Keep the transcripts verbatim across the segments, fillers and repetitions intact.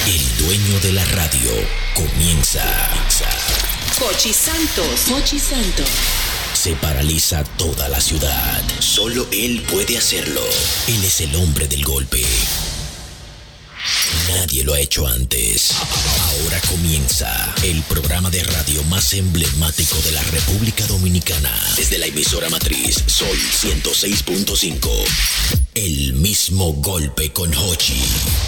El dueño de la radio comienza. Jochi Santos. Jochi Santos. Se paraliza toda la ciudad. Solo él puede hacerlo. Él es el hombre del golpe. Nadie lo ha hecho antes. Ahora comienza el programa de radio más emblemático de la República Dominicana. Desde la emisora matriz Sol ciento seis punto cinco. El mismo golpe con Jochi.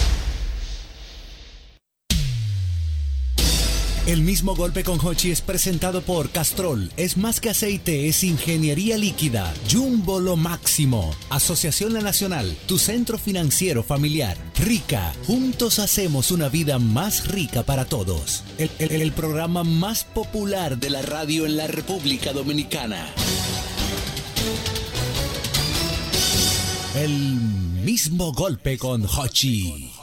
El mismo golpe con Jochi es presentado por Castrol. Es más que aceite, es ingeniería líquida. Jumbo lo máximo. Asociación La Nacional, tu centro financiero familiar. Rica, juntos hacemos una vida más rica para todos. El, el, el programa más popular de la radio en la República Dominicana. El mismo golpe con Jochi.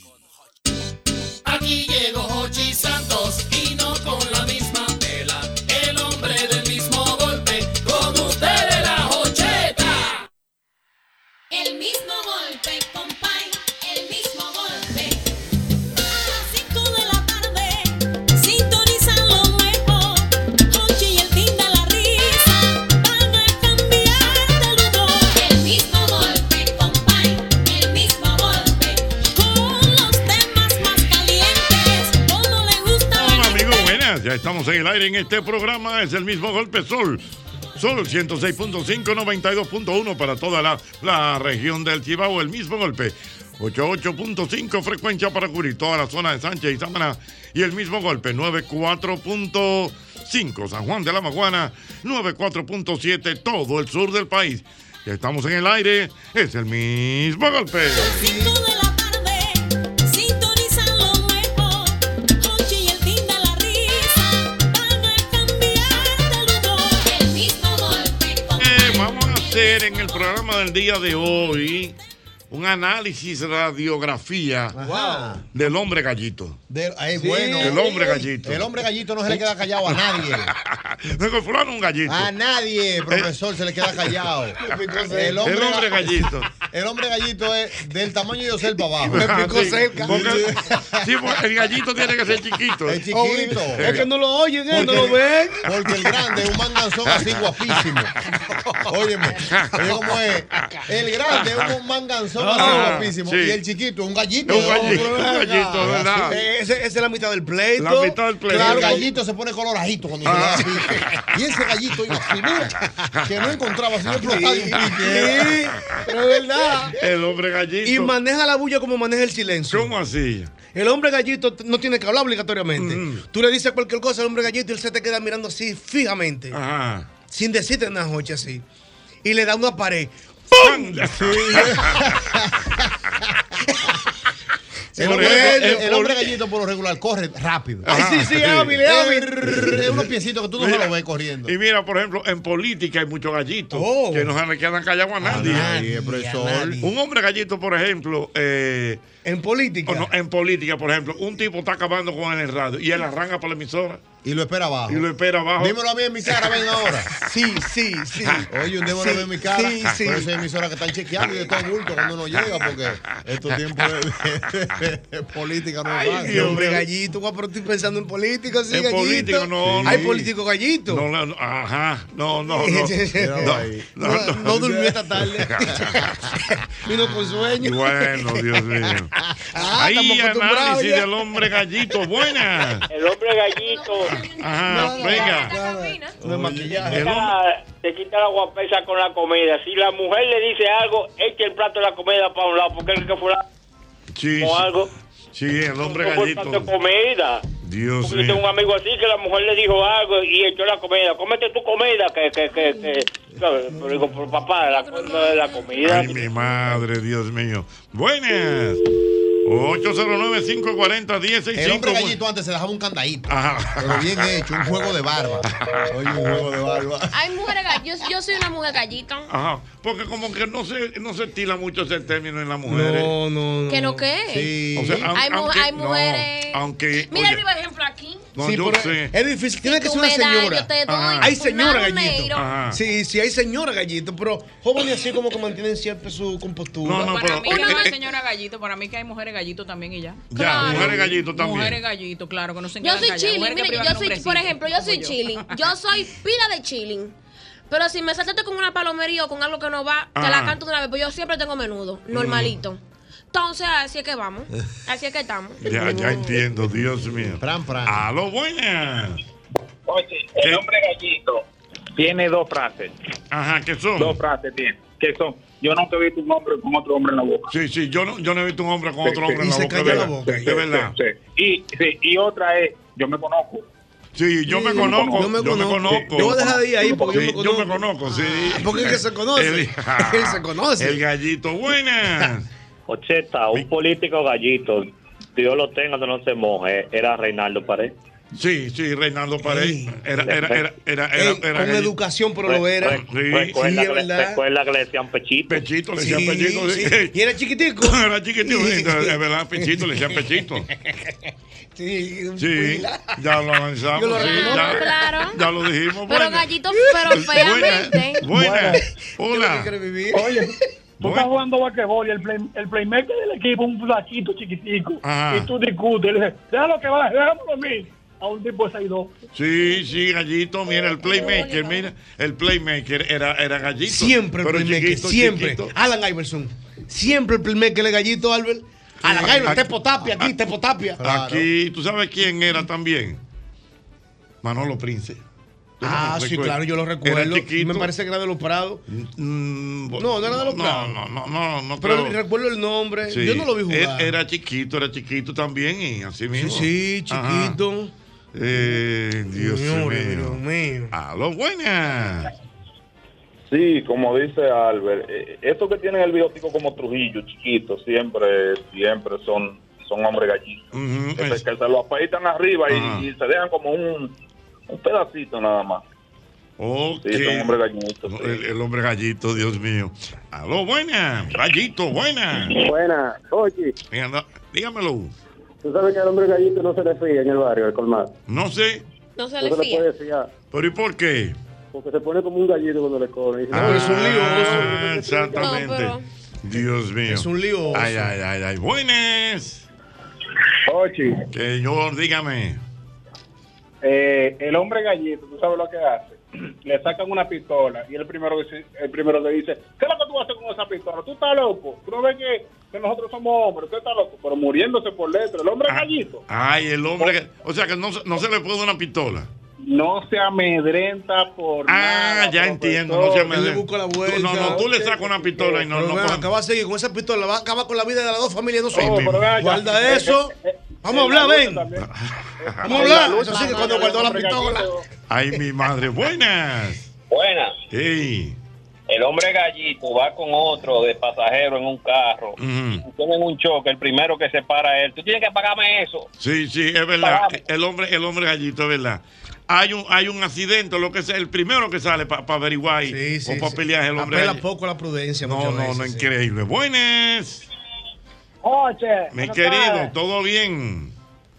Aquí llegó Jochi Santos y no con la misma tela. El hombre del mismo golpe, con ustedes la Jocheta. El mismo golpe, compay, el mismo golpe. A las cinco de la tarde, sintonizan lo nuevo. Jochi y el fin de la risa van a cambiar de humor. El mismo golpe, compay, el mismo golpe. Con los temas más calientes, como le gusta. Hola amigos, buenas. Ya estamos en el aire en este programa. Es el mismo golpe Sol. Sol ciento seis punto cinco, noventa y dos punto uno para toda la, la región del Cibao. El mismo golpe. ochenta y ocho punto cinco frecuencia para cubrir toda la zona de Sánchez y Samaná. Y el mismo golpe. noventa y cuatro punto cinco San Juan de la Maguana. noventa y cuatro punto siete todo el sur del país. Ya estamos en el aire. Es el mismo golpe. cinco de la tarde, sintonizan lo nuevo. Jochi y el fin de la risa van a cambiar de humor. El mismo golpe, Eh, vamos a hacer en el programa del día de hoy un análisis radiografía Wow. del hombre gallito. De, ay, Sí. bueno. El hombre gallito. El hombre gallito no se le queda callado a nadie. No, que fulano un gallito. A nadie, profesor, se le queda callado. El hombre gallito. El hombre gallito es del tamaño de Yosel para abajo. Me picó cerca. Porque- sí, porque el gallito tiene que ser chiquito. Es chiquito. Es que no lo oyen, ¿eh? No lo ven. Porque el grande es un manganzón así guapísimo. Óyeme, oye cómo es. El grande es un manganzón así Ah, guapísimo. sí. Y el chiquito es un gallito. Es un gallito, un gallito, ¿verdad? Ese, esa es la mitad del pleito. La mitad del pleito. Claro, el gallito se pone coloradito cuando Ah. llega así. Y ese gallito iba así, mira, que no encontraba así explotado y un pique. Pero es verdad. El hombre gallito. Y maneja la bulla como maneja el silencio. ¿Cómo así? El hombre gallito no tiene que hablar obligatoriamente. Mm. Tú le dices cualquier cosa al hombre gallito y él se te queda mirando así fijamente. Ajá. Sin decirte nada, Jochi, así. Y le da una pared. ¡Pum! El, Por hombre, ejemplo, el- el el hombre poli- gallito por lo regular corre rápido. Ay, sí, sí, es hábil, es hábil. Es unos piecitos que tú no se Mira, lo ves corriendo. Y mira, por ejemplo, en política hay muchos gallitos Oh. que no se le quedan callados a nadie. Nadie, profesor. Un hombre gallito, por ejemplo, eh, En política. o no, en política, por ejemplo, un tipo está acabando con el radio y él arranca para la emisora Y lo espera abajo. y lo espera abajo. Dímelo a mí en mi cara, ven ahora. Sí, sí, sí. Oye, un dímelo Sí, a mí en mi cara. sí, sí. Por eso hay emisoras que están chequeando y de todo bulto cuando uno llega, porque estos tiempos de, de- de política no Ay, es fácil. Y hombre gallito, guau, pero estoy pensando en política, sí, En gallito. política, no, Hay no. políticos gallitos. No, no, no, ajá, no, no, no. Míralo No, ahí. no, No, no. no durmió esta tarde. Vino con sueño. Bueno, Dios mío. Ah, Ahí estamos acostumbrados análisis ya. del hombre gallito. Buena. El hombre gallito Ajá, venga. No es maquillaje. El hombre- ah, te quita la guapesa con la comida. Si la mujer le dice algo, echa el plato de la comida para un lado, porque es que fuera Sí, o algo. sí, el hombre No fue el plato de gallito. comida. Dios Porque yo tengo un mío. amigo así que la mujer le dijo algo y echó la comida. Cómete tu comida, que, que, que, que. ¿sabes? Pero digo, pero papá, la, la, la comida. Ay, mi madre, Dios mío. Buenas. ocho cero nueve, cinco cuatro cero, uno cero seis cinco. El hombre gallito antes se dejaba un candadito. Ajá. Pero bien hecho, un juego de barba. Oye, un juego de barba. Hay mujeres gallitas. Yo, yo soy una mujer gallita. Ajá. Porque como que no se, no se estila mucho ese término en las mujeres. No, no, no. ¿Que no qué? Sí. O sea, aun- Hay mu- aunque- hay no, mujeres- aunque. Mira, oye, por ejemplo, aquí. No, sí, yo pero sé. es difícil. Tiene Si que tú ser una me das, señora. yo te doy. Ajá. Hay señora Fulano gallito. negro. Ajá. Sí, sí, hay señora gallito, pero jóvenes así como que mantienen siempre su compostura. No, no, Para pero- mí que no eh, hay eh, señora gallito, para mí que hay mujeres gallito también y ya. Ya, Claro. mujeres gallitos también. Mujeres gallito, claro, que no se Yo quedan soy calladas. chilling, Mujeres que mira, privan yo el soy, hombrecito, por ejemplo, yo como soy chilling. Yo soy pila de chilling. Pero si me saltaste con una palomería o con algo que no va, te Ajá. la canto de una vez. Pues yo siempre tengo menudo, normalito. Entonces, así es que vamos. Así es que estamos. Ya, ya entiendo, Dios mío. Pran, pran. A lo buenas. Oye, ¿Qué? el hombre gallito tiene dos frases. Ajá, ¿qué son? Dos frases tiene. Que son, yo nunca he visto un hombre con otro hombre en la boca. Sí, sí, yo no, yo no he visto un hombre con Sí, otro sí. hombre Y en la se boca. calla es la verdad. boca. Es verdad. Sí, sí. Y, sí, y otra es, yo me conozco. Sí, yo me conozco. Yo me conozco. conozco. Yo voy a dejar de ir ahí porque Sí, yo me yo conozco. me conozco, sí. Ah, porque es que se conoce. El, Él se conoce. El gallito, buenas. Ocheta, un político gallito, Dios lo tenga, que no se moje, era Reinaldo Pared. Sí, sí, Reinaldo Pared. Ey. Era, era, era, era, era, Ey, era con gallito. educación, pero lo era. Sí. Recuerda, Sí, que es le, verdad. recuerda que le decían pechito. Pechito, le Sí, decían pechito. sí. Sí. Y era chiquitico. Era chiquitito, sí, es verdad, pechito, le decían pechito. Sí, un Sí, pila. ya lo avanzamos. Yo lo sí, reconozco. ya, Claro. ya lo dijimos. Pero bueno. gallito, pero feamente. Buena, buena. Yo lo que Hola. quiero vivir. Oye, tú Bueno. estás jugando basquetbol y el, play, el playmaker del equipo un flaquito chiquitico. Ajá. Y tú discutes. Y le dices, déjalo que va, déjamelo a mí. A un tipo de seis dos. Sí, sí, gallito, mira el playmaker, mira, el playmaker era, era gallito. Siempre el pero playmaker, chiquito, siempre. chiquito. Alan Iverson. Siempre el playmaker es gallito, Albert. Alan Iverson, Aquí- Tepo Tapia, aquí, Tepo Tapia. Aquí, ¿tú sabes quién era también? Manolo Prince. ¿Tú no Ah, lo sí, recuerdas? claro, yo lo Era recuerdo. chiquito. Me parece que era de los Prados. Mm, No, no era de los no, Prados. No, no, no, no, Pero creo. recuerdo el nombre. Sí. Yo no lo vi jugar. Él era chiquito, era chiquito también y así Sí, mismo. sí, Ajá. chiquito. Eh, Dios Señores, mío. Dios mío. A lo buenas. Sí, como dice Albert, eh, estos que tienen el biótico como Trujillo, chiquitos, siempre, siempre son, son hombres gallitos. Ujú, que, es- se, que se lo apaitan arriba Ajá. y, y se dejan como un, un pedacito nada más. Ok. Sí, son hombres gallitos. sí. El, el hombre gallito, Dios mío. Aló, buena. Gallito, buena. Buena, oye, Venga, no, dígamelo. tú sabes que al hombre gallito no se le fía en el barrio, el colmado. No sé, No se No le se le fía. puede fiar, pero ¿y por qué? porque se pone como un gallito cuando le cobran. Y dice, Ah, no, es un lío. exactamente. No, pero- Dios mío. Es un lío. Ay, ay, ay, ay. Buenas. Oye, Señor, dígame. eh, el hombre gallito, ¿tú sabes lo que hace? Le sacan una pistola y el primero que se- el primero le dice, ¿qué es lo que tú haces con esa pistola? ¿Tú estás loco? ¿Tú no ves que, que nosotros somos hombres? ¿Tú estás loco? Pero muriéndose por dentro. El hombre Ah. gallito Ay, el hombre. que- O sea que no, se- no se le puede dar una pistola. no se amedrenta por Ah, nada. ya profesor. entiendo. No se me Él le busca la vuelta. No, no, tú le sacas una pistola y no, Pero no ven, puede- acaba de seguir con esa pistola, va a acabar con la vida de las dos familias, no Oh, sé. pero ven acá. Guarda eso. Eh, eh, Vamos a en la hablar, lucha ven. también. Vamos a hablar. Eso sí que cuando guardó la pistola. Ay, mi madre. Buenas. Buenas. Hey. El hombre gallito va con otro de pasajero en un carro. Ujú. Tienen un choque, el primero que se para a él. Tú tienes que pagarme eso. Sí, sí, es verdad. El hombre, el hombre gallito, es verdad. Hay un, hay un accidente, lo que sea, el primero que sale para averiguar y- Sí, sí, o para sí. pelear es el hombre Apela gallito. poco a la prudencia. No, muchas no, veces, no, sí. increíble. Buenas. Oye, Mi buenas querido, tardes. ¿todo bien?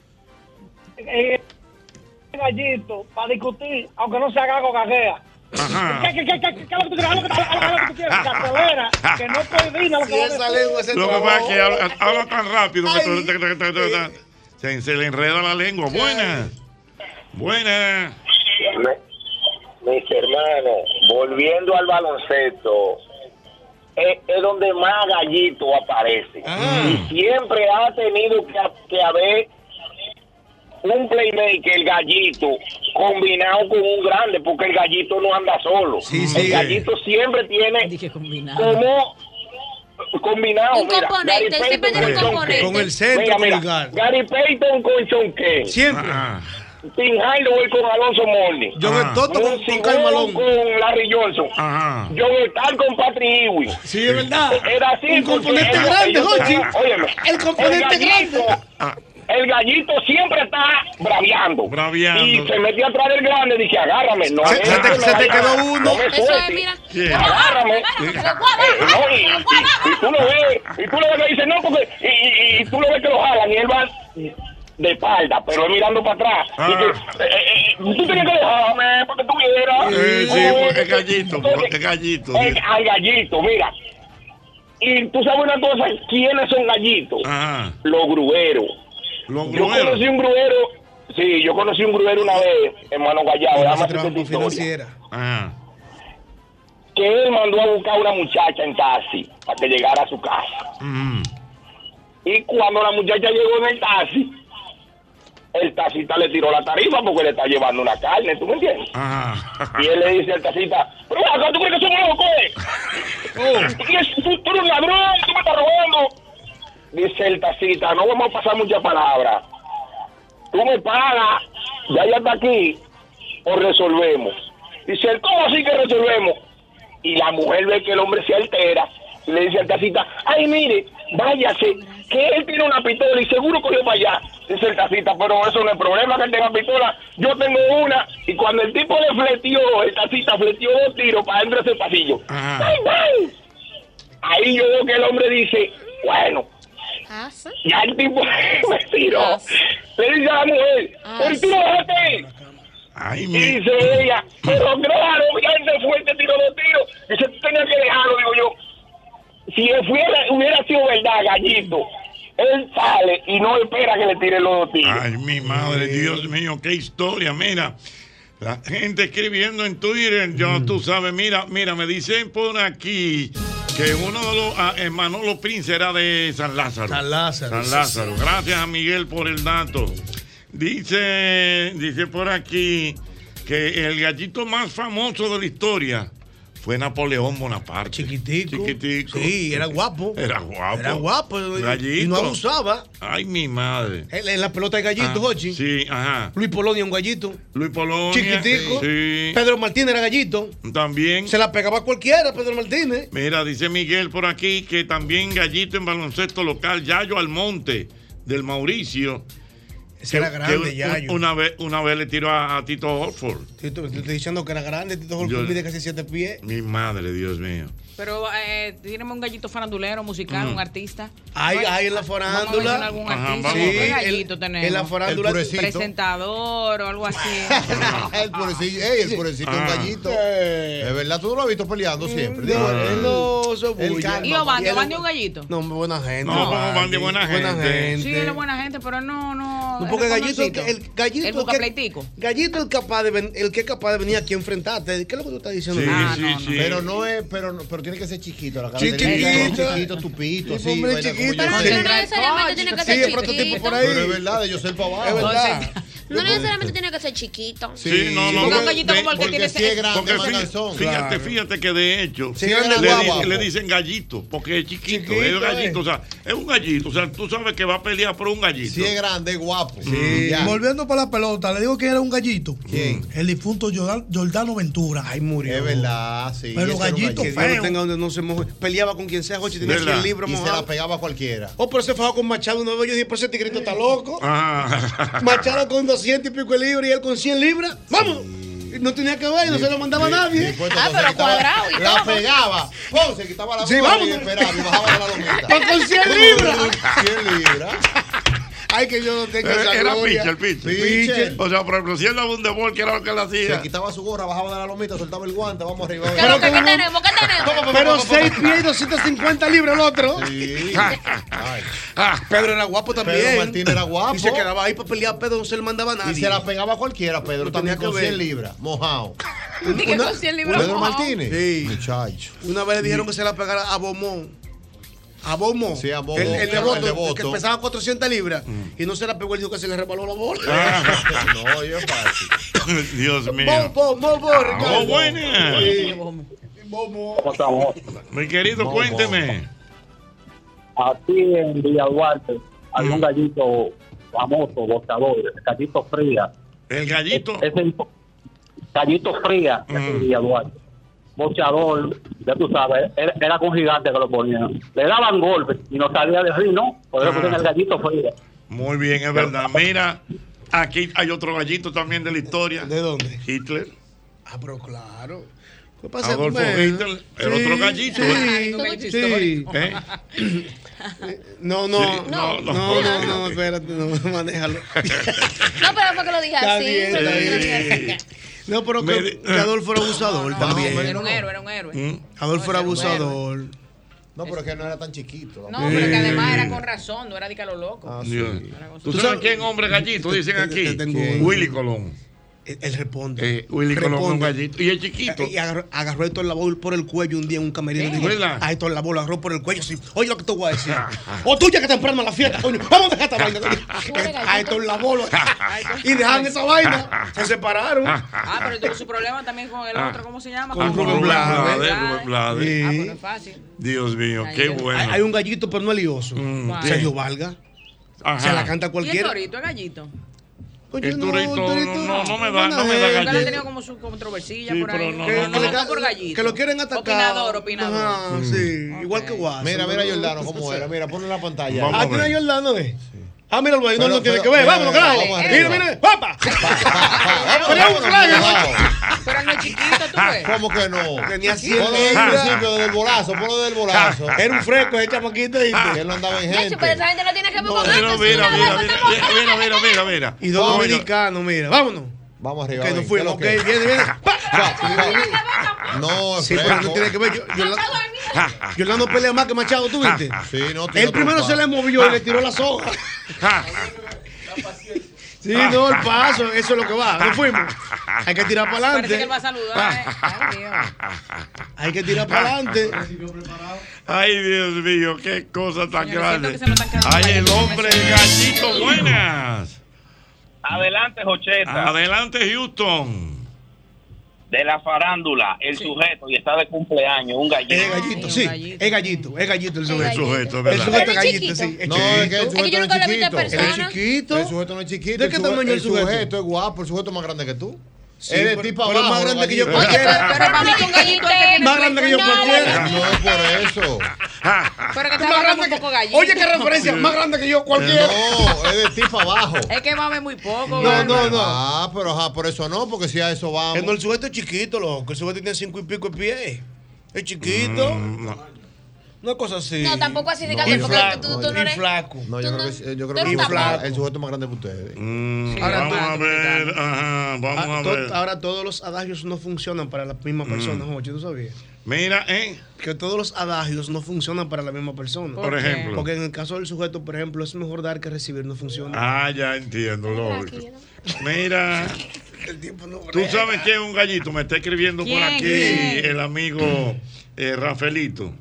Eh, gallito, para discutir, aunque no se haga con gaguea. Ajá. ¿Qué, qué, qué, qué, qué es lo que tú quieres? ¿Qué es lo que- qué es lo que tú quieres? Que acelera, que no coordina lo que Sí, va a esa decir. lengua se Lo que trabó. pasa es que habla, habla tan rápido que Ay. todo- te- te- te- te- te- se, se le enreda la lengua. Buenas. Buenas. Mis hermanos, volviendo al baloncesto, es, es donde más gallito aparece. Ah. Y siempre ha tenido que, que haber un playmaker, el gallito, combinado con un grande, porque el gallito no anda solo. Sí, el sí. gallito siempre tiene Dije combinado. como combinado. Un mira, componente, Gary siempre tiene un Payton con componente. Con el centro, Mira, con mira, el guard. Gary Payton con Sean Kemp. Siempre. Ah, Tim Hardaway con Alonso Mourning. John Ah. el Toto con, Monty con Karl Malone. con Larry Johnson. ajá. John Stark con Patrick Ewing. Sí, es verdad. Era así. Un porque componente ellos- grande, ellos Jochi. tenían- óyeme, El componente gallito, grande. Ah, El gallito siempre está braviando. Braviando. Y se metió atrás del grande y dice, agárrame. No, Se- es se te- que se me te vaya- quedó uno. No me Eso es, suelte. mira. ¿Quién? Agárrame. Agárrame, Eh, que lo guarda. no, y, y- y tú lo ves, y tú lo ves que dice, no, porque, y, y- y tú lo ves que lo jalan y él va, de espalda, pero él mirando para atrás. Ah. Y que, eh, eh, tú tenías que dejarme para que tú vieras. Eh, sí, Eh, porque es gallito, porque es gallito. eh, al gallito, mira. Y tú sabes una cosa, ¿quiénes son gallitos? Ajá. Los grueros. Los Yo grueros. conocí un gruero, sí, yo conocí un gruero una vez, hermano Gallado, déjame hacerte esta historia. Financiera. Ajá. Que él mandó a buscar a una muchacha en taxi para que llegara a su casa. Mm. Y cuando la muchacha llegó en el taxi, el taxista le tiró la tarifa porque le está llevando una carne, ¿tú me entiendes? Ajá. Y él le dice al taxista, pero acá tú crees que somos locos, eh? ¿Tú, quieres- tú- tú eres un ladrón, tú me estás robando. Dice el taxista, no vamos a pasar muchas palabras. Tú me pagas, ya ya está aquí, o resolvemos. Dice él, ¿cómo así que resolvemos? Y la mujer ve que el hombre se altera y le dice al taxista, ay, mire, váyase, que él tiene una pistola y seguro cogió para allá. Dice el taxista, pero eso no es problema que él tenga pistola, yo tengo una. Y cuando el tipo le fleteó, el taxista fleteó dos tiros para dentro de ese pasillo. ¡Ay, ay! Ahí yo veo que el hombre dice, bueno, ya el tipo me tiró. Le dice a la mujer, pero tú no dejaste ir. Ay, Y mi... dice ella, pero claro, ya él se fue, te tiró dos tiros. Dice, tú tenías que dejarlo, digo yo. Si fuera, hubiera sido verdad, gallito, él sale y no espera que le tiren los dos tiros. Ay, mi madre, Dios mío, qué historia, mira. La gente escribiendo en Twitter, yo, tú sabes, mira, mira, me dicen por aquí que uno de los ah, eh, Manolo Prince era de San Lázaro. San Lázaro. San Lázaro. Gracias a Miguel por el dato. Dice, dice por aquí que el gallito más famoso de la historia fue Napoleón Bonaparte. Chiquitico. Chiquitico. Sí, era guapo. Era guapo. Era guapo. y- Gallito. Y no abusaba. Ay, mi madre. Él en la pelota de gallito, Ah, Jochi. sí, ajá. Luis Polonia, un gallito. Luis Polonia. Chiquitico. Sí. Pedro Martínez era gallito. También. Se la pegaba a cualquiera, Pedro Martínez. Mira, dice Miguel por aquí que también gallito en baloncesto local, Yayo Almonte, del Mauricio. Ese era grande, que Yayo. Una vez, una vez le tiró a, a Tito Horford. Tito, te estoy diciendo que era grande. Tito Yo- Holford mide casi siete pies. Mi madre, Dios mío. Pero eh, tenemos un gallito farandulero, musical, Mm. un artista. Hay, Bueno, hay en la vamos a farándula. mencionar algún Ajá, artista. vamos a ¿Qué ver. gallito El- tenemos? en la farándula. El purecito. Presentador o algo así. el purecito, ey, el purecito es un Ah. gallito. Es verdad, tú no lo has visto peleando siempre. Digo, No, él él no se bulla. ¿Y Obando? ¿Obando es un gallito? No, buena gente. No, como Bandi, buena gente. Sí, él es buena gente, pero no, no. No, porque es gallito, el, reconocidito. el gallito, El busca que- pleitico. gallito el capaz de ven- el que es capaz de venir aquí a enfrentarte. ¿Qué es lo que tú estás diciendo? Sí, Ah, sí, no, no. sí. Pero no es, pero, no- pero tiene que ser chiquito. La Chiquitito. característica son chiquito, tupito, Sí, así. hombre, vaina como chiquito. yo Pero sé. no necesariamente tiene que Sí, ser el prototipo chiquito. por ahí. Pero es verdad, de yo ser para abajo. Es verdad. No necesariamente tiene que ser chiquito. Sí, no, no. Porque un de- gallito como el que Porque tiene si es grande, Porque es fí- manganzón. fíjate, Claro. fíjate que de hecho Sí, le, grande, di- guapo. le dicen gallito, porque es chiquito, Chiquito, es gallito, eh. o sea, es un gallito, o sea, tú sabes que va a pelear por un gallito. Si es grande, es guapo. Sí. Ya. Volviendo para la pelota, le digo que era un gallito. ¿Quién? El difunto Jordan- Jordano Ventura. Ay, murió. Es verdad, sí. Pero ese era un gallito Que feo. Dios lo tenga donde no se moje. Peleaba con quien sea, Jochi, tenía ¿Verdad? cien libras Y se la mojado. pegaba a cualquiera. Oh, pero se fajó con Machado una vez. Yo dije, pues ese tigrito está loco. Ah. Machado con doscientos y pico de libras y él con cien libras. ¡Vamos! Y no tenía que ver y no se lo mandaba a nadie. Después, Ah, entonces, pero se quitaba- cuadrado y La todo. pegaba. ¡Pum! Se quitaba la Sí, gorra y vámonos. esperaba y bajaba de la lomita. Pues con cien libras. cien libras. Ay, que yo no tengo esa Era, era gloria. pitcher, pitcher. Pitcher. O sea, por ejemplo, si él daba un de bol, que era lo que él Se hacía. quitaba su gorra, bajaba de la lomita, soltaba el guante, vamos arriba. ¿Qué, lo que, ¿qué tenemos? ¿Qué tenemos? Pero seis pies y doscientos cincuenta libras el otro. Sí. Ay. Pedro era guapo también. Pedro Martínez era guapo. Y se quedaba ahí para pelear a Pedro, no se le mandaba a nadie. Y se la pegaba a cualquiera, Pedro, No también tenía con que ver. cien libras, mojado. Dije con cien libras Pedro mojado. Martínez. Sí. Muchacho. Una vez le dijeron que se la pegara a Bomón. A Bomo. Sí, a Bomo. El, el de El Voto, de el Voto. que pesaba cuatrocientas libras. Y no se la pegó, él dijo que se le rebaló la bola. No, yo es fácil. Dios mío. Bobo, Bobo, Ricardo. Oh, buena. Sí. ¿Cómo estamos? Mi querido, No, cuénteme. Aquí en Villa Duarte hay un gallito famoso, boxeador, el gallito fría. El gallito. Es el gallito fría de aquí en Villa Duarte. Boxeador, ya tú sabes, era, era con gigante que lo ponían. Le daban golpes y no salía de ring, ¿no? Por eso Ah. ponían el gallito fría. Muy bien, es verdad. Mira, aquí hay otro gallito también de la historia. ¿De dónde? Hitler. Ah, pero claro. pasa? Adolfo Bueno, Hitler, el sí, otro gallito. Sí, sí. ¿Eh? No, no, Sí, no, no, no, no. no, no, espérate, no, manéjalo. No, pero fue que lo dije Está así. bien, fue que está lo dije bien. así. No, pero que, que Adolfo era abusador también. Era un héroe, era un héroe. Adolfo era abusador. No, pero es que no era tan chiquito. No, pero que además era con razón, no era de que a lo loco. Dios. ¿Tú sabes quién hombre gallito? Dicen aquí. Willy Colón. Él responde. Eh, Willy Colón es un gallito. Y es chiquito. Y agarró, agarró a Héctor Lavoe por el cuello un día en un camerino. ¿Eh? Y dijo, ¿Verdad? a Héctor Lavoe lo agarró por el cuello. Así, oye lo que te voy a decir. O tú ya que temprano a la fiesta, coño. Vamos a dejar esta vaina. A Héctor Lavoe lo- y dejaron esa vaina. Se separaron. Ah, pero tuvo su problema también con el otro, ¿cómo se llama? Con Rubén Blades. Rubén Blades. Sí. Ah, pues no es fácil. Dios mío, qué bueno. Hay, hay un gallito, pero no es lioso. ¿Cuál? Sergio Valga. Ajá. Se la canta ¿Y el cualquiera. torito es gallito? Oye, El no, torito el torito no, no, no me da, buena no me da gente. Porque él ha gallito. tenido como su controversilla Sí, por ahí. pero no, Que- no, que no. le cae por gallito. Que lo quieren atacar. Opinador, opinador. Ajá, sí. Igual que Guaso. Mira, mira, Jordano, cómo era. Mira, ponle en la pantalla. Vamos Ah, a tiene ver. a Jordano, ¿eh? Ah, mira, no, no Pero- tiene pero- que ver. mira, Vámonos, mira, carajo. vamos Mira, arriba. mira. ¡Papa! Ponía un flag. Pero él no es chiquito, tú ves. ¿Cómo que no? Tenía cien Ponlo del libras. principio, del bolazo, ponlo del bolazo. Era un fresco ese chamaquito. ¿viste? Que él no andaba en De hecho, gente. pero esa gente no tiene que ver con Mira, esto, mira, sí, mira, la mira, verdad, mira, mira, mira, mira. Y dos Coño. dominicanos, mira. Vámonos. Vamos arriba. Que ven, nos fuimos. Ok, ¿qué es lo que? viene, viene. Pa. Pa, pa. No, es Sí, pero no fresco. tiene que ver. Yo, yo, Jordano pelea más que Machado, ¿tú viste? Sí, no, Él tira primero trompa. se le movió y le tiró la soga. Sí, no, el paso, eso es lo que va. Nos fuimos. Hay que tirar para Parece que él va adelante. a saludar. ¿eh? Ay, Dios. Hay que tirar para adelante. Ay, Dios mío, qué cosa tan Señorcito, grande. que se lo están quedando Ay, el gallitos, hombre gallito, buenas. Adelante, Jocheta. Adelante, Houston. De la farándula, el sujeto, y está de cumpleaños, un gallito. Es gallito, sí. Es gallito, es gallito el El sujeto. sujeto, El ¿verdad? sujeto Pero es es gallito, chiquito. sí. Es No, es que el chiquito. Es que sujeto yo no nunca lo es he visto en chiquito. persona. Es chiquito. El sujeto no es chiquito. ¿De el qué suje- tamaño el el sujeto? sujeto es guapo, el sujeto es más grande que tú. Sí, es de pero- tipo pero abajo. más los grande que yo gallitos. cualquiera. Pero para mí que un gallito es que tiene Más grande que yo flexión. cualquiera. No es por eso. Pero que Tú está más hablando grande un que- poco gallito. Oye, qué referencia. Más grande que yo cualquiera. No, es de tipo abajo. Es que mame muy poco. No, ¿verdad? no, no. Ah, pero ajá, por eso no, porque si a eso vamos. Eh, no, el sujeto es chiquito, loco. El sujeto tiene cinco y pico de pies. Es chiquito. Mm, no. Una cosa así. No, tampoco así, Y dígale, porque flaco. tú, tú no Y eres. flaco. No, yo Tú creo no- que, sí, yo tú creo eres que tampoco. el sujeto es más grande que ustedes. Mm, Sí, vamos ahora- a ver, ajá, vamos Ah, a to- ver. ahora todos los adagios no funcionan para la misma persona, Jochi, ¿tú sabías? Mira, ¿eh? Que todos los adagios no funcionan para la misma persona. Por ejemplo. Porque en el caso del sujeto, por ejemplo, es mejor dar que recibir, no funciona. Ah, ya entiendo, lógico. Mira, El tiempo no tú sabes que es un gallito, me está escribiendo por ¿Quién? aquí ¿Quién? el amigo eh, Rafaelito.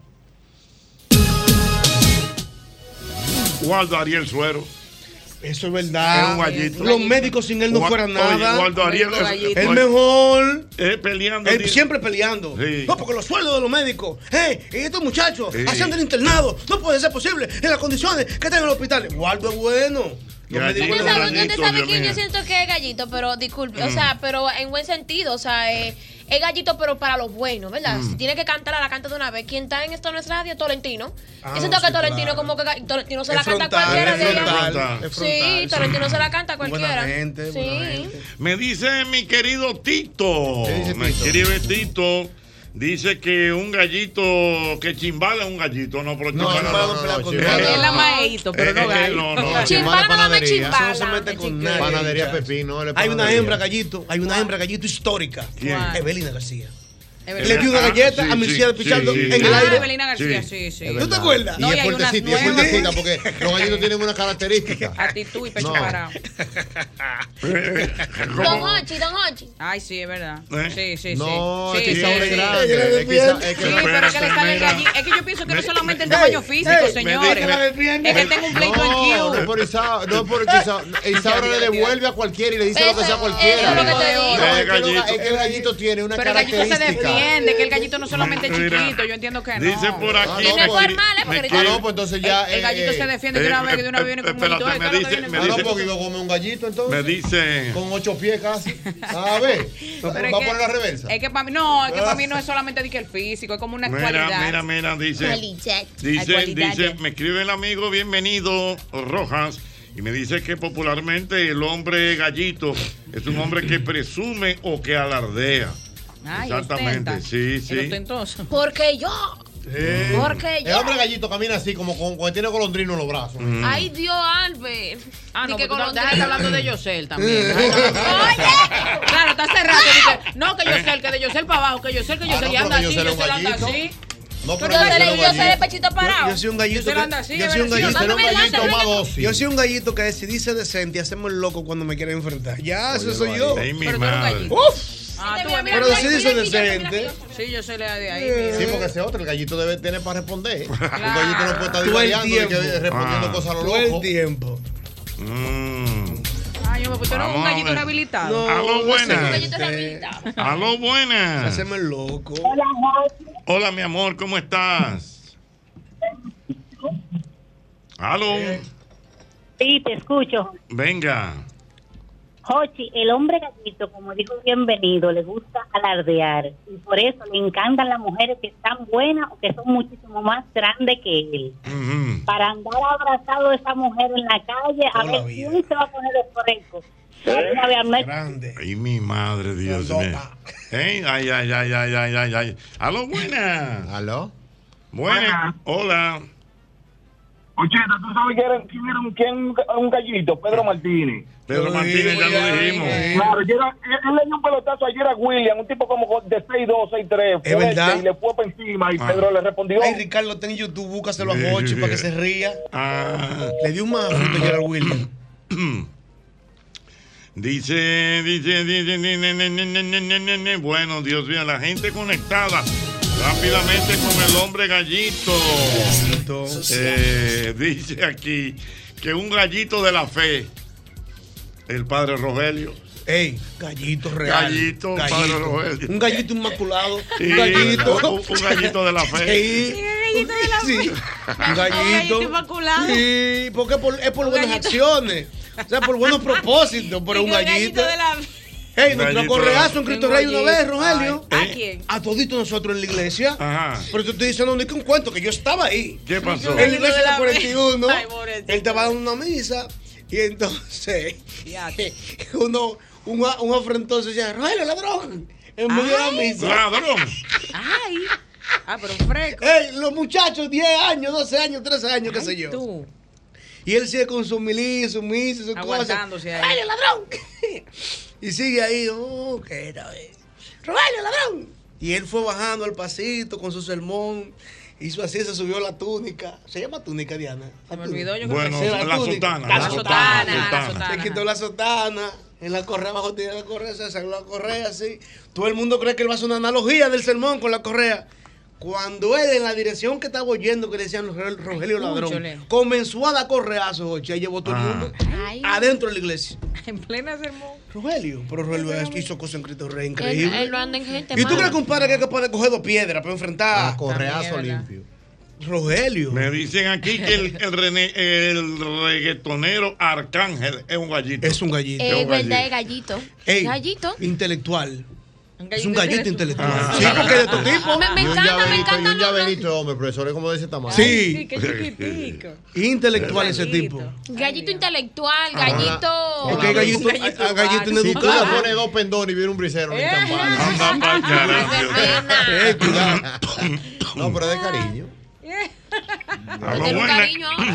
Waldo Ariel Suero. Eso es verdad. Es un gallito. Los médicos sin él no Gua- fueran Oye, nada. Waldo Ariel Médico es- gallito. El oye, mejor. eh, peleando. Él di- siempre peleando. Sí. No, porque los sueldos de los médicos. Hey, y estos muchachos Sí. haciendo el internado. No puede ser posible en las condiciones que están en el hospital. Waldo es bueno. Los Gallito. médicos Usted no sabe, son usted Gallito, sabe Dios quién mío. yo siento que es gallito, pero disculpe, o sea, pero en buen sentido, o sea, eh, es gallito, pero para lo bueno, ¿verdad? Si tiene que cantar, la canta de una vez. ¿Quién está en esto no es radio? Tolentino. Ah, yo siento sí, que Tolentino, claro. como que ga- Tolentino se Es la canta a frontal, cualquiera es de ella. frontal, es Sí, frontal, Tolentino se la canta a cualquiera. Buena gente, sí. buena gente. Me dice mi querido Tito. ¿Qué dice Me Tito? escribe Tito. Dice que un gallito, que chimbala es un gallito, no, pero No, chimbala no, no. no, no, con Chimbala. Él la maeito, pero no Eh, eh, gallo. no, no. Chimbala Chimbala no me panadería. chimbala. Eso no se mete con chiquillo. nadie. Panadería muchacho. Pepino. él es Hay una panadería. hembra gallito, hay una hembra gallito histórica. ¿Quién? Evelina García. Es Le verdad. dio una Ah, galleta sí, a Mircea sí, de Pichardo sí, en sí. el Ah, aire. Evelina García, Sí. sí, sí. Es ¿Tú te verdad. acuerdas? Y No, y es hay unas fuertecita, y es nuevas. fuertecita porque los gallitos tienen una característica. Actitud y pecho No. parado. Don Hochi, Don Hochi. Ay, sí, es verdad. ¿Eh? Sí, sí, No, sí. es que Sí, Isaura sí, es sí. grande. Ella la Es que Isa- defiende. es que Sí, la- pero que le sale el Mira. gallito. Es que yo pienso que no Me- solamente el Ey, tamaño físico, ey, señores. ella la defiende. Es que tengo un pleito en No, no es Q. por Isaura, no es por que Isaura, Isaura le devuelve a cualquiera y le dice lo que sea a Eso- cualquiera. eso es lo que te No, digo. es, que lo- Gallito. es que el gallito tiene una Pero el gallito se característica. defiende, que el gallito no solamente es Mira, chiquito, yo entiendo que no. Dice por Ah, aquí. no, Tiene pues, formal, ¿eh? Porque me ahorita- Ah, no, pues entonces ya. El, el gallito eh, se defiende eh, de una vez eh, que de una vez viene con un espérate, monito. ¿eh? me ¿Qué es lo que dice- viene me Ah, con no, dice- porque iba a comer un gallito entonces. Me dice. Con ocho pies casi. A ver, ¿va Pero es va a que- poner la reversa? Es que para mí, no, es que para mí no es solamente de que el físico, es como una Mira, cualidad. mira, mira, dice. Cualidad. Dice, Cualidad. dice, me escribe el amigo bienvenido Rojas y me dice que popularmente el hombre gallito es un hombre que presume o que alardea. Ay, Exactamente, ostenta. sí, sí. El ostentoso. Porque yo. Sí. Porque El yo. hombre gallito camina así, como con, con tiene golondrino en los brazos. Mm. Ay, Dios, Albert. Ah, no, Ni que porque tú con estás los- hablando de Yosel también. Oye, claro, está cerrado. Dice, no, que Yosel, que de Yosel para abajo, que Yosel, que Ah, Yosel, no, y anda pero así, Yosel es un Yosel anda gallito. así. No, Pero pero yo yo se soy un le- yo se le gallito. pechito parado. Yo soy un gallito Yosel que, anda así, yo de soy un verdad. gallito, Yosel Era un me gallito lanza, más ¿no? dócil. yo soy un gallito que si dice decente, hacemos el loco cuando me quieren enfrentar. Ya, eso Oye, soy no, yo. Ay, mi Pero tú eres un madre. gallito. Uf. Ah, tú, Mira, mira, Pero mira, si mira, dice mira, mira, decente. mira, sí, yo soy la de ahí. Eh. Sí, porque ese otro, el gallito debe tener para responder. Un Claro. gallito no puede estar Todo el divariando y que tiempo. respondiendo Ah. cosas a lo Todo el loco. tiempo. Mm. Ah, yo me puse Vamos un a gallito ver. rehabilitado. A lo Un buenas. gallito rehabilitado. Aló, buenas. Hacemos el loco. Hola, mi amor, ¿cómo estás? Aló. Sí, te escucho. Venga. Jochi, el hombre gallito, como dijo Bienvenido, le gusta alardear. Y por eso le encantan las mujeres que están buenas o que son muchísimo más grandes que él. Ujú. Para andar abrazado de esa mujer en la calle, a Toda la ver vida. quién se va a poner el fresco. Una vez hablé- Grande. Ay, mi madre, Dios mío. Grandota. Ey, Ay, ay, ay, ay, ay, ay, ay. Aló, buenas. ¿Aló? Buenas. Hola. Ocheta, ¿tú sabes quién era, quién era un, quién, un gallito? Pedro Martínez. Pedro Lo Martínez, ya dijimos, lo ya, dijimos. eh. Claro, llega, él, él le dio un pelotazo ayer a William, un tipo como de seis dos, seis tres, Es verdad. y le fue por encima y Ah. Pedro le respondió. Ay, Ricardo, está en YouTube, búscaselo a Jochi para que se ría. Ah. Le dio un majazo ayer a William. Dice, dice, dice, ne, ne, ne, ne, ne, ne, ne, ne. Bueno, Dios mío, la gente conectada rápidamente con el hombre gallito. Eh, dice aquí que un gallito de la fe, el padre Rogelio. Ey, gallito real. Gallito, padre Rogelio. Un gallito inmaculado. Sí, un gallito. un- un gallito de la fe. Sí. gallito de la Sí. Un Un gallito gallito. inmaculado. Sí, porque es por, es por Un buenas gallito. acciones. O sea, por buenos propósitos, pero Y un que el gallito. de la... Ey, Un nuestro gallito correazo de en la- Cristo Un Rey una gallito. vez, Rogelio. Ay, ¿a ¿Eh? quién? A toditos nosotros en la iglesia. Ajá. Pero te estoy diciendo no es que un cuento, que yo estaba ahí. ¿Qué pasó? En la iglesia de la cuarenta y uno. Ay, pobrecito. Él estaba dando una misa. Y entonces, Ya. uno, un, un afrentoso decía, Rogelio, ladrón. En medio de la Ay. misa. Ladrón. Ay. Ah, pero fresco. Ey, los muchachos, diez años, doce años, trece años, qué sé yo. Tú. Y él sigue con su milí, su misa, su cosa. Aguantándose ahí. ¡Rogelio, ladrón! Y sigue ahí, oh, qué era, eh. ¡Rogelio, ladrón! Y él fue bajando al pasito con su sermón. Hizo así, se subió la túnica. ¿Se llama túnica, Diana? Se me olvidó, yo Bueno, Sí, la túnica. sotana. La La sotana, sotana. la sotana. sotana. Se quitó la sotana. En la correa abajo tiene la correa, se sacó la correa así. Todo el mundo cree que él va a hacer una analogía del sermón con la correa. Cuando él, en la dirección que estaba oyendo, que le decían Rogelio Ladrón, Escúchale. comenzó a dar correazos, Jochi, ahí llevó todo el Ah. mundo Ay. adentro de la iglesia. En plena sermón. Rogelio, pero Rogelio hizo cosas en Cristo Rey Él, increíbles. él lo anda en gente ¿Y tú mala. crees que un padre que es capaz de coger dos piedras para enfrentar A correazo También, ¿verdad? limpio. Rogelio? Me dicen aquí que el, el, rene- el reggaetonero Arcángel es un gallito. Es un gallito. Es un verdad, es gallito. Ey, Gallito. intelectual. Un Es un gallito intelectual. Ah. Sí, porque de tu tipo. Me, me Y un encanta, me llaverito, y encanta. un no, no. llaverito, hombre, profesor, es como de ese tamaño. Sí, Sí, qué chiquitico. intelectual ese Gallito. tipo. Gallito intelectual, Ahora- gallito. Es que hay gallito, Un gallito hay- hay gallito básico. Si tú le ineducado. pones dos pendones y viene un brisero, ni Eh. campana. Anda pa'l carajo. Eh, cuidado. No, pero es de cariño. A lo Tiene un buena. cariño ahora.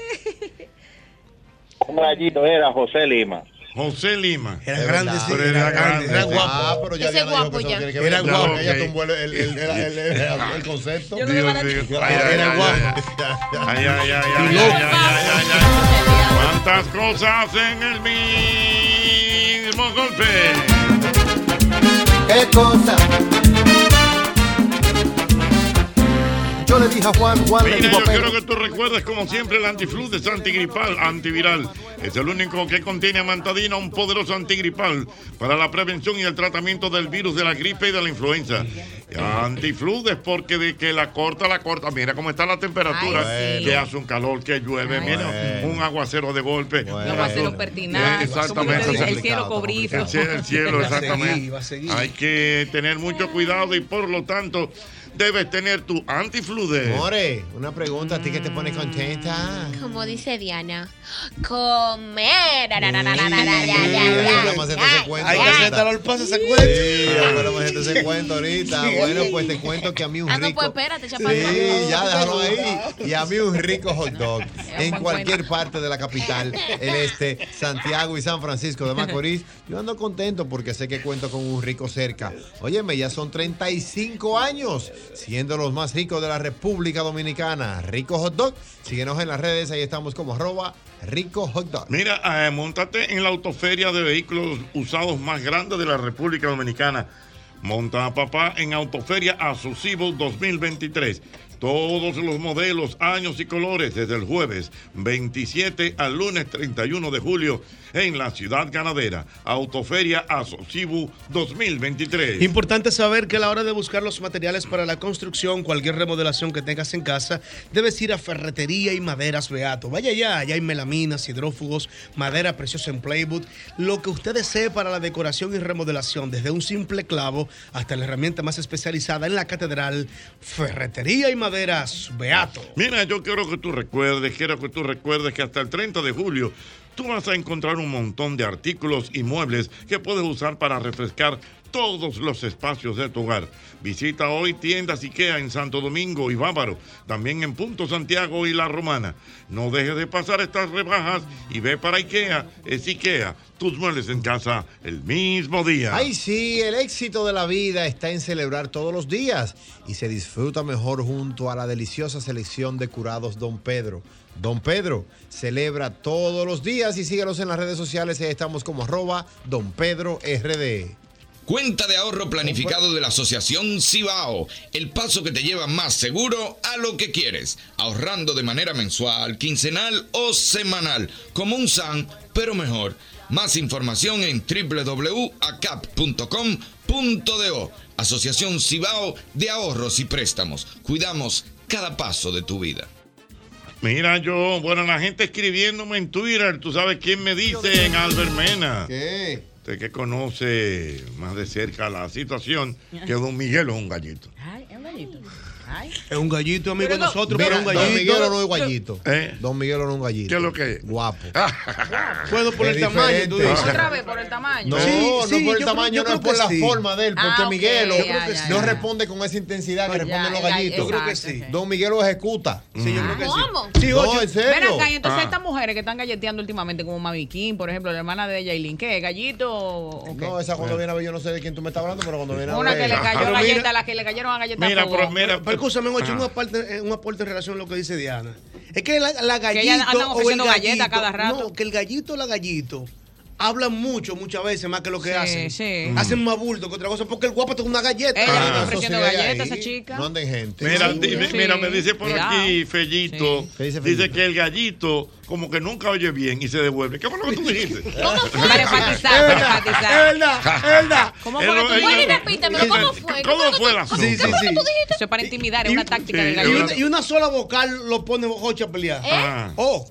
Un gallito era José Lima. José Lima. Era Es grande, verdad. sí. Pero Era era grande. grande. Era Sí. guapo. Ah, pero ya Ese Diana dijo guapo que eso ya. tiene que ver. Era con- guapo. Ella Ok. tumbó el, el, el, el, el- el concepto. Yo no Dios me van a mío. decir. Ay, ay, Era ay, guapo. ay, ay, ay, ay, ay, ay, ay, ay, ay. ¿Cuántas cosas en el mismo golpe? ¿Qué cosa? Yo le dije a Juan, Juan le Mira, dijo yo a Pedro. quiero que tú recuerdes, como siempre, el antiflux es antigripal, antiviral. Es el único que contiene amantadina, un poderoso antigripal para la prevención y el tratamiento del virus de la gripe y de la influenza. Antiflux es porque de que la corta, la corta. Mira cómo está la temperatura, Ay, sí. que hace un calor, que llueve. Ay, Mira, sí. un aguacero de golpe. Bueno. Un aguacero pertinaz. Eh, exactamente. como usted dice, El Complicado, cielo está cobrizo. El cielo, el cielo, Va a seguir, exactamente. va a seguir. Hay que tener mucho cuidado y por lo tanto debes tener tu antiflude. More, una pregunta, ¿a ti que te pone contenta? Como dice Diana, comer. Hay que hacer tal pasa ese cuento. Sí, pero la gente se cuenta ahorita. Bueno, pues te cuento que a mí un Ah, rico. no, pues espérate, chapán. Sí, ya déjalo ahí. Y a mí un rico hot dog en cualquier parte de la capital, el este, Santiago y San Francisco de Macorís. Yo ando contento porque sé que cuento con un rico cerca. Óyeme, ya son treinta y cinco años siendo los más ricos de la República Dominicana. Rico Hot Dog. Síguenos en las redes, ahí estamos como arroba Rico Hot Dog. Mira, eh, montate en la autoferia de vehículos usados más grande de la República Dominicana. Monta a papá en Autoferia Asucibo dos mil veintitrés. Todos los modelos, años y colores desde el jueves veintisiete al lunes treinta y uno de julio en la Ciudad Ganadera. Autoferia Asucibo dos mil veintitrés. Importante saber que a la hora de buscar los materiales para la construcción, cualquier remodelación que tengas en casa, debes ir a Ferretería y Maderas Beato. Vaya allá, allá hay melaminas, hidrófugos, madera preciosa en plywood, lo que usted desee para la decoración y remodelación, desde un simple clavo hasta la herramienta más especializada en la catedral. Ferretería y Maderas Beato. Mira, yo quiero que tú recuerdes, quiero que tú recuerdes que hasta el treinta de julio tú vas a encontrar un montón de artículos y muebles que puedes usar para refrescar todos los espacios de tu hogar. Visita hoy tiendas IKEA en Santo Domingo y Bávaro, también en Punto Santiago y La Romana. No dejes de pasar estas rebajas y ve para IKEA. Es IKEA, tus muebles en casa el mismo día. Ay, sí, el éxito de la vida está en celebrar todos los días y se disfruta mejor junto a la deliciosa selección de curados Don Pedro. Don Pedro celebra todos los días y síguenos en las redes sociales. Ahí estamos como arroba Don Pedro R D. Cuenta de ahorro planificado de la Asociación Cibao, el paso que te lleva más seguro a lo que quieres, ahorrando de manera mensual, quincenal o semanal, como un S A N, pero mejor. Más información en doble u doble u doble u punto a c a p punto com punto do. Asociación Cibao de Ahorros y Préstamos. Cuidamos cada paso de tu vida. Mira, yo, bueno, la gente escribiéndome en Twitter, tú sabes quién me dice en Albert Mena. ¿Qué? Usted que conoce más de cerca la situación, que Don Miguel es un gallito. Ay, es un gallito. Ay. Es un gallito, amigo de Pero no- nosotros, Mira, pero es un gallito. Don Miguelo no es gallito. ¿Eh? Don Miguelo no es un gallito. ¿Qué es lo que es? Guapo. Bueno, por Es el tamaño, tú diferente. dices. Otra vez por el tamaño. No, Sí, no sí, por el yo tamaño, creo- yo no es creo por que la sí. forma de él, porque Ah, ok, Miguelo ya, ya, no ya. responde con esa intensidad que Pues ya, responden los el- gallitos. Yo creo que sí. Don Miguelo ejecuta. Sí, yo creo que sí. ¿Cómo? Sí, No, ocho. en serio. Ven acá, y entonces Ah. estas mujeres que están galleteando últimamente, como Mami Kim, por ejemplo, la hermana de Yailin, ¿qué? ¿Gallito o qué? No, esa cuando viene a ver, yo no sé de quién tú me estás hablando, pero cuando viene a Una ver. que le cayó Pero galleta, mira- la que le cayeron a galleta Mira, a fuego. pero mira, Pero escúchame, Ocho, Ajá. un aporte, eh, un aporte en relación a lo que dice Diana. Es que la, la gallito ellas andan o el ofreciendo gallito, galletas cada rato. No, que el gallito o la gallito hablan mucho, muchas veces, más que lo que Sí, hacen. sí. Hacen más bulto que otra cosa, porque el guapo tiene una galleta. Ella Ah, está eso ofreciendo sí hay galletas, ahí. esa chica. No anden gente. Mira, Sí, di- sí. mira, me dice por Cuidado. aquí Fellito, Sí. ¿Qué dice dice Fellito? que el gallito como que nunca oye bien y se devuelve. ¿Qué fue lo que tú dijiste? Para enfatizar, para enfatizar. Es verdad, es verdad. ¿Cómo Él fue no- que tú él no- Bueno, y dijiste? repítemelo, ¿cómo fue? ¿Cómo fue el tú- asunto? Sí, sí, sí. Eso es para intimidar, es una táctica sí, del es Y gallito. una, y una sola vocal lo pone Jochi a pelear. Ah. Oh.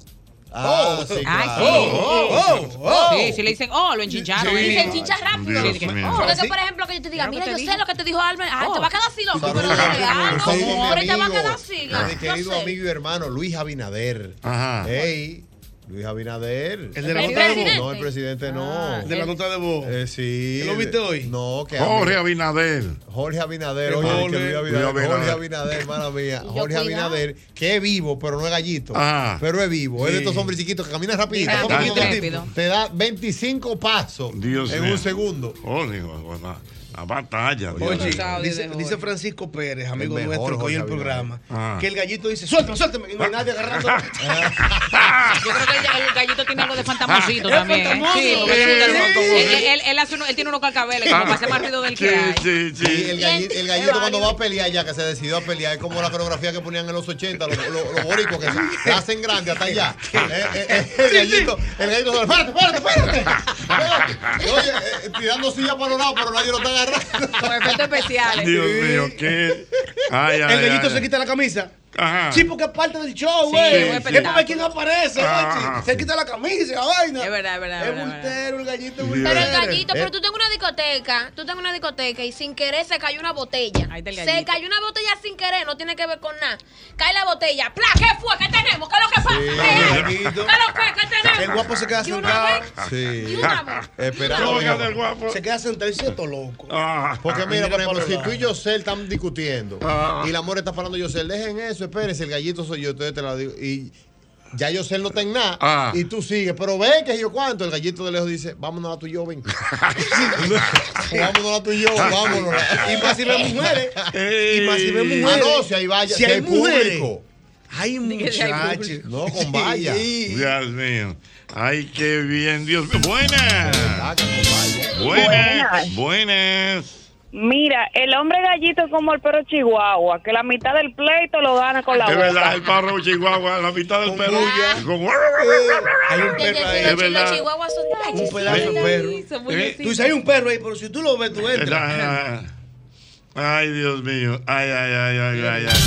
Ah, sí, Ay, claro. sí. Oh, oh, oh. Sí, si le dicen, oh, lo enchincharon. Sí. eh. Dicen chincha rápido. Dios Sí, que- mío. Oh, porque, Sí. por ejemplo, que yo te diga, Claro que mira, te yo dije. sé lo que te dijo Albert. Ay, Oh. te va a quedar así loco, Sí, pero pero dile algo. Somos mi Ahora te va a amigo, quedar así. mi Yo querido sé. amigo y hermano Luis Abinader. Ajá. Ey, Luis Abinader. El de la El nota de voz. presidente. No, el presidente no. Ah, De la nota de voz. Eh, sí. ¿Lo viste hoy? No, que Jorge a mí- Abinader. Jorge Abinader, Sí, oye, Jorge. que Luis Abinader, Luis Abinader. Jorge Abinader, hermana mía. Y yo, Jorge cuidado. Abinader, que es vivo, pero no es gallito. Ajá. Pero es vivo. Es de Sí. estos hombres chiquitos que caminan rapidito. Ah, ¿Cómo muy que te- intrépido. Te da veinticinco pasos Dios en mío. un segundo. Jorge, una, una batalla. Dios Oye, mío. Saudi de dice, Jorge. dice Francisco Pérez, amigo El mejor nuestro que oye el Jorge programa, Ah. que el gallito dice, suéltame, suéltame, y no hay nadie agarrando. Yo creo que el, el gallito tiene algo de fantamosito Es también. ¿eh? fantamoso. Sí, porque Sí, él, sí. él- él- él hace uno- él tiene unos cascabeles como para hacer más ruido del Sí, que hay. sí, Sí, sí. el gallito, el gallito cuando va a pelear ya que se decidió a pelear es como la coreografía que ponían en los ochenta los, los, los boricos que se la hacen grande hasta allá. Eh, eh, eh, el gallito, el gallito se espérate, espérate, espérate. Espérate. Oye, eh, tirando silla para los lados, pero nadie lo está agarrando. Con efectos especiales. Dios mío, qué. Ay, ay, El gallito ay, se quita la camisa. Ajá. Sí, porque es parte del show, Sí, güey. un es espectáculo. para ver quién aparece, Ajá. Jochi. Se quita la camisa y la vaina. Es verdad, es verdad. Es es verdad, es verdad. bultero, el gallito es Sí. bultero. Pero el gallito, pero Eh, tú tengo una discoteca, tú tengo una discoteca y sin querer se cayó una botella. Ahí está el Se gallito. cayó una botella sin querer, no tiene que ver con nada. Cae la botella, ¡pla! ¿Qué fue? ¿Qué tenemos? ¿Qué es lo que pasa? ¿Qué es? el gallito. ¿Qué es lo que? ¿Qué tenemos? El guapo se queda ¿Y una sentado. vez? Sí. ¿Y una vez? Esperando. Droga del guapo. Se queda sentado y se siento loco. Ah. Porque mira, Mira por ejemplo, para si los tú y Yosel están discutiendo Ah. y la amor está hablando Yosel, dejen eso, espérense, el gallito soy yo, entonces te lo digo. Y ya Yosel no está en nada Ah. y tú sigues, pero ven que yo cuánto, el gallito de lejos dice, vámonos a tú y yo, ven. vámonos a tú y yo, vámonos. Y más si ven mujeres. Y más si ven Ey. mujeres. Ah, no, si ahí vaya, Si si hay hay mujeres. público. Ay, que si hay muchachos. No, con valla. Sí. Dios mío. Ay, qué bien, Dios mío. Buenas. Ah, que con valla. Buenas. Buenas. Mira, el hombre gallito es como el perro chihuahua, que la mitad del pleito lo gana con la Es boca. verdad, el perro chihuahua, la mitad del Con perro. bulla. Con- Hay un De- de- perro de- ahí. Es los verdad. chihuahuas son ay, Un sí, pedazo de sí. perro. Son muy Eh, besitos. Tú dices, hay un perro ahí, pero si tú lo ves, tú entras. Ah, Ay, Dios mío. Ay, ay, ay, ay, ay, ay.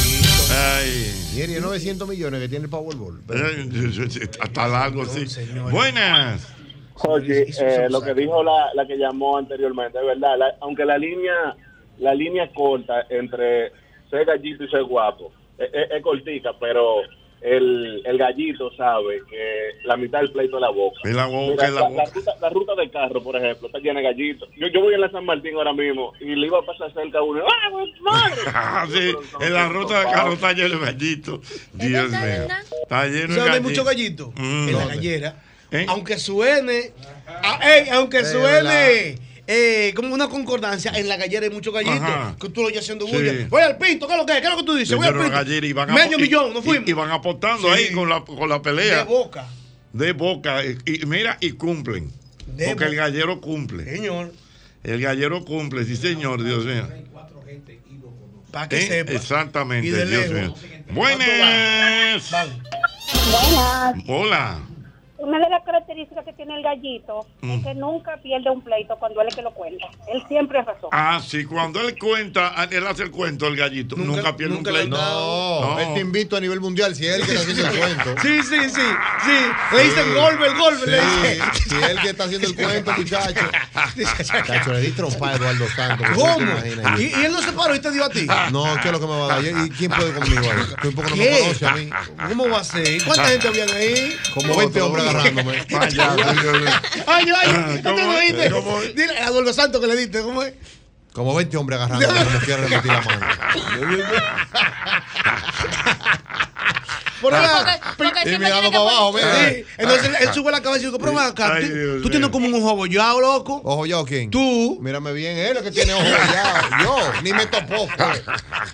Ay. Mire, novecientos millones que tiene el Powerball. Eh, Hasta largo, sí. Buenas. Oye, eh, lo que dijo la, la que llamó anteriormente, es verdad, la- aunque la línea la línea corta entre ser gallito y ser guapo es, es- es cortica, pero el, el gallito sabe que la mitad del pleito es la boca. Es la boca, Mira, es la la, boca. la ruta, la ruta de carro, por ejemplo, está llena de gallitos. Yo, yo voy en la San Martín ahora mismo y le iba a pasar cerca a uno. ¡Ah, pues, madre! Ah, sí, en la ruta de carro está lleno de gallitos. Dios verdad, mío. verdad. Está lleno ¿Sabes de dónde hay gallitos. mucho gallito? Mm. En la ¿Dónde? gallera. ¿Eh? Aunque suene, ah, ey, aunque Es suene eh, como una concordancia, en la gallera hay muchos gallitos. Ajá. Que tú lo oyes haciendo Sí. bulla. Voy al pinto, ¿qué es lo que es? ¿Qué es lo que tú dices? Voy al Señor pinto. Gallera, y van a- Medio y- millón, nos y- fuimos. Y, van apostando Sí. ahí con la, con la pelea. De boca. De boca. Y, y mira, y cumplen. De Porque boca. el gallero cumple. Señor, El gallero cumple, sí, señor, Dios mío. para que ¿Eh? sepa. Exactamente, Y de Dios lejos. mío. Buenas. Van. Buenas. Hola. Una de las características que tiene el gallito Mm. es que nunca pierde un pleito cuando él es que lo cuenta. Él siempre es razón. Ah, sí, cuando él cuenta, él hace el cuento, el gallito. Nunca, Nunca- pierde nunca un le han pleito. No, No. él te invito a nivel mundial, si es él que está haciendo el cuento. Sí, sí, sí, sí. Le dicen golpe, el golpe, le dicen. Sí, si es él que está haciendo el cuento, muchacho. Muchacho, le di trompa a Eduardo Santos. que ¿Cómo? tú te imaginas. ¿Y, y él no se paró y te dio a ti? No, ¿qué es lo que me va a dar? ¿Y quién puede conmigo ahí? Tú un poco no me ¿Qué? conoces a mí. ¿Cómo va a ser? ¿Cuánta gente habían ahí? Como veinte hombres agarrándome. Vaya, Dios mío. Ay, ay, ¿tú te ¿Cómo lo es? diste? ¿Cómo es? Dile a Eduardo Santos que le diste, ¿cómo es? Como veinte hombres agarrándome, como quiera le metí la mano. Por Sí, acá. porque, porque Y siempre mirando tiene que para abajo, poner- mira. Sí, entonces él, él sube la cabeza y dice, pero ven acá, Ay, tú, Dios tú tienes mío. como un ojo abollado, loco. ¿Ojo yo quién? Tú. Mírame bien, él es el que tiene ojo ya. Yo, ni me topó, pues.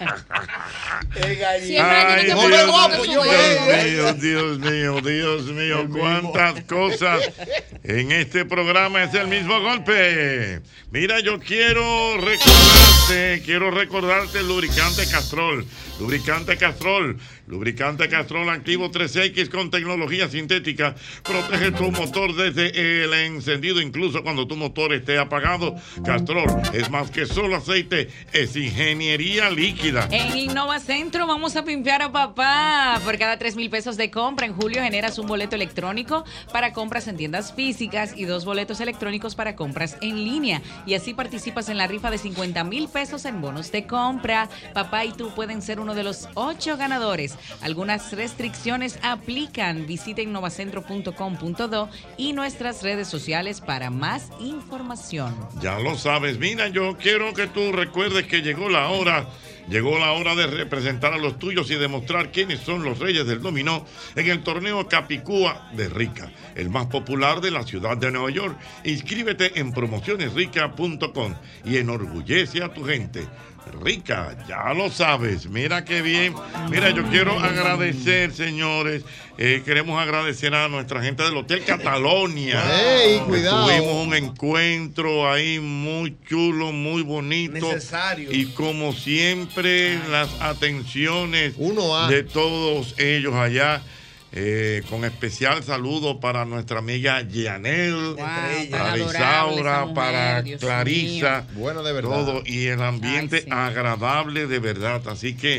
El gallito. Siempre Ay, tiene que Dios poner Dios uno mío, que yo sube. veo. Dios mío, Dios mío, Dios mío, cuántas cosas en este programa es el mismo golpe. Mira, yo quiero recordarte, quiero recordarte el lubricante Castrol, lubricante Castrol, lubricante Castrol activo tres X con tecnología sintética, protege tu motor desde el encendido, incluso cuando tu motor esté apagado. Castrol es más que solo aceite, es ingeniería líquida. En Innovacentro vamos a pimpear a papá. Por cada tres mil pesos de compra en julio generas un boleto electrónico para compras en tiendas físicas y dos boletos electrónicos para compras en línea. Y así participas en la rifa de cincuenta mil pesos en bonos de compra. Papá y tú pueden ser uno de los ocho ganadores. Algunas restricciones aplican. Visita innovacentro punto com punto do y nuestras redes sociales para más información. Ya lo sabes, mira, yo quiero que tú recuerdes que llegó la hora, llegó la hora de representar a los tuyos y demostrar quiénes son los reyes del dominó en el torneo Capicúa de Rica, el más popular de la ciudad de Nueva York. Inscríbete en promociones rica punto com y enorgullece a tu gente. Rica, ya lo sabes, mira qué bien. Mira, yo quiero agradecer, señores, eh, queremos agradecer a nuestra gente del Hotel Catalonia. ¡Ey, cuidado! Tuvimos un encuentro ahí muy chulo, muy bonito. Necesario. Y como siempre, las atenciones Uno A. de todos ellos allá. Eh, con especial saludo para nuestra amiga Yanel, Wow, para tan adorable esa Isaura, mujer, para Dios Clarisa, Bueno, de verdad. todo, y el ambiente Ay, sí. agradable de verdad. Así que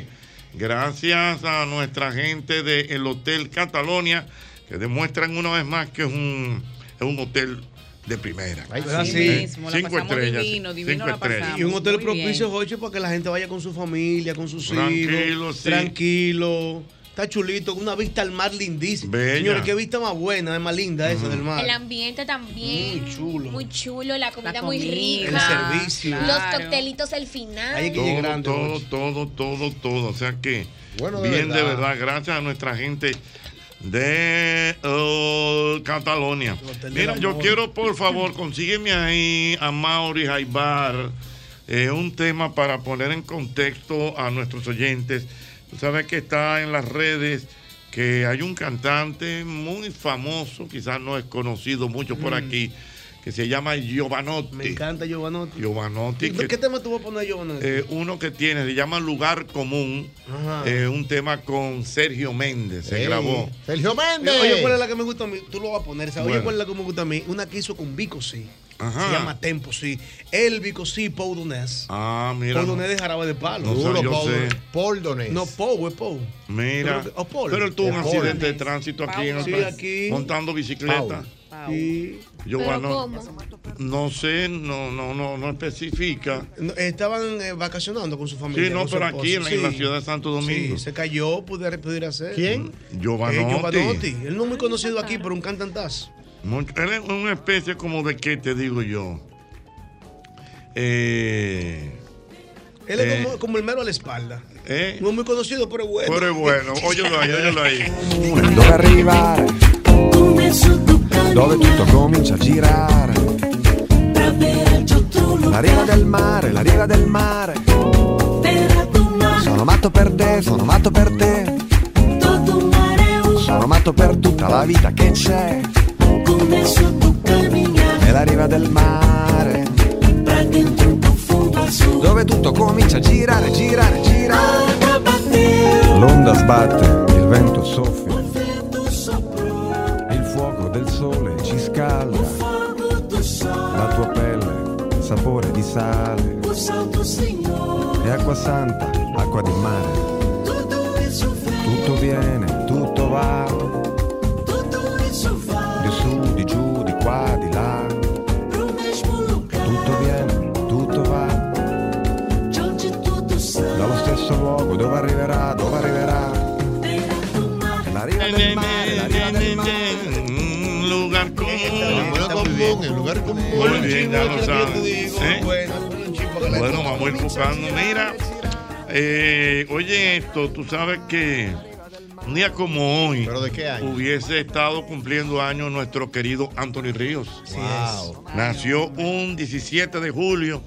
Gracias a nuestra gente del Hotel Catalonia, que demuestran una vez más que es un, es un hotel de primera. Ay, sí. sí. Eh, Mismo, la cinco pasamos estrellas. divino, divino cinco la estrellas. pasamos. Y un hotel Muy propicio, bien. Jochi, para que la gente vaya con su familia, con sus Tranquilo, hijos. sí. Tranquilo. Está chulito, con una vista al mar lindísima. Bella. Señores, qué vista más buena, es más linda esa del mar. El ambiente también. Muy chulo. Muy chulo, la comida, La muy comida, rica. el servicio. Los Claro. coctelitos al final. Ahí hay que llegar Todo, grande, todo, todo, todo, todo. O sea que, Bueno, de bien de verdad. verdad, gracias a nuestra gente de uh, Catalonia. Hotel de Mira, la yo Moda. quiero, por favor, consígueme ahí a Mauri Jaibar eh, un tema para poner en contexto a nuestros oyentes. Tú sabes que está en las redes que hay un cantante muy famoso, quizás no es conocido mucho por aquí, que se llama Giovanotti. Me encanta Giovanotti. Giovanotti. ¿Y que- ¿Qué tema tú vas a poner, Giovanotti? eh, uno que tiene, se llama Lugar Común, Ajá. eh, un tema con Sergio Méndez, se Ey, grabó. Sergio Méndez. Oye, ¿cuál es la que me gusta a mí? Tú lo vas a poner. ¿sabes? Oye, Bueno. ¿cuál es la que me gusta a mí? Una que hizo con Vico, sí. Ajá. Se llama Tempo, sí. El Vico, sí, Paul Donés. Ah, mira. Paul no- Donés de Jarabe de Palo. No Duro, sé, yo Paul, sé. Paul Donés. No, Paul, es Paul. Mira, Pero- oh, Paul. pero él tuvo un Paul. accidente de tránsito aquí en el Sí, país, aquí. montando bicicleta. Pau. Sí. Yo, ¿Pero bueno, cómo? no sé, no, no, no, no especifica. No, estaban eh, vacacionando con su familia. Sí, no, con su pero esposo. aquí en la, en la Sí. ciudad de Santo Domingo. Sí, se cayó, pudiera, pudiera ser. ¿Quién? Giovanotti. Eh, Giovanotti. Él no es muy conocido aquí, pero un cantantazo. Mucho- Él es una especie como de qué te digo yo. Eh, Él Eh. es como, como el mero a la espalda. eh, No es muy conocido, pero es bueno. pero es bueno. Óyelo ahí, óyelo ahí. Dove arrivare, dove tutto comincia a girare. La riva del mare, la riva del mare. Sono matto per te, sono matto per te. Sono matto per tutta la vita che c'è. È la riva del mare, dove tutto comincia a girare, girare, girare. L'onda sbatte, il vento soffia, il fuoco del sole ci scalda. La tua pelle, sapore di sale. E acqua santa, acqua di mare. Tutto viene, tutto va. Di su, di giù, di qua, di là. Tutto viene, tutto va. Dallo stesso luogo dove arriverà, dove arriverà. La riva del mare, la riva del mare. Un lugar común. El lugar común, el lugar común. Muy bien, ya lo Yo te saben. digo, ¿Eh? bueno, ponle un chin para que la Bueno, gente- vamos a ir buscando. Mira, eh, oye esto, tú sabes que un día como hoy ¿Pero de qué año? hubiese estado cumpliendo años nuestro querido Anthony Ríos. Wow. Nació un diecisiete de julio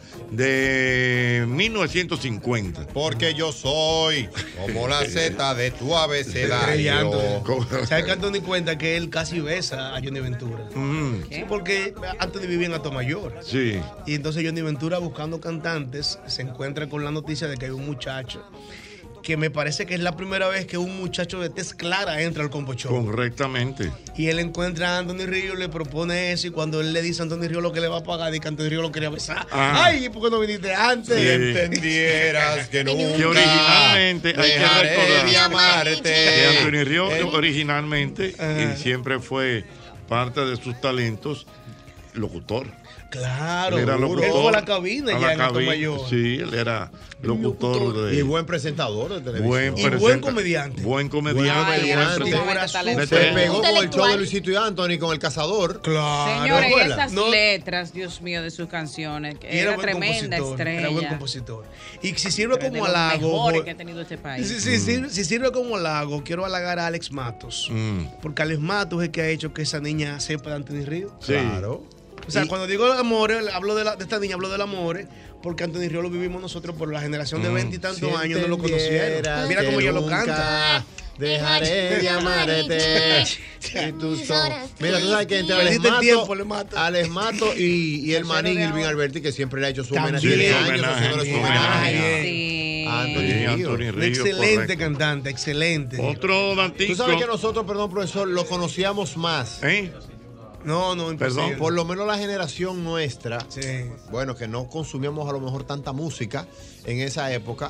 de mil novecientos cincuenta. Porque yo soy como la Z de tu Rey abecedario. Anthony. ¿Sabes que Anthony cuenta que él casi besa a Johnny Ventura? Mm, Sí, porque Anthony vivía en Atomayor. sí. Y entonces Johnny Ventura, buscando cantantes, se encuentra con la noticia de que hay un muchacho que me parece que es la primera vez que un muchacho de tez clara entra al Combo Show. Correctamente. Y él encuentra a Anthony Ríos, le propone eso, y cuando él le dice a Anthony Ríos lo que le va a pagar, dice que Anthony Ríos lo quería besar. Ah. Ay, ¿por qué no viniste antes? Sí. Entendieras que nunca Que originalmente hay que dejaré recordar de amarte. que Anthony Ríos Eh, originalmente Ajá. y siempre fue parte de sus talentos locutor. Claro, Él era locutor. él fue a la cabina A ya la en cabina, Atomayor. sí, él era locutor de Y buen presentador de televisión. buen Y buen presenta- comediante. Buen comediante. Buen comediante. buen Figura Tremendo súper- talento. Se pegó con el Intelectual. show de Luisito y Anthony con El Cazador. Claro. Señores, y ¿recuerdas? esas No. letras, Dios mío, de sus canciones. que Y Era, buen tremenda compositor, estrella. Era buen compositor. Y si sirve Pero de como los halago. mejores jo- que ha tenido este país. Si, si- si- si sirve como halago, quiero halagar a Alex Matos. Mm, Porque Alex Matos es el que ha hecho que esa niña sepa de Anthony Ríos. sí. Claro. O sea, Y- cuando digo amores, hablo de, la- de esta niña, hablo del amores, porque Anthony Ríos lo vivimos nosotros por la generación de Mm. veinte y tantos Si años, no lo entendieras conocieron. Mira que cómo ella lo nunca canta. Dejaré de amarte. Y tú sos- Mira, tú sabes que entre Alex Perdiste el tiempo, Mato, le mato. Alex Mato y, y el manín Irving Alberti, que siempre le ha hecho su homenaje. También. Tiene Sí, años homenaje, haciéndole su homenaje. homenaje. Sí. a Anthony Sí, Ríos. Anthony Un Ríos, excelente correcto. cantante, excelente. Otro datico. Tú sabes que nosotros, perdón, profesor, lo conocíamos más. ¿Eh? No, no, imposible. Perdón, por lo menos la generación nuestra, Sí. bueno, que no consumíamos a lo mejor tanta música en esa época,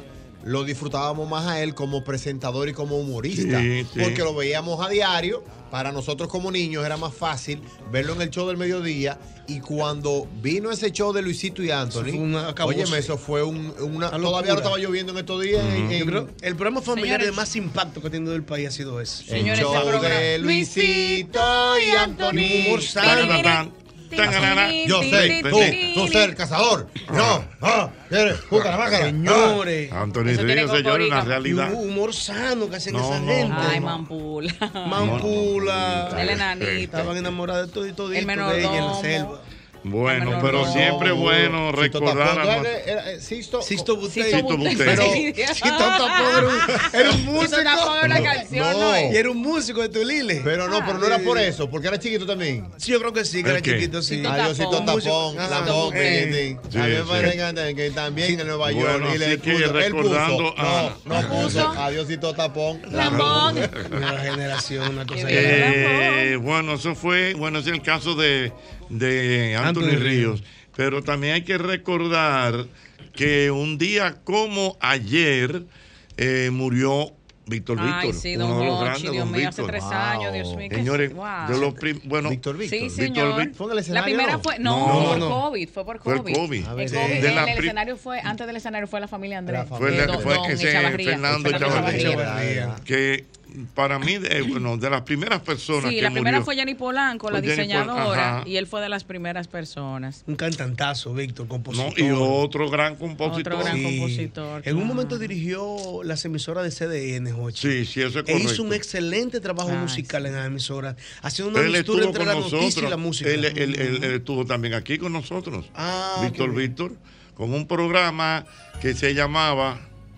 lo disfrutábamos más a él como presentador y como humorista. Sí, sí. Porque lo veíamos a diario. Para nosotros como niños era más fácil verlo en el show del mediodía. Y cuando vino ese show de Luisito y Anthony, Eso fue una acabose. óyeme, eso fue un, una... Una Todavía locura. no estaba lloviendo en estos días. en- Yo en- creo el programa familiar Señores. de más impacto que ha tenido el país ha sido ese. el show de Luisito y Anthony. Un humor sano. Yo sé, tú, tú ser el cazador. No, no, ¿quieres? Busca la máscara. Señores. Anthony Eso tiene Ríos, señor, cocorica. una realidad. Y hubo humor sano que hacen No, esa no, gente. no, Ay, no. Mampula. Mampula. El enanito. Estaban enamorados de todo y todo El de ella en la menordomo. selva. Bueno, No, no, pero no. siempre es bueno Sixto recordar Tapón, a ¿no era- era, eh, Sixto, Sixto Butey. Sixto Butey. Pero Sí. Sixto Tapón era un, era un músico. Sixto Tapón era una canción, ¿no? Y era un músico de Tulile. Pero no, pero no era por eso, porque era chiquito también. Sí, yo creo que sí, que ¿El era qué? chiquito, sí. Sixto Adiósito Tapón. Tapón, Ajá. Tapón, Eh. que a mí me Sí, parece sí. que- que también en Nueva York. Bueno, y le así que puso- él recordando puso, a- no, no puso, puso. Adiósito Tapón. Lambón. Una generación, una cosa. Eh, bueno, eso fue, bueno, es el caso de, de Anthony, Anthony Ríos. Pero también hay que recordar que un día como ayer eh, murió Víctor Ay, Víctor, sí, uno don de los Hochi, grandes, Dios don mío, hace Víctor. tres Wow. años, Dios mío. que- Señores, wow. de los prim- bueno, Víctor Víctor. Sí, Víctor señor. Víctor. ¿Fue en el La escenario? primera no? fue, no, No, por no. COVID, fue por Fue el COVID. COVID. A ver, El sí. COVID, De en la el pri- escenario fue, antes del escenario fue la familia Andrés. La Fue, familia. el- Don- fue don ese Echavarría. Fernando Fernando Echavarría, que para mí, eh, bueno, de las primeras personas Sí, que la primera murió, fue Jenny Polanco, la Fue Jenny Pol- diseñadora, ajá. y él fue de las primeras personas. Un cantantazo, Víctor, no, compositor. y otro gran compositor. Otro gran Sí. compositor. En un claro. momento dirigió las emisoras de C D N, Jochi. Sí, sí, eso es E correcto. hizo un excelente trabajo Ay, musical en las emisoras, haciendo una Él mixtura estuvo entre con la noticia nosotros. y la música. Él, él- él- él estuvo también aquí con nosotros. Ah, Víctor qué bien. Víctor, con un programa que se llamaba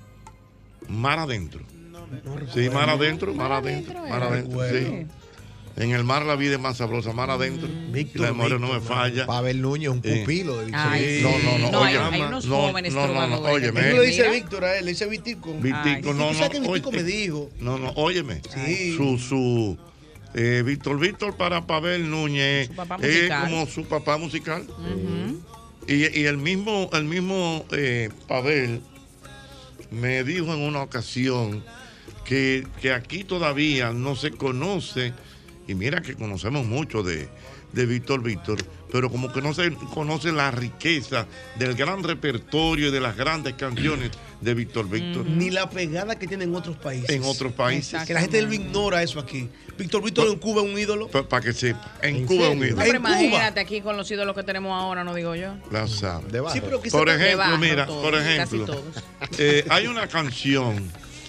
Mar Adentro. Sí, Mar Adentro, Mar Adentro, Mar era. Adentro, sí. Recuerdo. En el mar la vida es más sabrosa, Mar Adentro. Víctor, Y la memoria no me Víctor, falla. Pavel Núñez, un Eh. pupilo de Víctor. Ay, No, sí. no, no, No, hay, oye, hay unos no, jóvenes no, no, no, trovadores. óyeme. Él no le dice Mira. Víctor a él, le dice Vitico. Vitico, Ay, no, ¿Tú no. sabes que Vitico oye, me dijo? No, no, óyeme. Sí. Su, su, eh, Víctor Víctor para Pavel Núñez Su papá es musical. como su papá musical. Ujú. Y, y el mismo, el mismo eh, Pavel me dijo en una ocasión que, que aquí todavía no se conoce, y mira que conocemos mucho de, de Víctor Víctor, pero como que no se conoce la riqueza del gran repertorio y de las grandes canciones de Víctor Víctor. Ni la pegada que tiene en otros países. En otros países. Que la gente lo ignora eso aquí. Víctor Víctor en Cuba es un ídolo. Para que sepa, en, ¿En Cuba serio? un No, ídolo. pero En Cuba. imagínate aquí con los ídolos que tenemos ahora, no digo yo. La sabe. De barro. Sí, pero quizá Por te- ejemplo, De barro mira, todos, por casi ejemplo, todos. eh, hay una canción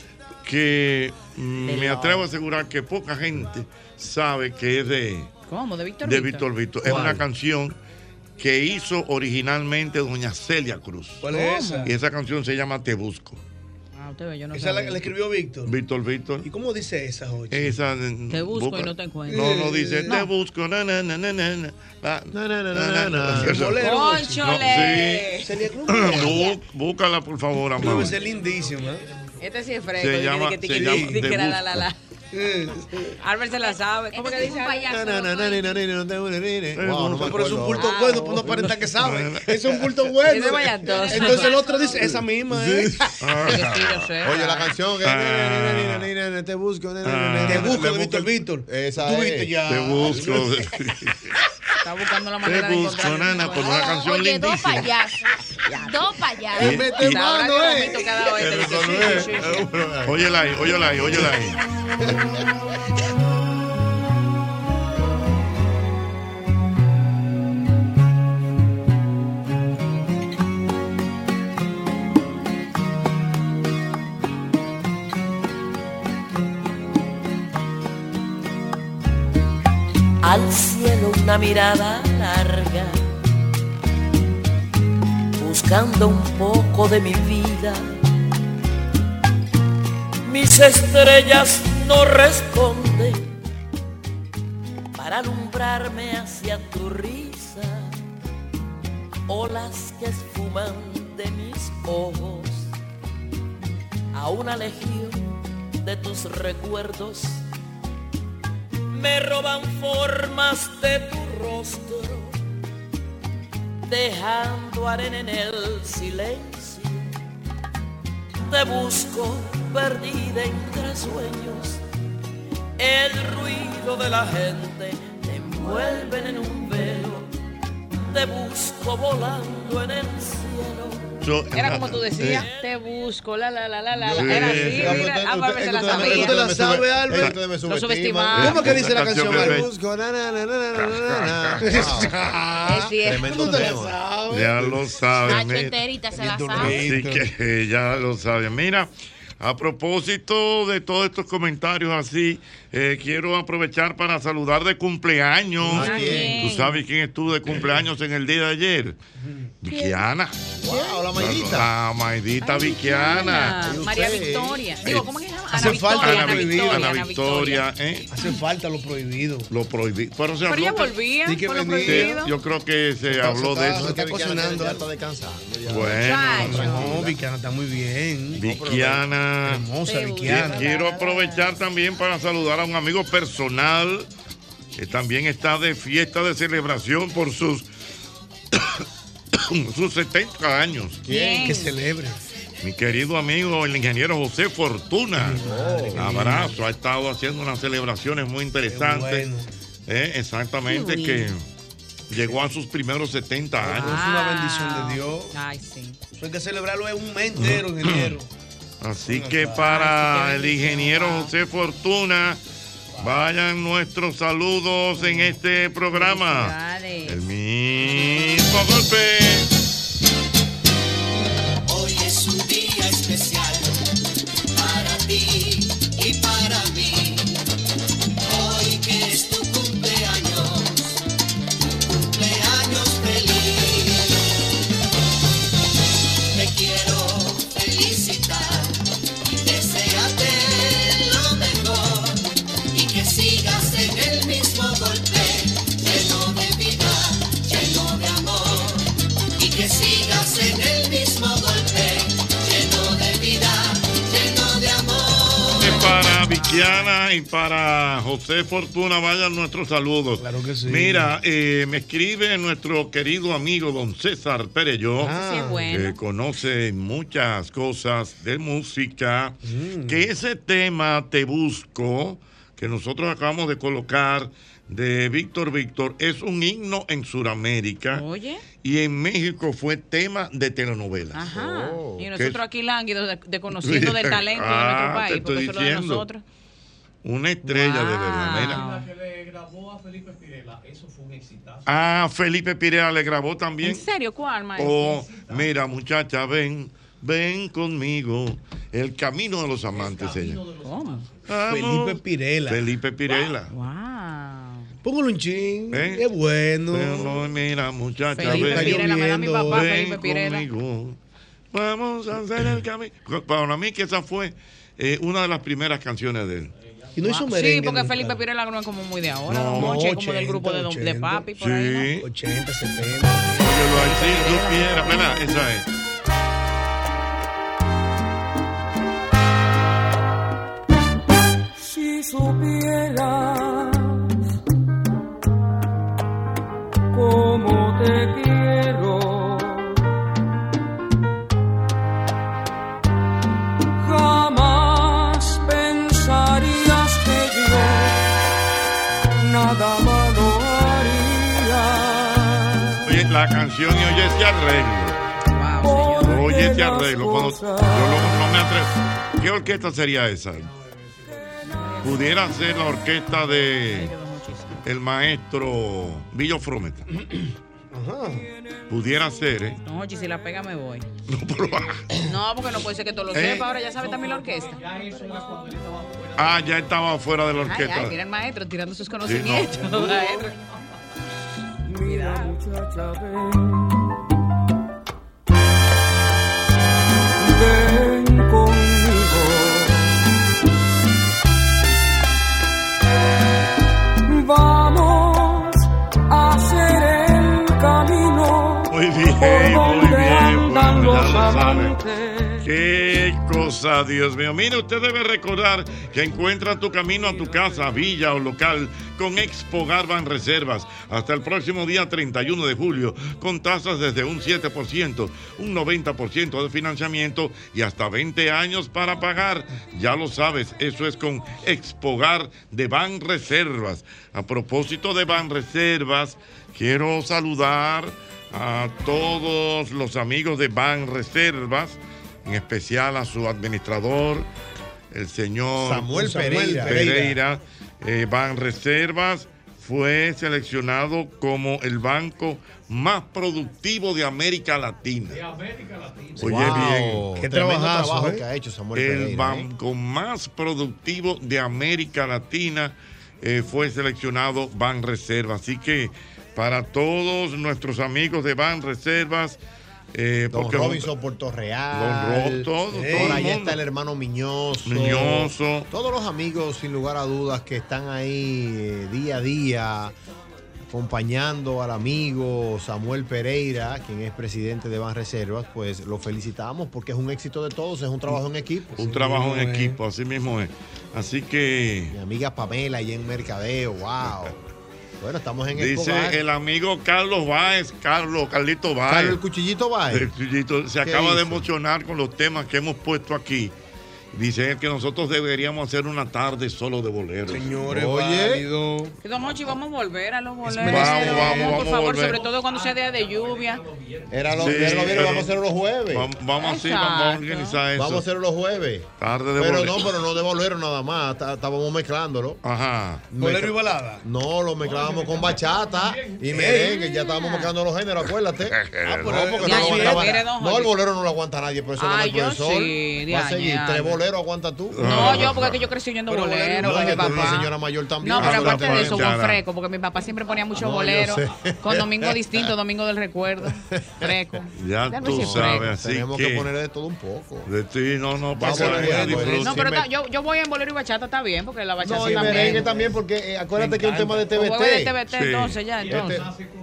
que mm, De me Lord. atrevo a asegurar que poca gente sabe que es de, ¿Cómo? ¿De Víctor de Víctor? Víctor Víctor. Es ¿Cuál? una canción que hizo originalmente doña Celia Cruz. ¿Cuál es esa? Y esa canción se llama Te Busco. Ah, usted ve, yo no Esa la, sabía. la escribió Víctor. Víctor Víctor. ¿Y cómo dice esa, Jochi? Esa, Te busco y no te encuentro. No, no dice No. te busco. Na, na, na, na, na, na, na, Na, na, na, na, na, na. Eso. El bolero. Jochi. ¡Cónchole! Celia Cruz. Bú- Búscala, por favor, Debe amor. ser lindísima. Este sí es fresco. Se dice llama- que se tiqui- llama tiqui- Te que la, la, Busco. la, la. Albert se la sabe. ¿Cómo que dice? Na, na, na, na, na, na, na, no tengo ni- ni- ni. Wow, no me Pero es un acuerdo. bulto Ah, bueno, oh. pues no aparenta que sabe. Es un bulto bueno. Ese vaya dos. Entonces el otro dice, esa misma, ¿eh? Ah. Yo sí, yo sé. Oye, la canción que Ah. na, na, na, na, na, na, te busco, na, na, na, na, Te na, busco le de Víctor Víctor. Esa Tú es. viste ya. Te busco. Está buscando la Te manera de busco, encontrar. nana, por una canción Oye, dos lindísima. payasos. Dos payasos. Y- Mete y- mano, Ahora que eh. Romito cada vez te dice, sí, sí, sí. Óyela ahí, óyela ahí, óyela ahí. Al cielo una mirada larga, buscando un poco de mi vida. Mis estrellas no responden para alumbrarme hacia tu risa, olas que esfuman de mis ojos a una legión de tus recuerdos. Me roban formas de tu rostro, dejando arena en el silencio. te busco perdida entre sueños. El ruido de la gente te envuelven en un velo. Te busco volando en el cielo. Era como tú decías, te busco, la la la la la. Sí. Era así, Sí. mira, ah, pues se la Usted- sabía. usted la sabe, Albert. Lo subestimaba. ¿Cómo que dice la canción? Te Albert? busco, na, na, na, na, na, na, na. Es cierto. Tremendo tema. Ya lo saben. Nacho mira. enterita se la sabe. Así que ya lo saben. Mira, a propósito de todos estos comentarios así, eh, quiero aprovechar para saludar de cumpleaños. ¿A quién? ¿Tú sabes quién estuvo de cumpleaños en el día de ayer? Viquiana. Wow, la Maidita. La Maidita Viquiana. María Victoria. Digo, ¿cómo que se llama? Ana Hace Victoria. falta lo Ana prohibido. Victoria. Ana Victoria, ¿eh? Hace falta lo prohibido. Lo prohibido. Pero, se Pero ella habló que- volvía Di que con lo venía. prohibido. Sí, yo creo que se habló de está- eso. se está cocinando. Ya está descansando. ya. Bueno, No, Viquiana está muy bien. Viquiana. Hermosa Te Viquiana. gusta. Quiero aprovechar también para saludar a un amigo personal que también está de fiesta de celebración por sus sus setenta años. ¿Quién? Que celebre. Mi querido amigo, el ingeniero José Fortuna. Un abrazo, ha estado haciendo unas celebraciones muy interesantes. Bueno. Eh, exactamente, Qué que llegó a sus primeros setenta años. Es una bendición de Dios. Ay, sí. Eso hay que celebrarlo en un mes entero, ingeniero. Así que para el ingeniero José Fortuna, vayan nuestros saludos en este programa. Felicidades. El mismo golpe. Hoy es un día especial para ti y para mí. Hoy que es tu cumpleaños, tu cumpleaños feliz. Te quiero felicitar y desearte lo mejor y que sigas en el mismo golpe, lleno de vida, lleno de amor. Y que sigas en el mismo golpe, lleno de vida, lleno de amor. Y para Viquiana y para José Fortuna, vayan nuestros saludos. Claro que sí. Mira, eh, me escribe nuestro querido amigo don César Perelló, Ah, Sí, bueno. que conoce muchas cosas de música, Mm. que ese tema Te Busco, que nosotros acabamos de colocar de Víctor Víctor, es un himno en Sudamérica Oye. y en México fue tema de telenovela. Ajá. Oh. Y Que nosotros es- aquí lánguidos de, de conociendo del talento de Ah, nuestro te país, estoy porque eso es lo de diciendo. nosotros. Una estrella de verdad. Mira. Wow. que le grabó a Felipe Pirela, eso fue un exitazo. Ah, Felipe Pirela le grabó también. ¿En serio? ¿Cuál, maestro? Oh, mira, muchacha, ven, ven conmigo. El camino de los amantes se llama. ¿Cómo? Felipe Pirela. Felipe Pirela. Wow. Póngalo un chin. ¿Eh? Qué bueno. Pero, mira, muchacha, Felipe ven, Pirela, me da mi papá, ven Felipe Pirela. conmigo. Vamos a hacer el camino. Para mí que esa fue eh, una de las primeras canciones de él. Y no hizo Wow. merengue. Sí, porque nunca. Felipe Pirela no es como muy de ahora, No, don Moche, como del ochenta, grupo de, don- de ochenta. papi, por ahí, ¿no? Sí. ochenta, setenta. Óyelo ahí, si supiera, ¿verdad? Esa es. Si supieras cómo te quiero, jamás pensarías que yo nada malo haría. Oye, la canción y oye ese arreglo. Wow, señor. Oye ese arreglo. Cuando yo lo- no me atrevo. ¿Qué orquesta sería esa? Pudiera ser la orquesta de el maestro Villo Frometa. Ajá. Pudiera ser, ¿eh? No, Ochi, si la pega me voy. No, pero- No, porque no puede ser que todo lo ¿Eh? sepa. Ahora ya sabe también la orquesta. Ah, ya estaba fuera de la Ay, orquesta. ay, mira el maestro tirando sus conocimientos. maestro. Mira, muchacha, ven. Ven conmigo. Vamos a hacer el camino. Muy bien, por muy donde bien. andan Bueno, ya los lo saben. amantes. Qué cosa, Dios mío. Mire, usted debe recordar que encuentra tu camino a tu casa, villa o local con Expogar Banreservas hasta el próximo día treinta y uno de julio, con tasas desde un siete por ciento, un noventa por ciento de financiamiento y hasta veinte años para pagar. Ya lo sabes, eso es con Expogar de Banreservas. A propósito de Banreservas, quiero saludar a todos los amigos de Banreservas, en especial a su administrador, el señor Samuel Pereira. Pereira. Eh, Banreservas fue seleccionado como el banco más productivo de América Latina. De América Latina. Oye, Wow. bien. Qué trabajazo, trabajo ¿eh? que ha hecho Samuel El Pereira, banco ¿eh? más productivo de América Latina eh, fue seleccionado Banreservas. Así que para todos nuestros amigos de Banreservas, Eh, Don porque Robinson Puerto Real. Don Ro, todo, sí, todo por el allá mundo. está el hermano Miñoso. Miñoso. Todos los amigos, sin lugar a dudas, que están ahí eh, día a día acompañando al amigo Samuel Pereira, quien es presidente de Banreservas, pues lo felicitamos porque es un éxito de todos, es un trabajo en equipo. Un Sí, trabajo en eh. equipo, así mismo es. Así que Mi amiga Pamela allá en Mercadeo, wow. Bueno, estamos en dice Expogar. el amigo Carlos Báez, Carlos, Carlito Báez. Carlos el Cuchillito Báez. El Cuchillito se ¿Qué acaba de hizo? emocionar con los temas que hemos puesto aquí. Dice él que nosotros deberíamos hacer una tarde solo de boleros. Señores, oye, válido. Y Don Mochi, vamos a volver a los boleros. Vamos, vamos, por vamos a favor, volver. sobre todo cuando sea día de lluvia. Era los Sí, viernes, pero- vamos a hacerlo los jueves. Vamos, vamos así, vamos a organizar eso. Vamos a hacerlo los jueves. Tarde de Pero bolero. no, pero no de bolero nada más. Tá- Estábamos mezclándolo. Ajá. ¿Bolero y balada? No, lo mezclábamos con bachata y merengue. Ya estábamos mezclando los géneros, acuérdate. Ah, no, pero porque ya, no, mire, aguantaba- mire, don no, Jorge. el bolero no lo aguanta nadie, por eso no Ay, el yo profesor. sí, Va a seguir. diañe, Tres Albert. boleros aguanta tú. No, yo, porque es que yo crecí oyendo Pero bolero bolero, con mi no, pero papá. una señora mayor también. No, pero Ah, aparte pero de eso, para con echar. fresco, porque mi papá siempre ponía mucho No, yo bolero. sé. Con domingo distinto, domingo del recuerdo. Fresco. Ya Déjame tú decir sabes, fresco. así Tenemos que, que poner de todo un poco. de ti, no, no, para Vamos que a la ver, gente algo, disfrute. No, pero Sí, ta- me- yo, yo voy en bolero y bachata, está bien, porque la bachata No, y también. merengue también, porque eh, acuérdate que es un tema de T V O jueves de T. T V T, Sí. entonces, ya, entonces.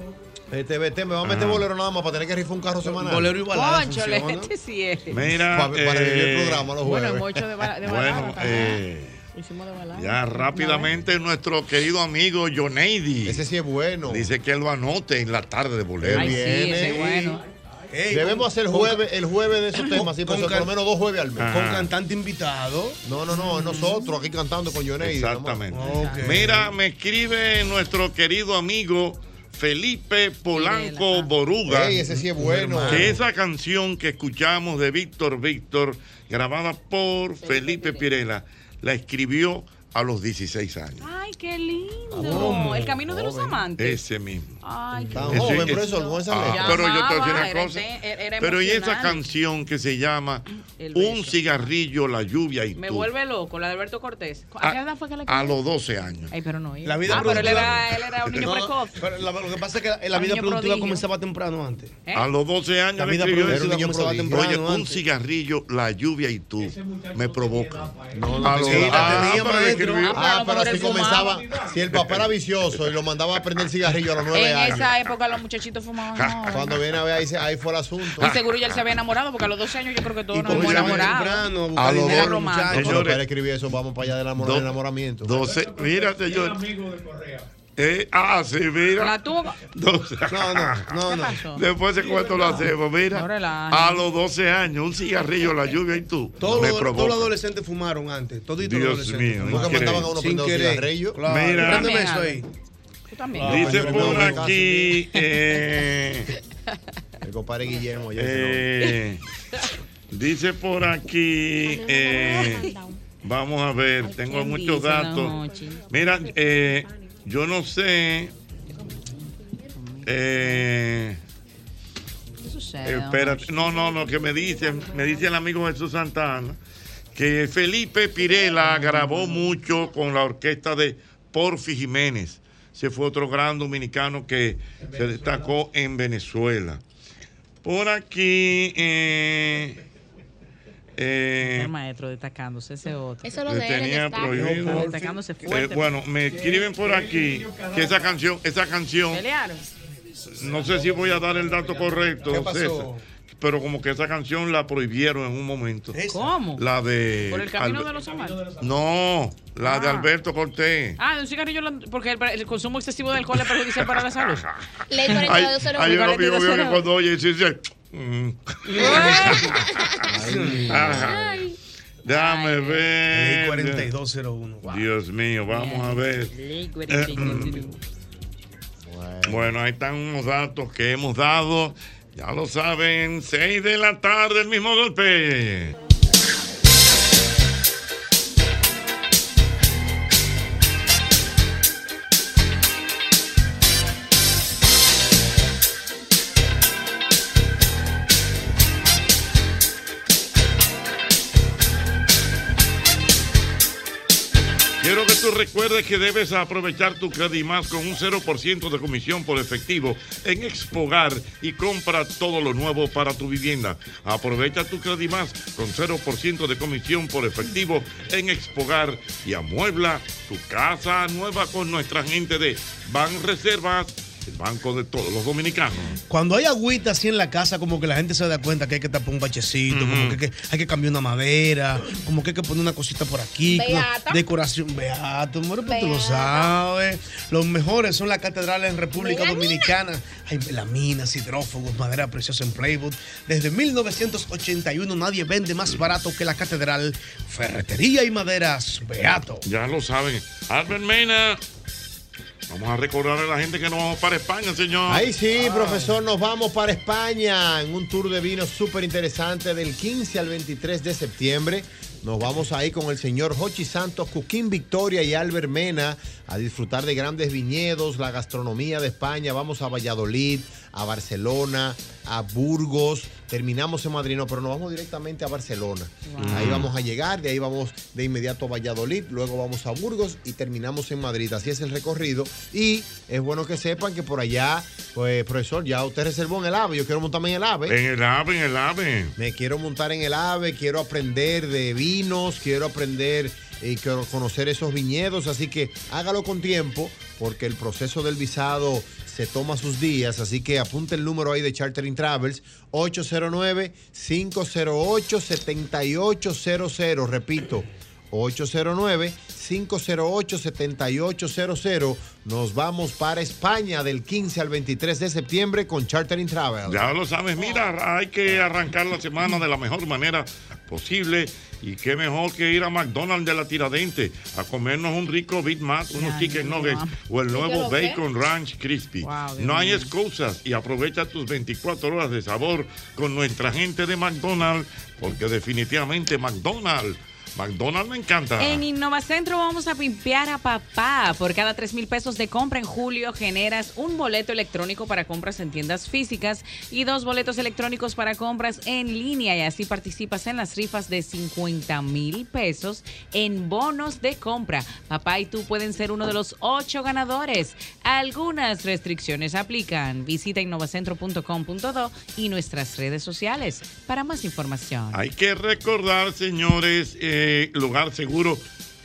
El T V T me va a meter Ajá. bolero nada más para tener que rifar un carro semanal. Bolero y balada. Cónchale, funciona. este sí es. Mira, Para, para vivir el eh, programa los Bueno, jueves. hemos hecho de, bala- de balada Bueno, también. eh, Hicimos de balada. ya rápidamente nuestro querido amigo Joneidi Ese sí es bueno. dice que él lo anote en la tarde de bolero. Ay, sí, viene. ese es bueno. Ey, Debemos hacer con- jueves, el jueves de esos temas, sí, con pero por lo can- menos dos jueves al mes. Ah. Con cantante invitado. No, no, no, es nosotros aquí cantando con Johnny. Exactamente. Ok. Mira, me escribe nuestro querido amigo Felipe Polanco Boruga. Ey, ese sí es bueno. Que esa canción que escuchamos de Víctor Víctor, grabada por Felipe Pirela, la escribió a los dieciséis años. Ay, qué lindo. ¿Cómo? El camino de los amantes. Ese mismo. Ay, qué Tan Ese- joven, ese- profesor, con esa Ah, letra. pero yo te voy a decir Llamaba, una era cosa. inte- era Pero y esa emocional. canción que se llama El Un beso. cigarrillo, la lluvia y Me tú. vuelve loco, la de Alberto Cortés. ¿A qué edad fue que la A escribió? los doce años. Ay, pero no. La vida ah, pero él productiva- era, él era un niño No, precoz. pero la- lo que pasa es que la, la Un vida niño productiva prodigio. comenzaba temprano antes. ¿Eh? A los doce años La le vida escribió productiva eso. comenzaba Oye, temprano un antes. cigarrillo, la lluvia y tú me provoca. No, no A los- tenía- ah, tenía, pero le maestro. escribió. Ah, a lo pero mejor así él fumaba. comenzaba. Si el papá era vicioso y lo mandaba a prender cigarrillo a los nueve En años. esa época los muchachitos fumaban. No. Cuando viene a ver ahí, se- ahí fue el asunto. Y seguro ya él se había enamorado, porque a los doce años yo creo que todos Y nos hemos comenzaba enamorado. temprano, a A buscar los dinero, dos- romántico. muchachos. Cuando Señores. Pérez escribió eso, vamos para allá del amor, Do- del enamoramiento. doce, mira, señor. amigo de Correa. Eh, ah, sí, mira. La tuvo. doce. No, no, no, ¿Qué no. pasó? Después de cuánto lo hacemos, No mira. relajes. A los doce años, un cigarrillo, la lluvia y tú Todos me los, todos provoca. los adolescentes fumaron antes. Toditos Dios los adolescentes mío, fumaron. Porque mandaban a uno Sin prender un querer. cigarrillo. Claro. Mira. Préndeme También, eso ahí. Tú también. Ah, Dice yo por creo que aquí, eh, El compadre Guillermo. Ya se eh, dice por aquí, eh, vamos a ver, tengo ¿quién muchos dice, datos. Nochi? Mira, eh, yo no sé. Eh, ¿Qué sucede? espérate, no, no, no, que me dice, me dice el amigo Jesús Santana que Felipe Pirela grabó mucho con la orquesta de Porfi Jiménez. Ese fue otro gran dominicano que se destacó en Venezuela. Por aquí, eh, eh, El maestro destacándose ese otro. Eso es lo le de él. tenía está. prohibido. Destacándose Eh, fuerte. bueno, me escriben por aquí que esa canción, esa canción, Pelearon. no sé si voy a dar el dato correcto, ¿Qué pasó? César, pero como que esa canción la prohibieron en un momento. ¿Cómo? La de... ¿Por el camino Albe- de los amados? No, la de Ah. Alberto Cortés. Ah, de un cigarrillo, porque el, el consumo excesivo de alcohol es perjudicial para la salud. Ley Ay, cuarenta y dos cero uno. ay, yo lo digo yo que cuando oye, sí, sí. mm. Ajá. Déjame ver. Ley cuarenta y dos cero uno. Wow. Dios mío, vamos a ver. Eh, Bueno, ahí están unos datos que hemos dado. Ya lo saben, seis de la tarde, el mismo golpe. Quiero que tú recuerdes que debes aprovechar tu Credimás con un cero por ciento de comisión por efectivo en Expogar y compra todo lo nuevo para tu vivienda. Aprovecha tu Credimás con cero por ciento de comisión por efectivo en Expogar y amuebla tu casa nueva con nuestra gente de Banreservas, el banco de todos los dominicanos. Cuando hay agüita así en la casa, como que la gente se da cuenta que hay que tapar un bachecito, como que, que hay que cambiar una madera, como que hay que poner una cosita por aquí, Beata. una decoración. Beato, amor, pues tú lo Beata. sabes. Los mejores son las catedrales en República Mira, Dominicana. Hay melaminas, hidrófugos, madera preciosa en Playwood. Desde mil novecientos ochenta y uno nadie vende más barato que la catedral. Ferretería y maderas, Beato. Ya lo saben. Albert Mena. Vamos a recordar a la gente que nos vamos para España, señor. Ahí sí, profesor, nos vamos para España en un tour de vino súper interesante del quince al veintitrés de septiembre. Nos vamos ahí con el señor Jochi Santos, Cuquín Victoria y Albert Mena a disfrutar de grandes viñedos, la gastronomía de España. Vamos a Valladolid, a Barcelona, a Burgos. Terminamos en Madrid, no, pero nos vamos directamente a Barcelona. Wow. Ahí vamos a llegar, de ahí vamos de inmediato a Valladolid, luego vamos a Burgos y terminamos en Madrid. Así es el recorrido. Y es bueno que sepan que por allá, pues, profesor, ya usted reservó en el AVE. Yo quiero montarme en el AVE. En el AVE, en el AVE. Me quiero montar en el AVE, quiero aprender de vinos, quiero aprender y quiero conocer esos viñedos, así que hágalo con tiempo porque el proceso del visado se toma sus días, así que apunte el número ahí de Chartering Travels, ocho cero nueve, cinco cero ocho, siete ocho cero cero, repito, ocho cero nueve, cinco cero ocho, siete ocho cero cero. Nos vamos para España del quince al veintitrés de septiembre con Chartering Travels. Ya lo sabes, mira, hay que arrancar la semana de la mejor manera posible. Y qué mejor que ir a McDonald's de la Tiradentes a comernos un rico Big Mac, unos chicken nuggets o el nuevo Bacon Ranch Crispy. Wow, no hay excusas y aprovecha tus veinticuatro horas de sabor con nuestra gente de McDonald's, porque definitivamente McDonald's, McDonald's me encanta. En Innovacentro vamos a pimpear a papá. Por cada tres mil pesos de compra en julio generas un boleto electrónico para compras en tiendas físicas y dos boletos electrónicos para compras en línea, y así participas en las rifas de cincuenta mil pesos en bonos de compra. Papá y tú pueden ser uno de los ocho ganadores. Algunas restricciones aplican. Visita innovacentro punto com punto do y nuestras redes sociales para más información. Hay que recordar, señores, eh, lugar seguro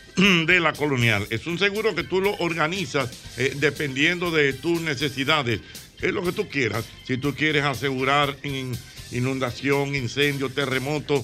de la Colonial. Es un seguro que tú lo organizas eh, dependiendo de tus necesidades. Es lo que tú quieras. Si tú quieres asegurar in- inundación, incendio, terremoto,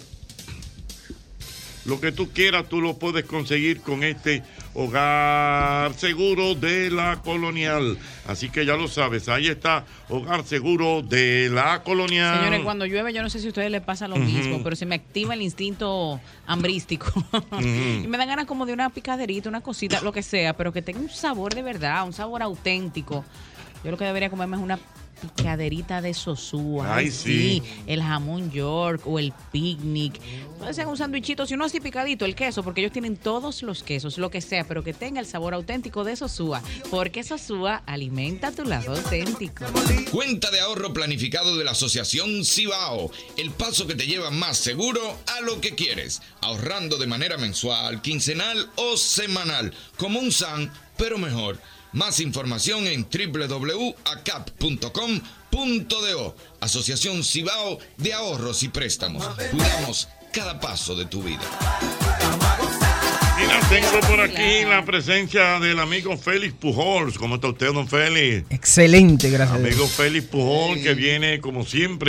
lo que tú quieras, tú lo puedes conseguir con este Hogar Seguro de la Colonial. Así que ya lo sabes, ahí está Hogar Seguro de la Colonial. Señores, cuando llueve, yo no sé si a ustedes les pasa lo Ujú. mismo, pero se me activa el instinto hambrístico. Y me dan ganas como de una picaderita, una cosita, lo que sea, pero que tenga un sabor de verdad, un sabor auténtico. Yo lo que debería comerme es una picaderita de Sosúa. Ay, sí. El jamón York o el picnic. Puede ser un sandwichito, si no así picadito, el queso, porque ellos tienen todos los quesos, lo que sea, pero que tenga el sabor auténtico de Sosúa, porque Sosúa alimenta tu lado auténtico. Cuenta de ahorro planificado de la Asociación Cibao, el paso que te lleva más seguro a lo que quieres, ahorrando de manera mensual, quincenal o semanal, como un S A N, pero mejor. Más información en doble u doble u doble u punto a c a p punto com punto do. Asociación Cibao de Ahorros y Préstamos. Cuidamos cada paso de tu vida. Mira, tengo por aquí la presencia del amigo Félix Pujols. ¿Cómo está usted, don Félix? Excelente, gracias a Dios. Amigo Félix Pujol, que viene como siempre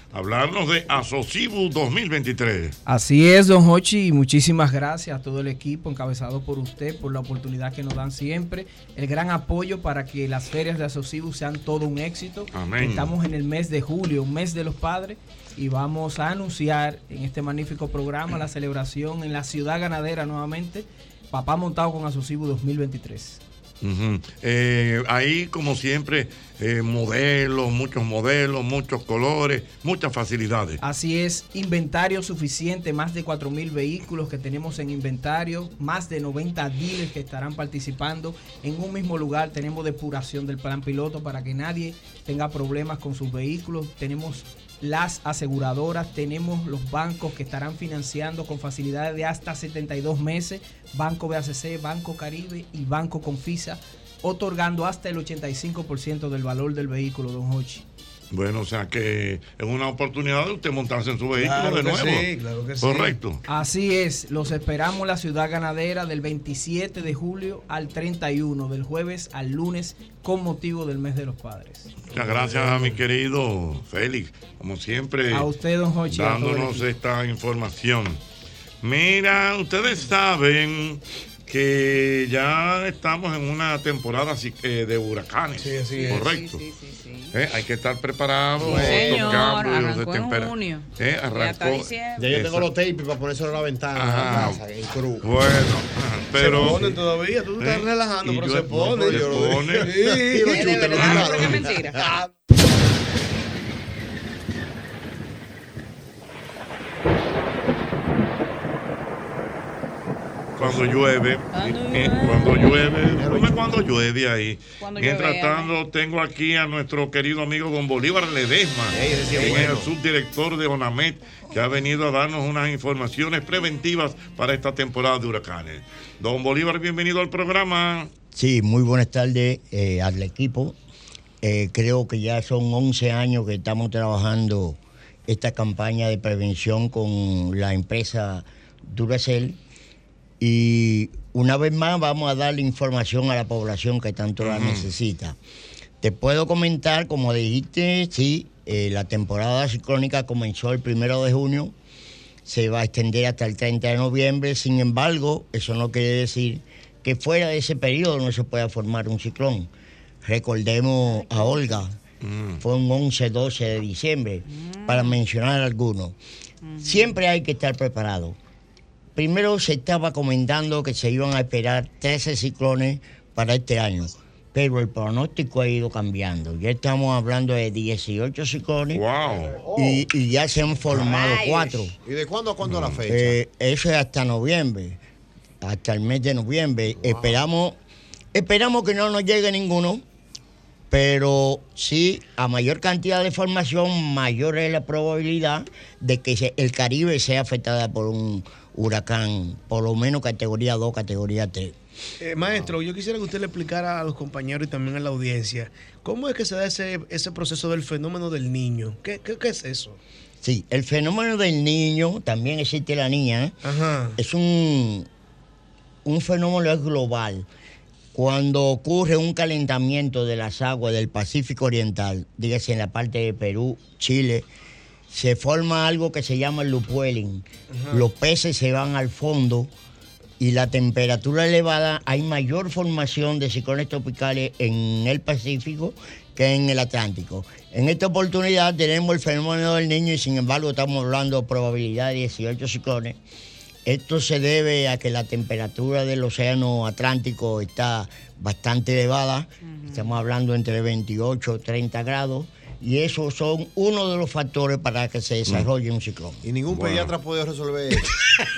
hablarnos de Asocibu dos mil veintitrés. Así es, don Jochi, y muchísimas gracias a todo el equipo encabezado por usted, por la oportunidad que nos dan siempre, el gran apoyo para que las ferias de Asocibu sean todo un éxito. Amén. Estamos en el mes de julio, un mes de los padres, y vamos a anunciar en este magnífico programa la celebración en la ciudad ganadera nuevamente, Papá Montado con Asocibu dos mil veintitrés. Uh-huh. eh, ahí, como siempre, eh, modelos, muchos modelos, muchos colores, muchas facilidades. Así es, inventario suficiente, más de cuatro mil vehículos que tenemos en inventario, más de noventa dealers que estarán participando en un mismo lugar. Tenemos depuración del plan piloto para que nadie tenga problemas con sus vehículos. Tenemos las aseguradoras, tenemos los bancos que estarán financiando con facilidades de hasta setenta y dos meses, Banco B A C C, Banco Caribe y Banco Confisa, otorgando hasta el ochenta y cinco por ciento del valor del vehículo, don Jochi. Bueno, o sea que es una oportunidad de usted montarse en su vehículo Claro de que nuevo. sí, claro que sí. Correcto. Así es, los esperamos en la ciudad ganadera del veintisiete de julio al treinta y uno, del jueves al lunes, con motivo del mes de los padres. Muchas gracias a mi querido Félix, como siempre. A usted, don Jochi, a todo el dándonos equipo. esta información. Mira, ustedes saben que ya estamos en una temporada así, eh, de huracanes. Sí, así es. Correcto. Sí, sí, sí, sí. Eh, hay que estar preparado. Sí, a estos señor, cambios arrancó de en temperatura. junio. Eh, Ya arrancó. está diciembre. Ya yo tengo Esa- los tapes para ponérselo a la ventana, Ajá. en la casa, en cruz. Bueno, ajá, pero. Se ponen todavía, tú te estás ¿Eh? relajando, Y pero yo- se no, ponen. se yo lo- ponen. Sí. Y los chutes, los Ah, chutes. pero qué mentira. Cuando llueve, eh, cuando llueve, dime cuando llueve ahí. Cuando Mientras llueve, tanto, tengo aquí a nuestro querido amigo don Bolívar Ledesma, decía, quien bueno. es el subdirector de ONAMED, que ha venido a darnos unas informaciones preventivas para esta temporada de huracanes. Don Bolívar, bienvenido al programa. Sí, muy buenas tardes eh, al equipo. Eh, creo que ya son once años que estamos trabajando esta campaña de prevención con la empresa Duracell. Y una vez más vamos a darle información a la población que tanto la necesita. Te puedo comentar, como dijiste, sí, eh, la temporada ciclónica comenzó el primero de junio, se va a extender hasta el treinta de noviembre. Sin embargo, eso no quiere decir que fuera de ese periodo no se pueda formar un ciclón. Recordemos a Olga, fue un once doce de diciembre, para mencionar algunos. Siempre hay que estar preparado. Primero se estaba comentando que se iban a esperar trece ciclones para este año, pero el pronóstico ha ido cambiando. Ya estamos hablando de dieciocho ciclones y, y ya se han formado cuatro. ¿Y de cuándo a cuándo la fecha? Eh, eso es hasta noviembre, hasta el mes de noviembre. Esperamos, esperamos que no nos llegue ninguno, pero sí, a mayor cantidad de formación, mayor es la probabilidad de que se- el Caribe sea afectada por un huracán, por lo menos categoría dos, categoría tres. Eh, maestro, yo quisiera que usted le explicara a los compañeros y también a la audiencia cómo es que se da ese, ese proceso del fenómeno del niño. ¿Qué, qué, qué es eso? Sí, el fenómeno del niño, también existe la niña, ¿eh? Es un, un fenómeno es global. Cuando ocurre un calentamiento de las aguas del Pacífico Oriental, dígase en la parte de Perú, Chile, se forma algo que se llama el loop-welling. Ajá. Los peces se van al fondo y la temperatura elevada, hay mayor formación de ciclones tropicales en el Pacífico que en el Atlántico. En esta oportunidad tenemos el fenómeno del niño y sin embargo estamos hablando de probabilidad de dieciocho ciclones. Esto se debe a que la temperatura del océano Atlántico está bastante elevada, estamos hablando entre veintiocho y treinta grados, y esos son uno de los factores para que se desarrolle un ciclón. Y ningún Bueno. pediatra ha podido resolver esto.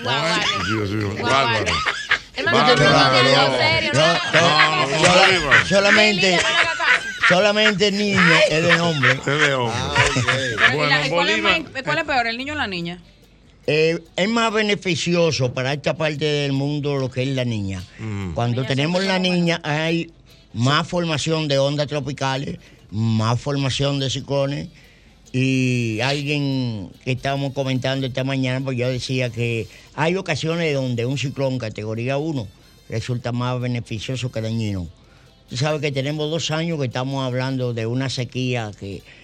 Dios mío, Bárbaro. Hermano, usted no tiene algo serio, ¿no? No, no, sola- solamente, solamente niño es de nombre. Es de hombre. Pero, ¿y la- y ¿cuál, es más- cuál es peor, el niño o la niña? Eh, es más beneficioso para esta parte del mundo lo que es la niña. Cuando tenemos la niña hay más formación de ondas tropicales, más formación de ciclones. Y alguien que estábamos comentando esta mañana, pues yo decía que hay ocasiones donde un ciclón categoría uno resulta más beneficioso que dañino. Tú sabes que tenemos dos años que estamos hablando de una sequía que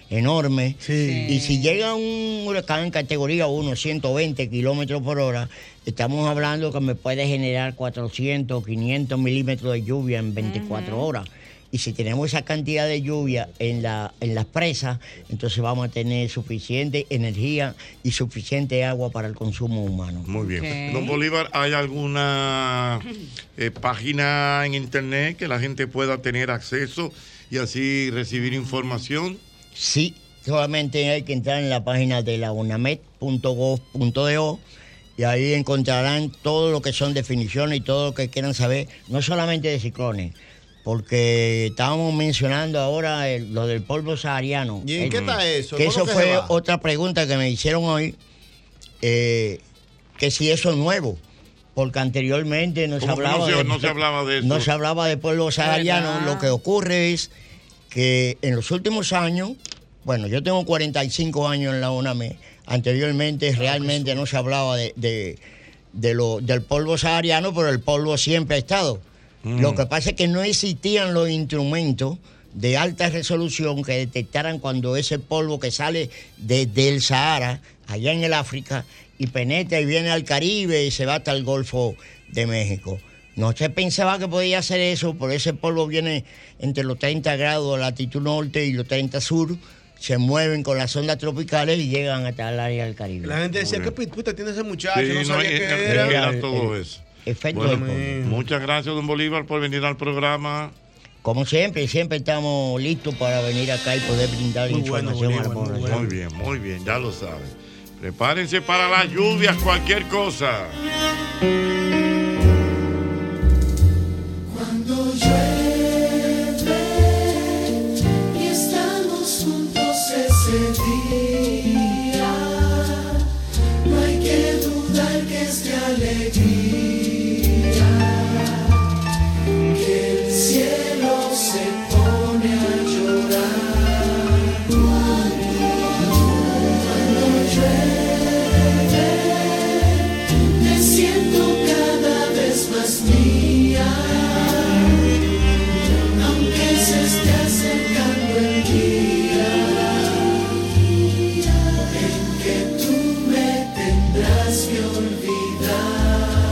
enorme. Sí. Y si llega un huracán categoría uno, ciento veinte kilómetros por hora, estamos hablando que me puede generar cuatrocientos, quinientos milímetros de lluvia en veinticuatro horas. Y si tenemos esa cantidad de lluvia en, la, en las presas, entonces vamos a tener suficiente energía y suficiente agua para el consumo humano. Muy bien. Okay. Don Bolívar, ¿hay alguna eh, página en internet que la gente pueda tener acceso y así recibir información? Sí, solamente hay que entrar en la página de la unamed punto gov punto do y ahí encontrarán todo lo que son definiciones y todo lo que quieran saber, no solamente de ciclones, porque estábamos mencionando ahora el, lo del polvo sahariano. ¿Y en el, qué está eso? Que eso que fue otra pregunta que me hicieron hoy, eh, que si eso es nuevo, porque anteriormente no se hablaba, no se, de, no se hablaba de eso. No se hablaba de polvo sahariano. Lo que ocurre es que en los últimos años, bueno, yo tengo cuarenta y cinco años en la UNAME, anteriormente realmente no se hablaba de, de, de lo, del polvo sahariano, pero el polvo siempre ha estado. Mm. Lo que pasa es que no existían los instrumentos de alta resolución que detectaran cuando ese polvo que sale desde el Sahara, allá en el África, y penetra y viene al Caribe y se va hasta el Golfo de México. No se pensaba que podía hacer eso, por ese polvo viene entre los treinta grados de latitud norte y los treinta sur, se mueven con las ondas tropicales y llegan hasta el área del Caribe. La gente decía, ¿qué pituta tiene ese muchacho? Sí, no sabía no, qué era, era. era, era todo eso. Efecto bueno, de muchas gracias, don Bolívar, por venir al programa. Como siempre, siempre estamos listos para venir acá y poder brindar muy información bueno, a la población. Muy, muy bien, muy bien, ya lo saben. Prepárense para las lluvias, cualquier cosa. Cuando llueve y estamos juntos ese día, no hay que dudar que es de alegría. Que el cielo se pone a llorar cuando, cuando llueve. Me siento cada vez más mía, aunque se esté acercando el día en que tú me tendrás que olvidar.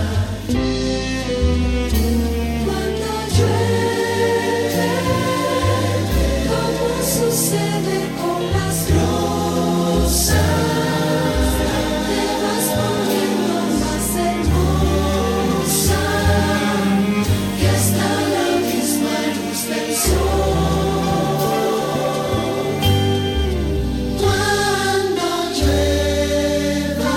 Sucede con las rosas, te vas poniendo más hermosa, que hasta la misma luz del sol. Cuando llueva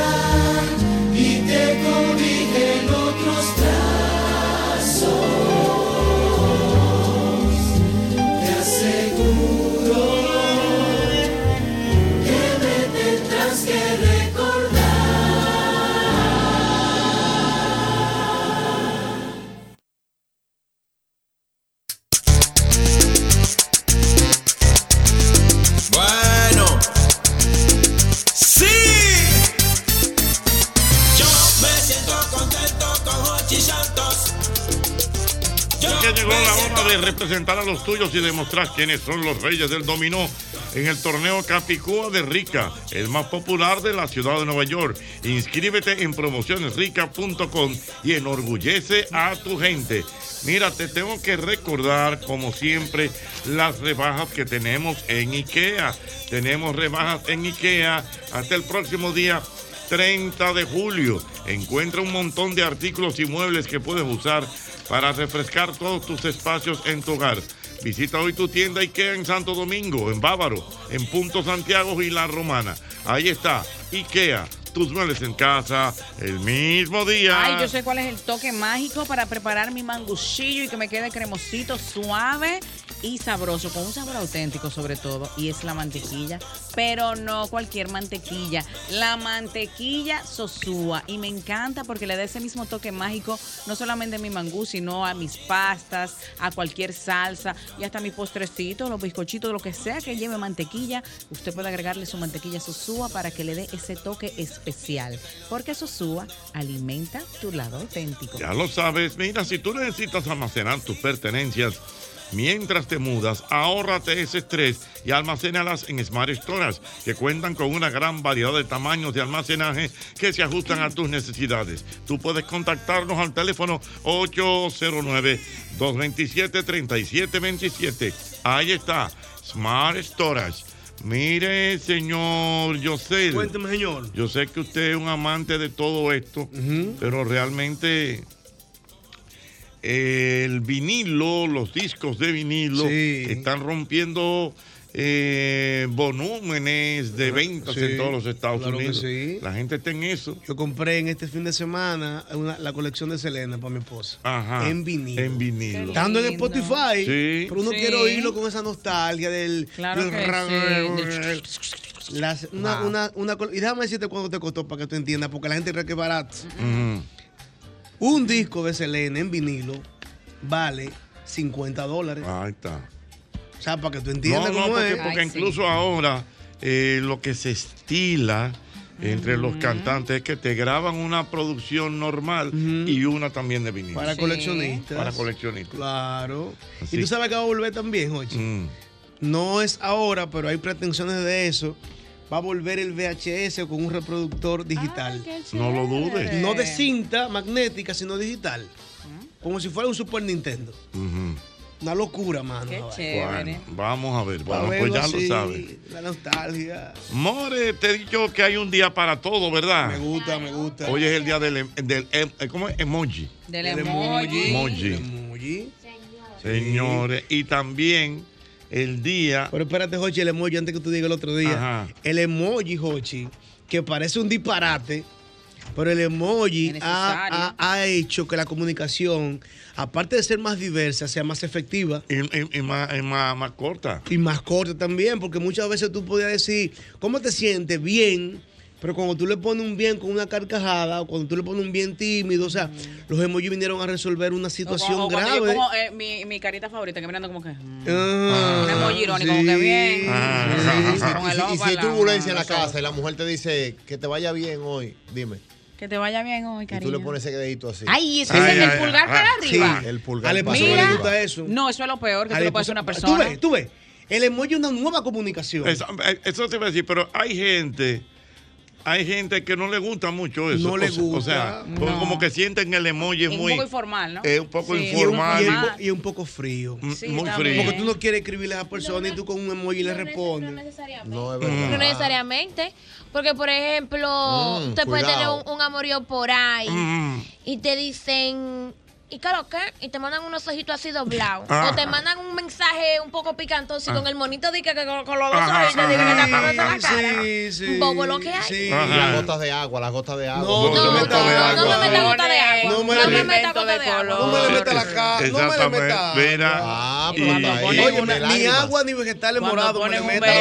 y te cobijen otros brazos, te aseguro que me tendrás que recordar. Bueno, sí, yo me siento contento con Jochi Santos. Ya llegó la hora de representar a los tuyos y demostrar quiénes son los reyes del dominó en el torneo Capicúa de Rica, el más popular de la ciudad de Nueva York. Inscríbete en promociones rica punto com y enorgullece a tu gente. Mira, te tengo que recordar, como siempre, las rebajas que tenemos en IKEA. Tenemos rebajas en IKEA hasta el próximo día treinta de julio. Encuentra un montón de artículos y muebles que puedes usar para refrescar todos tus espacios en tu hogar. Visita hoy tu tienda IKEA en Santo Domingo, en Bávaro, en Punto Santiago y La Romana. Ahí está, IKEA, tus muebles en casa el mismo día. Ay, yo sé cuál es el toque mágico para preparar mi manguchillo y que me quede cremosito, suave y sabroso, con un sabor auténtico sobre todo, y es la mantequilla, pero no cualquier mantequilla, la mantequilla Sosúa, y me encanta porque le da ese mismo toque mágico, no solamente a mi mangú, sino a mis pastas, a cualquier salsa y hasta mi postrecito, los bizcochitos, lo que sea que lleve mantequilla, usted puede agregarle su mantequilla Sosúa para que le dé ese toque especial, porque Sosúa alimenta tu lado auténtico. Ya lo sabes, mira, si tú necesitas almacenar tus pertenencias Mientras te mudas, ahórrate ese estrés y almacénalas en Smart Storage, que cuentan con una gran variedad de tamaños de almacenaje que se ajustan a tus necesidades. Tú puedes contactarnos al teléfono ocho cero nueve, dos dos siete, tres siete dos siete. Ahí está, Smart Storage. Mire, señor Yosel. Cuénteme, señor. Yo sé que usted es un amante de todo esto, uh-huh. pero realmente eh, el vinilo, los discos de vinilo, sí. están rompiendo eh, volúmenes de ventas sí, en todos los Estados claro Unidos. Sí. La gente está en eso. Yo compré en este fin de semana una, la colección de Selena para mi esposa. Ajá. En vinilo. En vinilo. Estando en Spotify, sí. pero uno sí. quiere oírlo con esa nostalgia del... Claro del que sí. Las, una, wow. una, una, una, y déjame decirte cuánto te costó para que tú entiendas, porque la gente cree que es barato. Uh-huh. Un disco de Selena en vinilo vale cincuenta dólares. Ahí está. O sea, para que tú entiendas no, no, cómo porque, es. Porque Ay, incluso sí. ahora eh, lo que se estila entre uh-huh. los cantantes es que te graban una producción normal uh-huh. y una también de vinilo. Para sí. coleccionistas. Para coleccionistas. Claro. Así. Y tú sabes que va a volver también, Jochi. Mm. No es ahora, pero hay pretensiones de eso. Va a volver el V H S con un reproductor digital. Ay, no lo dudes. No de cinta magnética, sino digital. Uh-huh. Como si fuera un Super Nintendo. Uh-huh. Una locura, mano. Qué chévere. Bueno, vamos a ver. Bueno, a pues ya así, lo sabes. La nostalgia. More, te he dicho que hay un día para todo, ¿verdad? Me gusta, me gusta. Hoy es el día del, del, del ¿cómo es? Emoji. Del emoji. Emoji. emoji. Señores, y también el día... Pero espérate, Jochi, el emoji, antes que tú digas el otro día. Ajá. El emoji, Jochi, que parece un disparate, pero el emoji ha, ha, ha hecho que la comunicación, aparte de ser más diversa, sea más efectiva. Y, y, y, más, y más, más corta. Y más corta también, porque muchas veces tú podías decir, ¿cómo te sientes? Bien. Pero cuando tú le pones un bien con una carcajada, o cuando tú le pones un bien tímido, o sea, mm. los emojis vinieron a resolver una situación o, o grave. Yo como, eh, mi, mi carita favorita, que mirando como que... Mm, ah, un emoji irónico, sí, como que bien. Ah, sí, sí, con el y, y, y si hay turbulencia en la casa y la mujer te dice que te vaya bien hoy, dime. Que te vaya bien hoy, cariño. Y tú le pones ese dedito así. Ay, ese ay, es ay, el pulgar ay, para ay, arriba. Sí, el pulgar para arriba. Mira, le gusta eso. No, eso es lo peor que tú le puedes hacer a una persona. Tú ves, tú ves. El emoji es una nueva comunicación. Eso, eso te iba a decir, pero hay gente... Hay gente que no le gusta mucho eso. No le gusta. O sea, no. como que sienten el emoji es muy... un poco informal, ¿no? Es un poco sí. informal. Y un, y, un, y un poco frío. Sí, muy también. frío. Porque tú no quieres escribirle a esa persona no, y tú con un emoji no le respondes. No necesariamente. No, es verdad. No necesariamente. Porque, por ejemplo, mm, te puedes tener un, un amorío por ahí mm. y te dicen... ¿Y claro qué? Y te mandan unos ojitos así doblados. Ah. O te mandan un mensaje un poco picantoso ah. con el monito de que, que con, con los dos ojitos de que te tapan la cara. Sí, sí. Bobo lo que hay. Sí. Las gotas de agua, las gotas de agua. No, no, no, no, de agua. no me metas gota de agua. No me, no me, me metas gota de agua. No me le metas la cara. No me le metas. Mira. Ah, pero Oye, ni agua ni vegetales morados me le metas.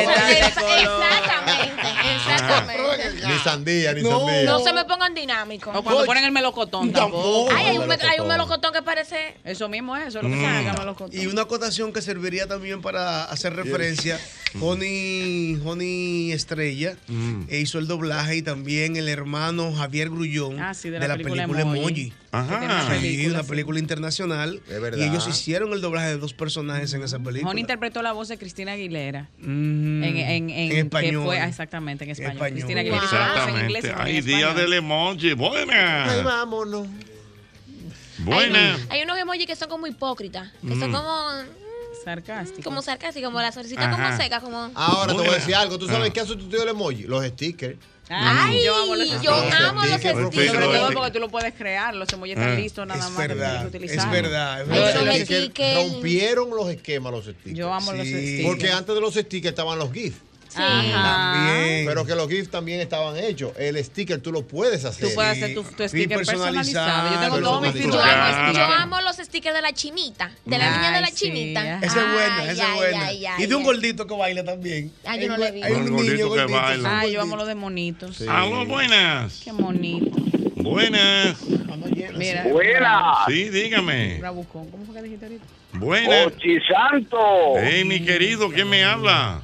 Exactamente, exactamente. Ni sandía, ni no, sandía. No se me pongan dinámicos. O cuando ponen el melocotón tampoco. Ay, hay un, hay un melocotón que parece... Eso mismo es, eso es lo que mm. se haga melocotón. Y una acotación que serviría también para hacer referencia, yes. Honey, Honey Estrella mm. hizo el doblaje y también el hermano Javier Grullón ah, sí, de, de la la película, película Emoji. Emoji. Ajá. Una película, sí, una película sí. internacional. Es verdad. Y ellos hicieron el doblaje de dos personajes en esa película. Honey interpretó la voz de Cristina Aguilera. Mm. En, en, en, en español. Que fue, exactamente, en español. español. Cristina Aguilera hizo la voz en inglés. Hay día del emoji. Buena. Ay, vámonos. Buena. Hay, hay unos emojis que son como hipócritas. Que mm. son como... Sarcástico. Como sarcástico, como la sonrisita como seca, como... Ahora te voy a decir algo. ¿Tú sabes qué ha sustituido el emoji? Los stickers. Ay, yo amo los stickers. Yo amo los stickers. Sobre todo porque tú lo puedes crear. Los emojis están listos nada es más. Verdad, que es verdad. Es verdad. Los stickers rompieron los esquemas los stickers. Yo amo sí. los stickers. Porque antes de los stickers estaban los GIFs. Sí. También. Pero que los GIFs también estaban hechos. El sticker tú lo puedes hacer. Tú puedes hacer tu, tu sticker personalizado. Yo tengo todos mis stickers. Yo amo, yo amo los stickers de la chinita. De la ay, niña de la sí. chinita. Esa es buena, esa es buena. Ay, ay, y de un gordito que baila también. Ay, yo no le vi. Hay un niño gordito que baila. Ay, yo amo los de monitos. Sí. Aló, buenas. Qué bonito. Buenas. Mira. Buenas. Sí, dígame. Bravucón. ¿Cómo fue que dijiste ahorita? Buenas. Ochisanto. Hey, mi querido, ¿quién me habla?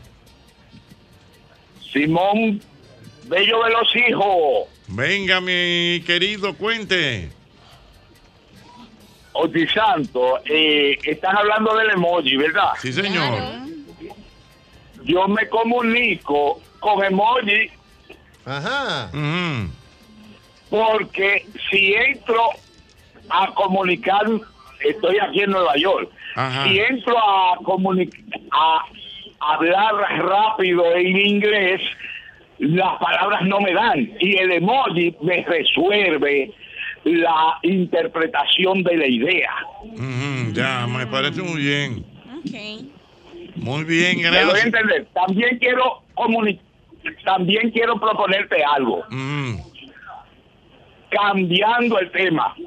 Simón Bello de los Hijos. Venga, mi querido, cuente. Oti Santo, eh, están hablando del emoji, ¿verdad? Sí, señor. Yo me comunico con emoji. Ajá. Mm. Porque si entro a comunicar, estoy aquí en Nueva York, Ajá. si entro a comunicar, a hablar rápido en inglés, las palabras no me dan y el emoji me resuelve la interpretación de la idea. Mm, ya, me parece muy bien. Okay. Muy bien, Me doy a gracias. entender. También quiero comuni- también quiero proponerte algo. Mm. Cambiando el tema.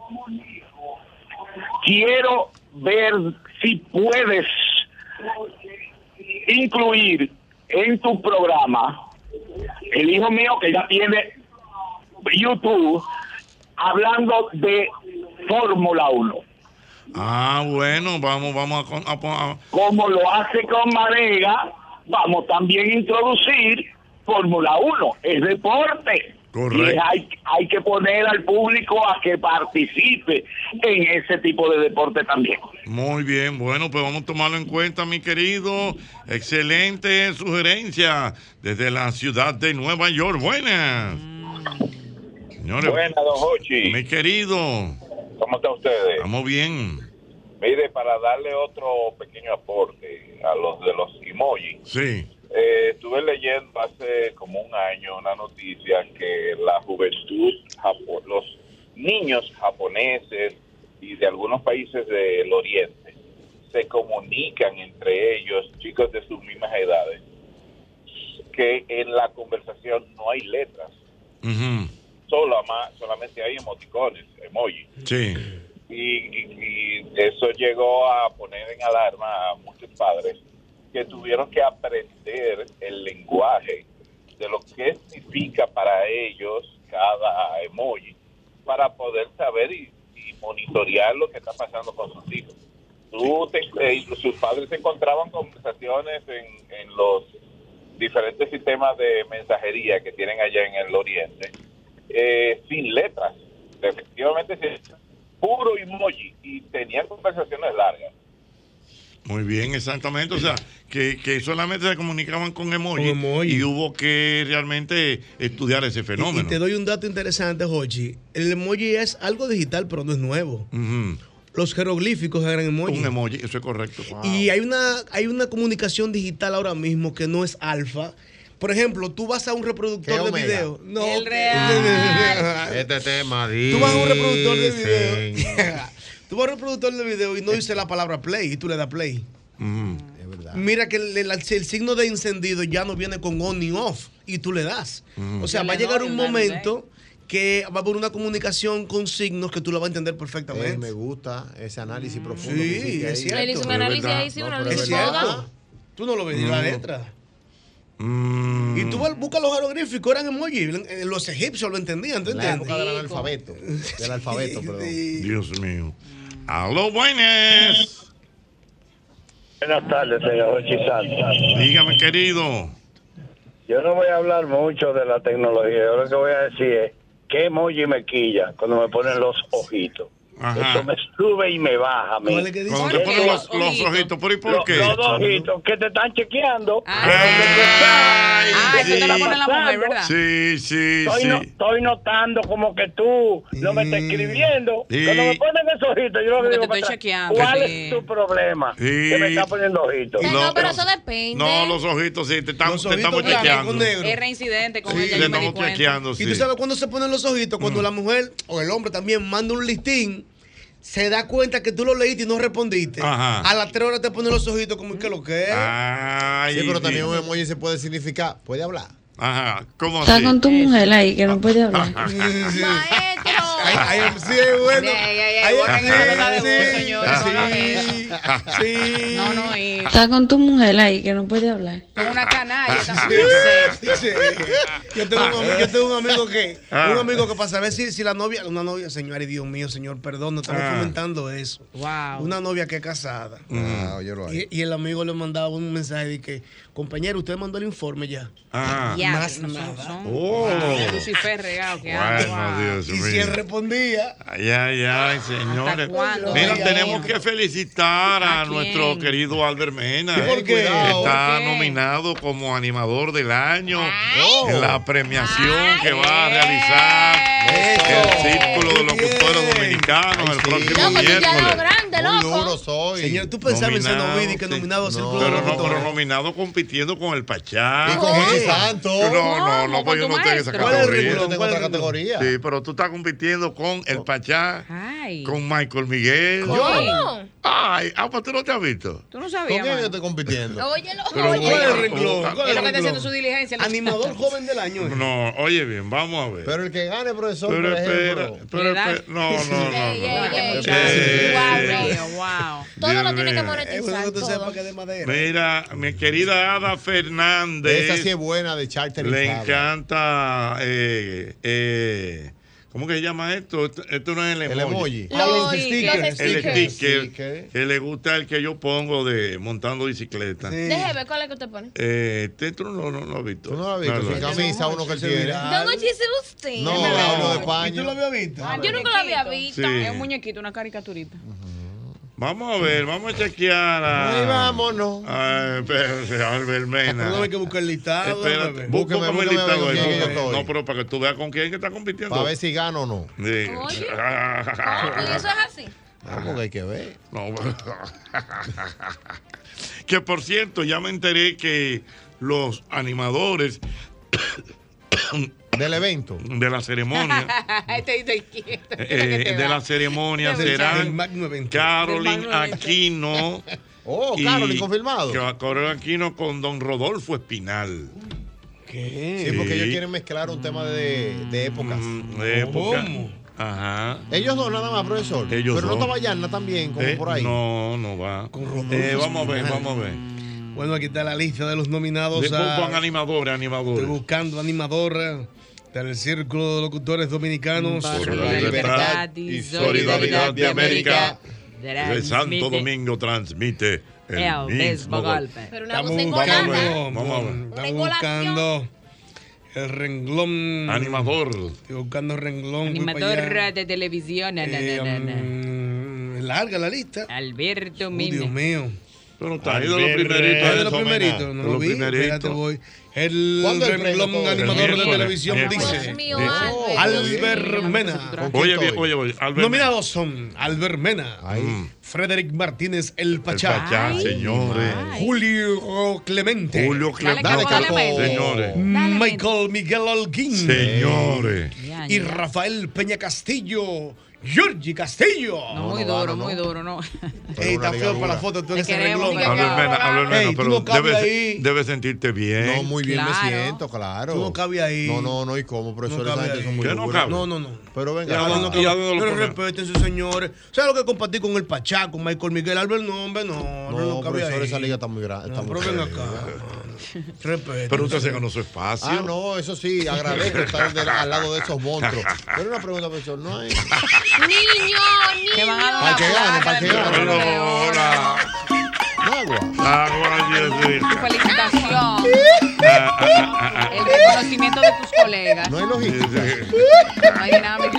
Quiero ver si puedes incluir en tu programa el hijo mío que ya tiene YouTube hablando de Fórmula uno. Ah, bueno, vamos, vamos a, con- a pon- a- Como lo hace con Marega, vamos también a introducir Fórmula uno. Es deporte. Correcto. Y hay, hay que poner al público a que participe en ese tipo de deporte también. Muy bien, bueno, pues vamos a tomarlo en cuenta, mi querido. Excelente sugerencia desde la ciudad de Nueva York. Buenas. Señores, Buenas, don Jochi. mi querido. ¿Cómo están ustedes? Estamos bien. Mire, para darle otro pequeño aporte a los de los emojis, Sí. eh, estuve leyendo hace como un año una noticia que la juventud, japo- los niños japoneses y de algunos países del Oriente se comunican entre ellos, chicos de sus mismas edades, que en la conversación no hay letras, Ujú. solo ama- solamente hay emoticones, emojis. Sí. Y, y- y eso llegó a poner en alarma a muchos padres que tuvieron que aprender el lenguaje de lo que significa para ellos cada emoji para poder saber y, y monitorear lo que está pasando con sus hijos. Tú te- eh, sus padres encontraban conversaciones en, en los diferentes sistemas de mensajería que tienen allá en el Oriente eh, sin letras, efectivamente sin puro emoji, y tenían conversaciones largas. Muy bien, exactamente. O sea, que, que solamente se comunicaban con emoji, Con emoji. y hubo que realmente estudiar ese Y, y fenómeno. te doy un dato interesante, Jochi. El emoji es algo digital, pero no es nuevo. Ujú. Los jeroglíficos eran emoji. Un emoji, eso es correcto. Y hay una, hay una comunicación digital ahora mismo que no es alfa. Por ejemplo, tú vas a un reproductor ¿Qué de omega? video. No, El que- real. Este tema dice. Tú vas a un reproductor de video. Tú vas a un reproductor de video y no dice la palabra play y tú le das play. Es verdad. Mira que el, el- el signo de encendido ya no viene con on ni off y tú le das. Ujú. O sea, Yo va a le llegar doy un un dale momento que va a haber una comunicación con signos que tú la vas a entender Eh, perfectamente. me gusta ese análisis profundo. Sí, que hiciste es ahí. cierto. Él hizo un Es análisis verdad. ahí, sí, No, un pero Es análisis es cierto. todo. Tú no lo ves en la letra. Mm. Y tú vas- buscas los jeroglíficos, eran emojis. Eh, Los egipcios lo entendían, ¿tú La entiendes? época del analfabeto. Del alfabeto, perdón. Sí. Dios mío. Aló, buenas. Buenas tardes, señor Chisanta. Dígame, querido. Yo no voy a hablar mucho de la tecnología. Yo lo que voy a decir es qué emoji me quilla cuando me ponen los ojitos. Ajá. Eso me sube y me baja. Me, ¿Cuál es que dice? Cuando te ¿Por ponen qué? los, los Ojito. ojitos, ¿por y por Los- qué? Los dos ojitos que te están chequeando. Ay, Ah, eso te sí. lo pone la mujer, ¿verdad? Sí, sí, Estoy, sí. no- estoy notando como que tú no me estás escribiendo. Sí. Cuando me ponen esos ojitos, yo lo Como que que digo te para estoy atrás, chequeando, ¿cuál sí. es tu problema? Sí. Que me está poniendo ojitos. Ay, No, no, pero no. eso depende. No, los ojitos sí, te, estamos, Los te ojitos estamos blancos chequeando. con negro. Es reincidente con Sí, ella, te yo me di estamos cuenta. chequeando, sí. Y tú sabes cuándo se ponen los ojitos, cuando la mujer o el hombre también manda un listín, se da cuenta que tú lo leíste y no respondiste. Ajá. A las tres horas te ponen los ojitos como que lo que es. Ay, Sí, pero también Dios. un emoji se puede significar. Puede hablar. Ajá, ¿cómo Está así? con tu mujer ahí que no puede hablar. Maestro. Ay, ay, sí, es bueno. Ay, ay, ay, Ay, borren sí, esa nota de voz, sí, señores, no hagan sí. eso. Sí. No, no, y Está con tu mujer ahí que no puede hablar. con una canalla también. Sí, sí. Yo tengo un, ami- yo tengo un amigo que, un amigo que para saber si, si la novia, una novia, señor, y Dios mío, señor, perdón, no estamos Ah. comentando eso. Wow. Una novia que es casada. Ah, óyelo ahí. Y, y el amigo le mandaba un mensaje de que, compañero, usted mandó el informe ya. Ah. Ya, Más no son- nada. son- Oh. Wow, Lucifer regado que anda, Bueno, wow. Dios Y mío. si él respondía, Ay, ay, ay, señores. cuándo? Mira, Ay, tenemos ay. que felicitar a, ¿A quién? nuestro querido Albert Mena. ¿Y por qué? Está ¿Por qué? nominado como animador del año Oh. en la premiación que va a realizar el Círculo de Locutores Dominicanos el próximo Loco, tú ya lo miércoles. grande, Muy loco. duro soy. señor, tú pensabas en ser Nominado, Novidi que sí. nominado a Círculo de Pero no, pero Locutores. nominado compitiendo con el Pachá. Y con ¿Qué? José Santos. No, no, ¿Cómo? no, pues yo ¿Con no tu tengo esa maestro? ¿Cuál es el categoría. Yo renglón? tengo ¿Cuál es otra el renglón? categoría. Sí, pero tú estás compitiendo con el Pachá, Ay. con Michael Miguel. ¿Cómo? Ay, ah, pues tú no te has visto. Tú no ¿Con sabías, quién yo mano? estoy compitiendo? Óyelo, Pero ¿Cuál es el óyelo. renglón? ¿Cuál es Es el lo que está renglón? haciendo su diligencia. lo- Animador joven del año. ¿eh? No, oye bien, vamos a ver. Pero el que gane, profesor, Pero por espera, ejemplo. pero ¿Le da? espera, no, no, no, Ey, ey, no. Este ey. muchacho. Eh, Wow, mío, wow. Todo Dios lo tiene que mío. Es bueno monetizar. que tú todo. sepas que es de madera. Mira, mi querida Ada Fernández. Esa sí es buena de charter. Le inflable. encanta. Eh, eh, ¿Cómo que se llama esto? Esto, esto no es el El emoji. emoji. Ah, los Los stickers. stickers. El stickers. sticker, Sticker. que le gusta el que yo pongo de montando bicicleta. Sí. Déjeme ver cuál es que usted pone. Eh, este tú no, no lo has visto. ¿Tú no lo has visto? No, Su no. camisa, uno que él tiene. Don Ochi, ¿es usted? No, Es verdad. hablo de ¿Y tú lo paño. habías visto? Ah, Yo nunca lo había muñequito. visto. Sí. Es un muñequito, una caricaturita. Vamos a ver, vamos a chequear a. Ahí vámonos. Ay, espérate, Albert Mena. No hay que buscar el listado. Espérate, bebé. busca Búsqueme, el búsqueme listado a ver ahí, con quién búscame. estoy. No, pero para que tú veas con quién que está compitiendo. Para ver si gano o no. Sí. Oye. ¿Cómo? ¿Y eso es así? No, porque hay que ver. No, que por cierto, ya me enteré que los animadores Del evento. de la ceremonia, Este dice quieto. eh, de la ceremonia Del Del serán magno evento. Caroline Del magno evento. Aquino. Oh, y- Carolyn, confirmado. que- Caroline Aquino con don Rodolfo Espinal. ¿Qué? Sí, porque Sí. ellos quieren mezclar un tema de, de épocas. Mm, de época. ¿Cómo? Ajá. Ellos dos nada más, profesor. Ellos Pero no dos. estaba Yarna también, como Eh, por ahí. No, no va. Con Rodolfo Eh, vamos a ver, Espinal. vamos a ver. Bueno, aquí está la lista de los nominados. Después a- con animadores, Estoy animadores. buscando animadora del Círculo de Locutores Dominicanos. Por la libertad y solidaridad de América, de Santo Domingo transmite el, El mismo mismo golpe. golpe. Pero una Estamos voz buscando, engolada. Vamos a ver. Una estamos engolación. buscando el renglón. Animador. Estoy buscando el renglón. voy para allá. Animador de televisión. na, na, Eh, na, na, na. mm, larga la lista. Alberto Oh, Mine. Dios mío. Pero está ahí de los Albert primeritos. Es de los eso, primeritos, mena. no De lo los vi. primeritos. Espérate, voy. El ¿Cuándo el renglón premio? animador de miércoles, televisión miércoles. dice Dios mío, Dice- Albert. Albert Mena. ¿Con quién Oye, bien, estoy? oye, oye. Albert Nominados son Albert Mena, Ahí. Mm. Frederick Martínez El El Pachá, Pachá, Ay. señores. Julio Clemente, Julio Dale, Clemente. Caco, dale, Mente. Señores. Michael Miguel Holguín Señores. Ya, y ya. Rafael Peña Castillo, Georgie Castillo. No, muy no va, duro, no, muy no. duro, no. Ey, está Una feo ligadura. para la foto, tú Te eres el queremos, renglón. Miguel. Albert Mena, Albert Mena, Ey, tú pero no cabes debes, ahí. debes sentirte bien. No, muy bien Claro. me siento, claro. Tú no cabes ahí. No, no, no, ¿y cómo? Profesor, No esa cabe gente ahí. son muy ¿Qué no duras. cabe? No, no, no. Pero ¿Y venga, a No, dónde- no, y a no, dónde lo pero ponen? respétense, señores. ¿Sabes lo que compartí con el Pachá, con Michael Miguel Albert? No, hombre, no. No, no, no cabe profesor, ahí. esa liga está muy grande. No, Está muy pero ven grande. acá. Respétense. Pero usted se ganó su espacio. Ah, no, eso sí, agradezco estar de- al lado de esos monstruos. Pero una pregunta, profesor, no hay. Niño, niño. Que van a dar Para que una gane, placa para que de gane. Premio Pero, León. hola. Agua. Agua, Dios mío. Felicitación. Ah, ah, ah, ah, El reconocimiento de tus colegas. No hay logística. No hay dinámica.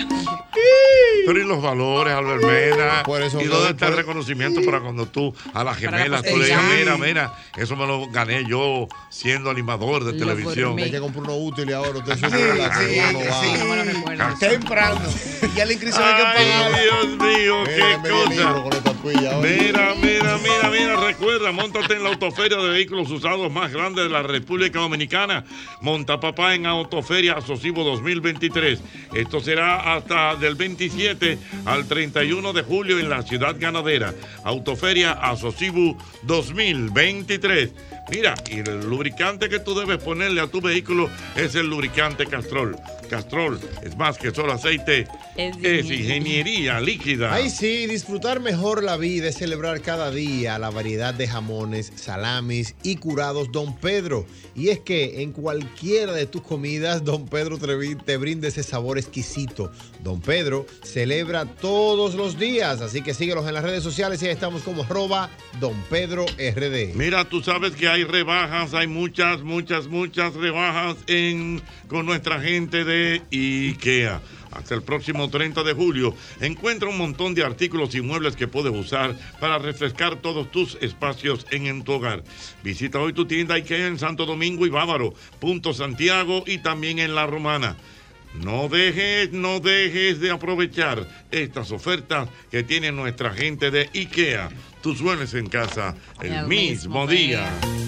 Pero y los valores, Albert Mena. Por eso ¿Y no- dónde está el por- reconocimiento para cuando tú a las Para la gemelas tú le digas, posteridad. mira, mira, eso me lo gané yo siendo animador de Lo televisión? gourmet. Hay que comprar unos útiles ahora. Usted Sí, sube la sí, que uno va. sí. No me lo recuerdo. Temprano. Y ya la inscripción hay que Ay, pagar. Dios mío, Mira, qué medio libro cosa. con esta tuya, oye. Mira, mira, mira, mira, recuerda, móntate en la autoferia de vehículos usados más grande de la República Dominicana. Monta papá en Autoferia Asocivo dos mil veintitrés. Esto será hasta del veintisiete al treinta y uno de julio en la ciudad ganadera. Autoferia Asocivo dos mil veintitrés. Mira, y el lubricante que tú debes ponerle a tu vehículo es el lubricante Castrol. Castrol es más que solo aceite, Es es ingeniería líquida. Ay, sí, disfrutar mejor la vida es celebrar cada día la variedad de jamones, salamis y curados Don Pedro. Y es que en cualquiera de tus comidas, Don Pedro te brin- te brinda ese sabor exquisito. Don Pedro celebra todos los días, así que síguelos en las redes sociales y ahí estamos como arroba Don Pedro R D. Mira, tú sabes que hay rebajas, hay muchas, muchas, muchas rebajas en, con nuestra gente de IKEA. Hasta el próximo treinta de julio encuentra un montón de artículos y muebles que puedes usar para refrescar todos tus espacios en, en tu hogar. Visita hoy tu tienda IKEA en Santo Domingo y Bávaro, Punto Santiago y también en La Romana. No dejes, no dejes de aprovechar estas ofertas que tiene nuestra gente de IKEA. Tus sueños en casa el, El mismo mismo día.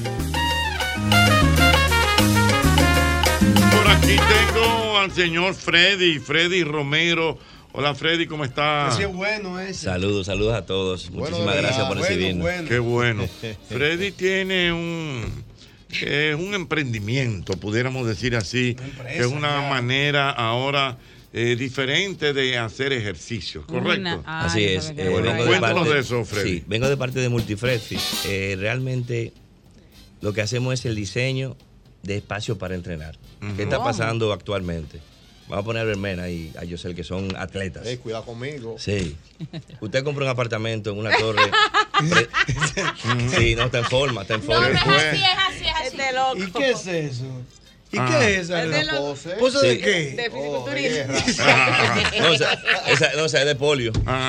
Por aquí tengo al señor Freddy, Freddy Romero. Hola Freddy, ¿cómo estás? Ese es bueno ese. Saludos, saludos a todos. Bueno, Muchísimas de gracias verdad. por Bueno, recibirnos. bueno. Qué bueno. Freddy tiene un, eh, un emprendimiento, pudiéramos decir así, que es una ya. manera ahora eh, diferente de hacer ejercicios, ¿correcto? Así es. eh, Bueno, vengo de cuéntanos parte- de eso, Freddy. Sí, vengo de parte de Multifredfit. Eh, realmente lo que hacemos es el diseño de espacios para entrenar. Ujú. ¿Qué está ¿Cómo? pasando actualmente? Vamos a poner a Bermena y a Yosel, que son atletas. Eh, cuidado conmigo. Sí. Usted compra un apartamento en una torre. pre- sí, no, está en forma, está en No, forma. no es así, es así, es así. Este loco. ¿Y qué es eso? ¿Y Ah. qué es esa? Es de ¿La lo- pose? ¿Pose de Sí. qué? De Oh, fisiculturismo. No, o sea, esa, no, o sea, es de polio.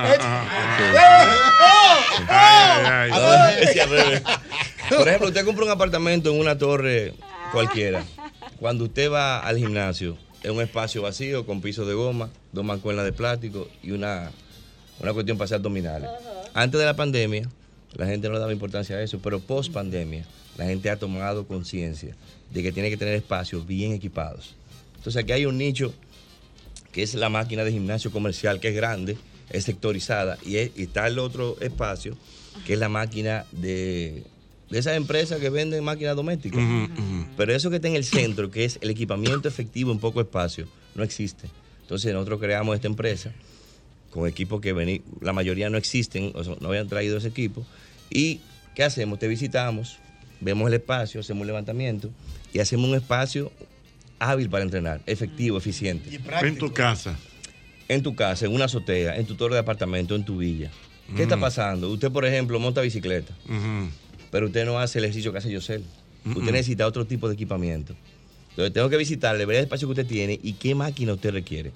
Ay, ay, No, ay. es al revés. Por ejemplo, usted compra un apartamento en una torre cualquiera. Cuando usted va al gimnasio, es un espacio vacío con piso de goma, dos mancuernas de plástico y una, una cuestión para hacer abdominales. Antes de la pandemia, la gente no le daba importancia a eso, pero post pandemia, la gente ha tomado conciencia de que tiene que tener espacios bien equipados. Entonces, aquí hay un nicho que es la máquina de gimnasio comercial, que es grande, es sectorizada, y, es- y está el otro espacio, que es la máquina de, de esas empresas que venden máquinas domésticas. Ujú, ujú. Pero eso que está en el centro, que es el equipamiento efectivo en poco espacio, no existe. Entonces nosotros creamos esta empresa con equipos que vení, la mayoría no existen, o sea, no habían traído ese equipo. ¿Y qué hacemos? Te visitamos, vemos el espacio, hacemos un levantamiento y hacemos un espacio hábil para entrenar, efectivo, eficiente. En tu casa. En tu casa, en una azotea, en tu torre de apartamento, en tu villa. ¿Qué está Mm. pasando? Usted, por ejemplo, monta bicicleta, Ujú. pero usted no hace el ejercicio que hace Yosel. Usted Mm-mm. necesita otro tipo de equipamiento. Entonces tengo que visitarle, ver el espacio que usted tiene y qué máquina usted requiere.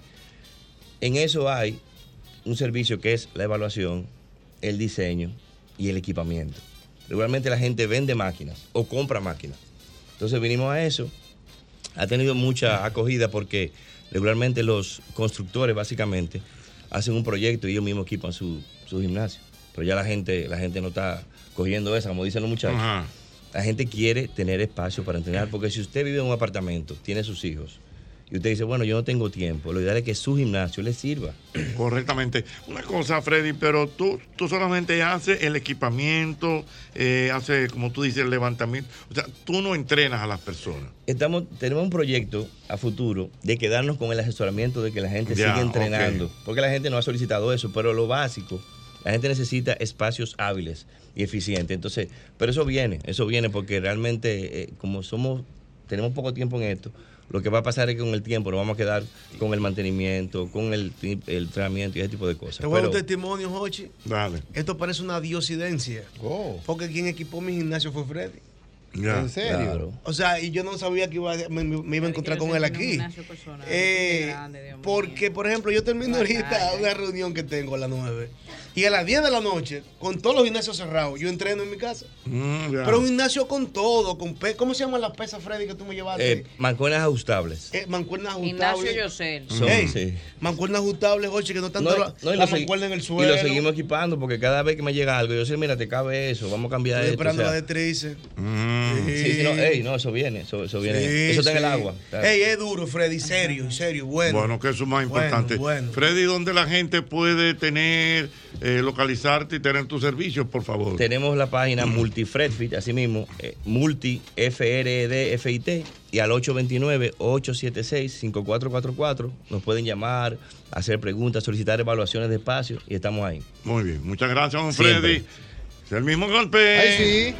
En eso hay un servicio que es la evaluación, el diseño y el equipamiento. Regularmente la gente vende máquinas o compra máquinas. Entonces vinimos a eso. Ha tenido mucha acogida porque regularmente los constructores básicamente hacen un proyecto y ellos mismos equipan su, su gimnasio. Pero ya la gente, la gente no está cogiendo esa, como dicen los muchachos. Ajá. La gente quiere tener espacio para entrenar, porque si usted vive en un apartamento, tiene sus hijos, y usted dice, bueno, yo no tengo tiempo, lo ideal es que su gimnasio le sirva. Correctamente. Una cosa, Freddy, pero tú, tú solamente haces el equipamiento, eh, haces, como tú dices, el levantamiento. O sea, tú no entrenas a las personas. Estamos, tenemos un proyecto a futuro de quedarnos con el asesoramiento de que la gente Ya, siga entrenando, ok. porque la gente no ha solicitado eso, pero lo básico, la gente necesita espacios hábiles y eficientes. Entonces, pero eso viene, eso viene porque realmente, eh, como somos, tenemos poco tiempo en esto, lo que va a pasar es que con el tiempo nos vamos a quedar con el mantenimiento, con el, el entrenamiento y ese tipo de cosas. Te voy a dar un Pero- testimonio, Jochi. Dale. Esto parece una diosidencia. Porque quien equipó mi gimnasio fue Freddy. Ya. ¿En serio? Claro. O sea, y yo no sabía que iba a- me, me- me iba a encontrar con él aquí. Eh, porque, por ejemplo, yo termino ahorita una reunión que tengo a las nueve. Y a las diez de la noche, con todos los gimnasios cerrados, yo entreno en mi casa. Mm, ya. Pero un gimnasio con todo, con pe ¿cómo se llaman las pesas, Freddy, que tú me llevaste? Eh, mancuernas ajustables. Eh, mancuernas Ignacio ajustables. Yosel. Son, Ey, sí. mancuernas ajustables, Jochi, que no están No, todas no, y la lo segui- mancuerna en el Y suelo. lo seguimos equipando porque cada vez que me llega algo, yo sé, mira, te cabe eso, vamos a cambiar Estoy esto. esperando o sea, la de tríceps. Mm, Sí, sí, no, ey, no, eso viene, eso, eso viene. Sí, eso está en el sí. agua. Claro. Ey, es duro, Freddy, serio, serio, bueno. Bueno, que eso es más Bueno, importante. bueno. Freddy, ¿dónde la gente puede tener, eh, localizarte y tener tus servicios, por favor? Tenemos la página Multifredfit, así mismo, eh, Multi F R E D F I T, y al ocho dos nueve, ocho siete seis, cinco cuatro cuatro cuatro nos pueden llamar, hacer preguntas, solicitar evaluaciones de espacio y estamos ahí. Muy bien, muchas gracias, don Siempre. Freddy. Es el mismo golpe. Ay, sí.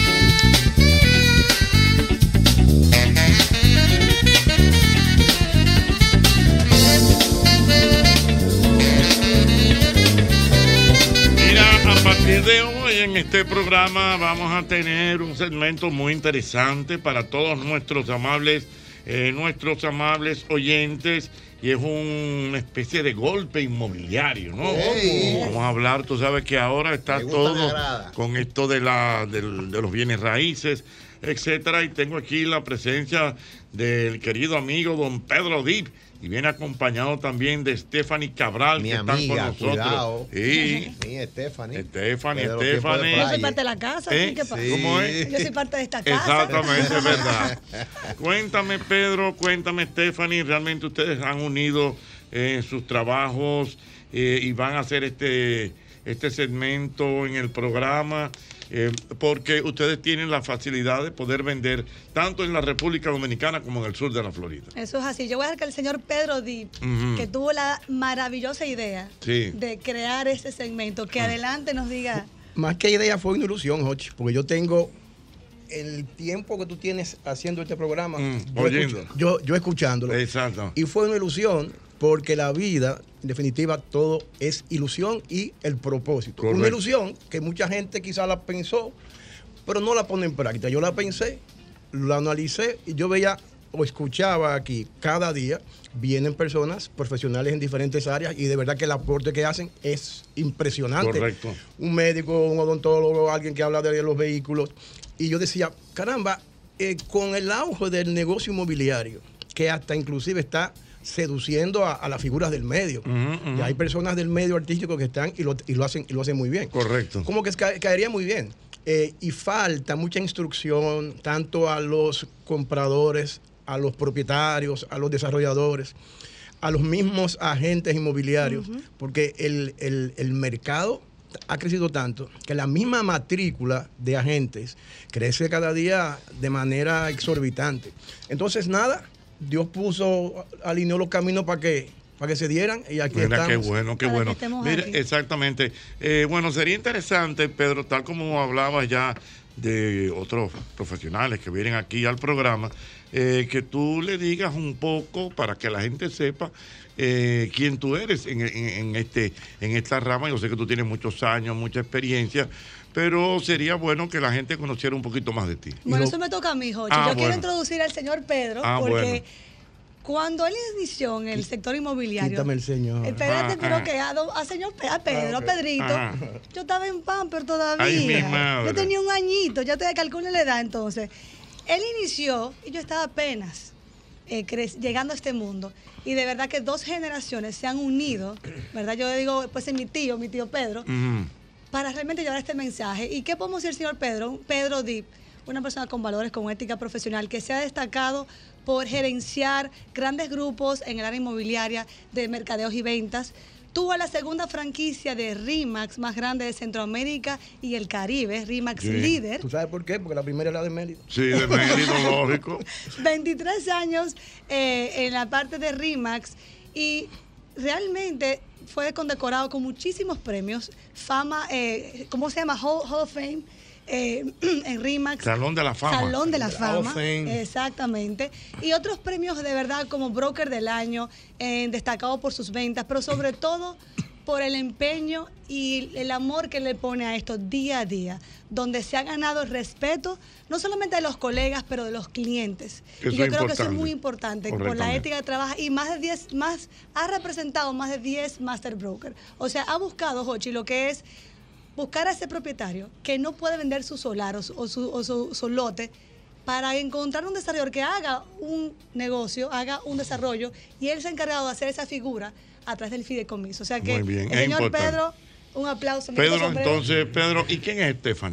Mira, a partir de hoy en este programa vamos a tener un segmento muy interesante para todos nuestros amables, eh, nuestros amables oyentes, y es un- una especie de golpe inmobiliario, ¿no? Ey. Vamos a hablar, tú sabes que ahora está Me gusta, me todo agrada. con esto de, la, del- de los bienes raíces, etcétera, y tengo aquí la presencia del querido amigo don Pedro Dip, y viene acompañado también de Stephanie Cabral, Mi que están amiga, con nosotros. cuidado. Sí. Mi Stephanie. Stephanie, Desde los tiempos de Stephanie. Yo soy parte de la casa, ¿Eh? ¿sí? ¿Qué pasa? Sí. ¿Cómo es? Yo soy parte de esta casa. Exactamente, es verdad. Cuéntame, Pedro, cuéntame, Stephanie, realmente ustedes han unido eh, sus trabajos eh, y van a hacer este, este segmento en el programa, eh, porque ustedes tienen la facilidad de poder vender tanto en la República Dominicana como en el sur de la Florida. Eso es así. Yo voy a dejar que el señor Pedro Dip, Ujú. que tuvo la maravillosa idea Sí. de crear este segmento, que adelante nos diga. Más que idea fue una ilusión, Jochi, porque yo tengo el tiempo que tú tienes haciendo este programa, yo, oyendo. escucho- yo, yo escuchándolo. Exacto. Y fue una ilusión porque la vida, en definitiva, todo es ilusión y el propósito. Correcto. Una ilusión que mucha gente quizá la pensó, pero no la pone en práctica. Yo la pensé, la analicé y yo veía o escuchaba aquí cada día, vienen personas profesionales en diferentes áreas y de verdad que el aporte que hacen es impresionante. Correcto. Un médico, un odontólogo, alguien que habla de los vehículos. Y yo decía, caramba, eh, con el auge del negocio inmobiliario, que hasta inclusive está seduciendo a, a las figuras del medio. Y hay personas del medio artístico que están y lo, y lo hacen y lo hacen muy bien. Correcto. Como que ca- caería muy bien. Eh, y falta mucha instrucción tanto a los compradores, a los propietarios, a los desarrolladores, a los mismos agentes inmobiliarios, porque el, el- el mercado ha crecido tanto que la misma matrícula de agentes crece cada día de manera exorbitante. Entonces, nada, Dios puso, alineó los caminos para que, para que se dieran y aquí Mira, estamos. qué bueno, qué Para que bueno. estemos Mira, aquí. exactamente. Eh, bueno, sería interesante, Pedro, tal como hablabas ya de otros profesionales que vienen aquí al programa, eh, que tú le digas un poco para que la gente sepa eh, quién tú eres en, en- en este, en esta rama. Yo sé que tú tienes muchos años, mucha experiencia, pero sería bueno que la gente conociera un poquito más de ti. Bueno, eso me toca a mí, Jochi. Ah, Yo quiero bueno. introducir al señor Pedro, Ah, porque bueno. cuando él inició en el sector inmobiliario, Quítame el señor. espérate, Ah, pero ah. que a, do- a señor Pe- a Pedro, Ah, a ok. Pedrito, Ah. yo estaba en Pamper todavía. Ay, mi madre. Yo tenía un añito, ya te calculé la edad entonces. Él inició y yo estaba apenas eh, cre- llegando a este mundo. Y de verdad que dos generaciones se han unido, ¿verdad? Yo digo, pues es mi tío, mi tío Pedro, para realmente llevar este mensaje. ¿Y qué podemos decir, señor Pedro? Pedro Dip, una persona con valores, con ética profesional, que se ha destacado por gerenciar grandes grupos en el área inmobiliaria de mercadeos y ventas. Tuvo la segunda franquicia de RIMAX más grande de Centroamérica y el Caribe, RIMAX Sí. líder. ¿Tú sabes por qué? Porque la primera es la de Mérida. Sí, de Mérida, lógico. veintitrés años eh, en la parte de RIMAX y realmente fue condecorado con muchísimos premios, fama, eh, ¿cómo se llama? Hall, Hall of Fame. eh, en RIMAX. Salón de la Fama. Salón de la Hall of Fama. Fame. Exactamente. Y otros premios de verdad como Broker del Año, eh, destacado por sus ventas, pero sobre todo por el empeño y el amor que le pone a esto día a día, donde se ha ganado el respeto, no solamente de los colegas, pero de los clientes. Eso y yo es creo que eso es importante. muy importante por la Correctamente. ética de trabajo y más de diez, más, ha representado más de diez Master Broker. O sea, ha buscado, Jochi, lo que es buscar a ese propietario que no puede vender su solar o su, o su, o su- su lote para encontrar un desarrollador que haga un negocio, haga un desarrollo y él se ha encargado de hacer esa figura a través del fideicomiso. O sea que Muy bien, el es señor importante. Pedro, un aplauso. mi Pedro, esposo Pedro. entonces, Pedro, ¿y quién es Stephanie?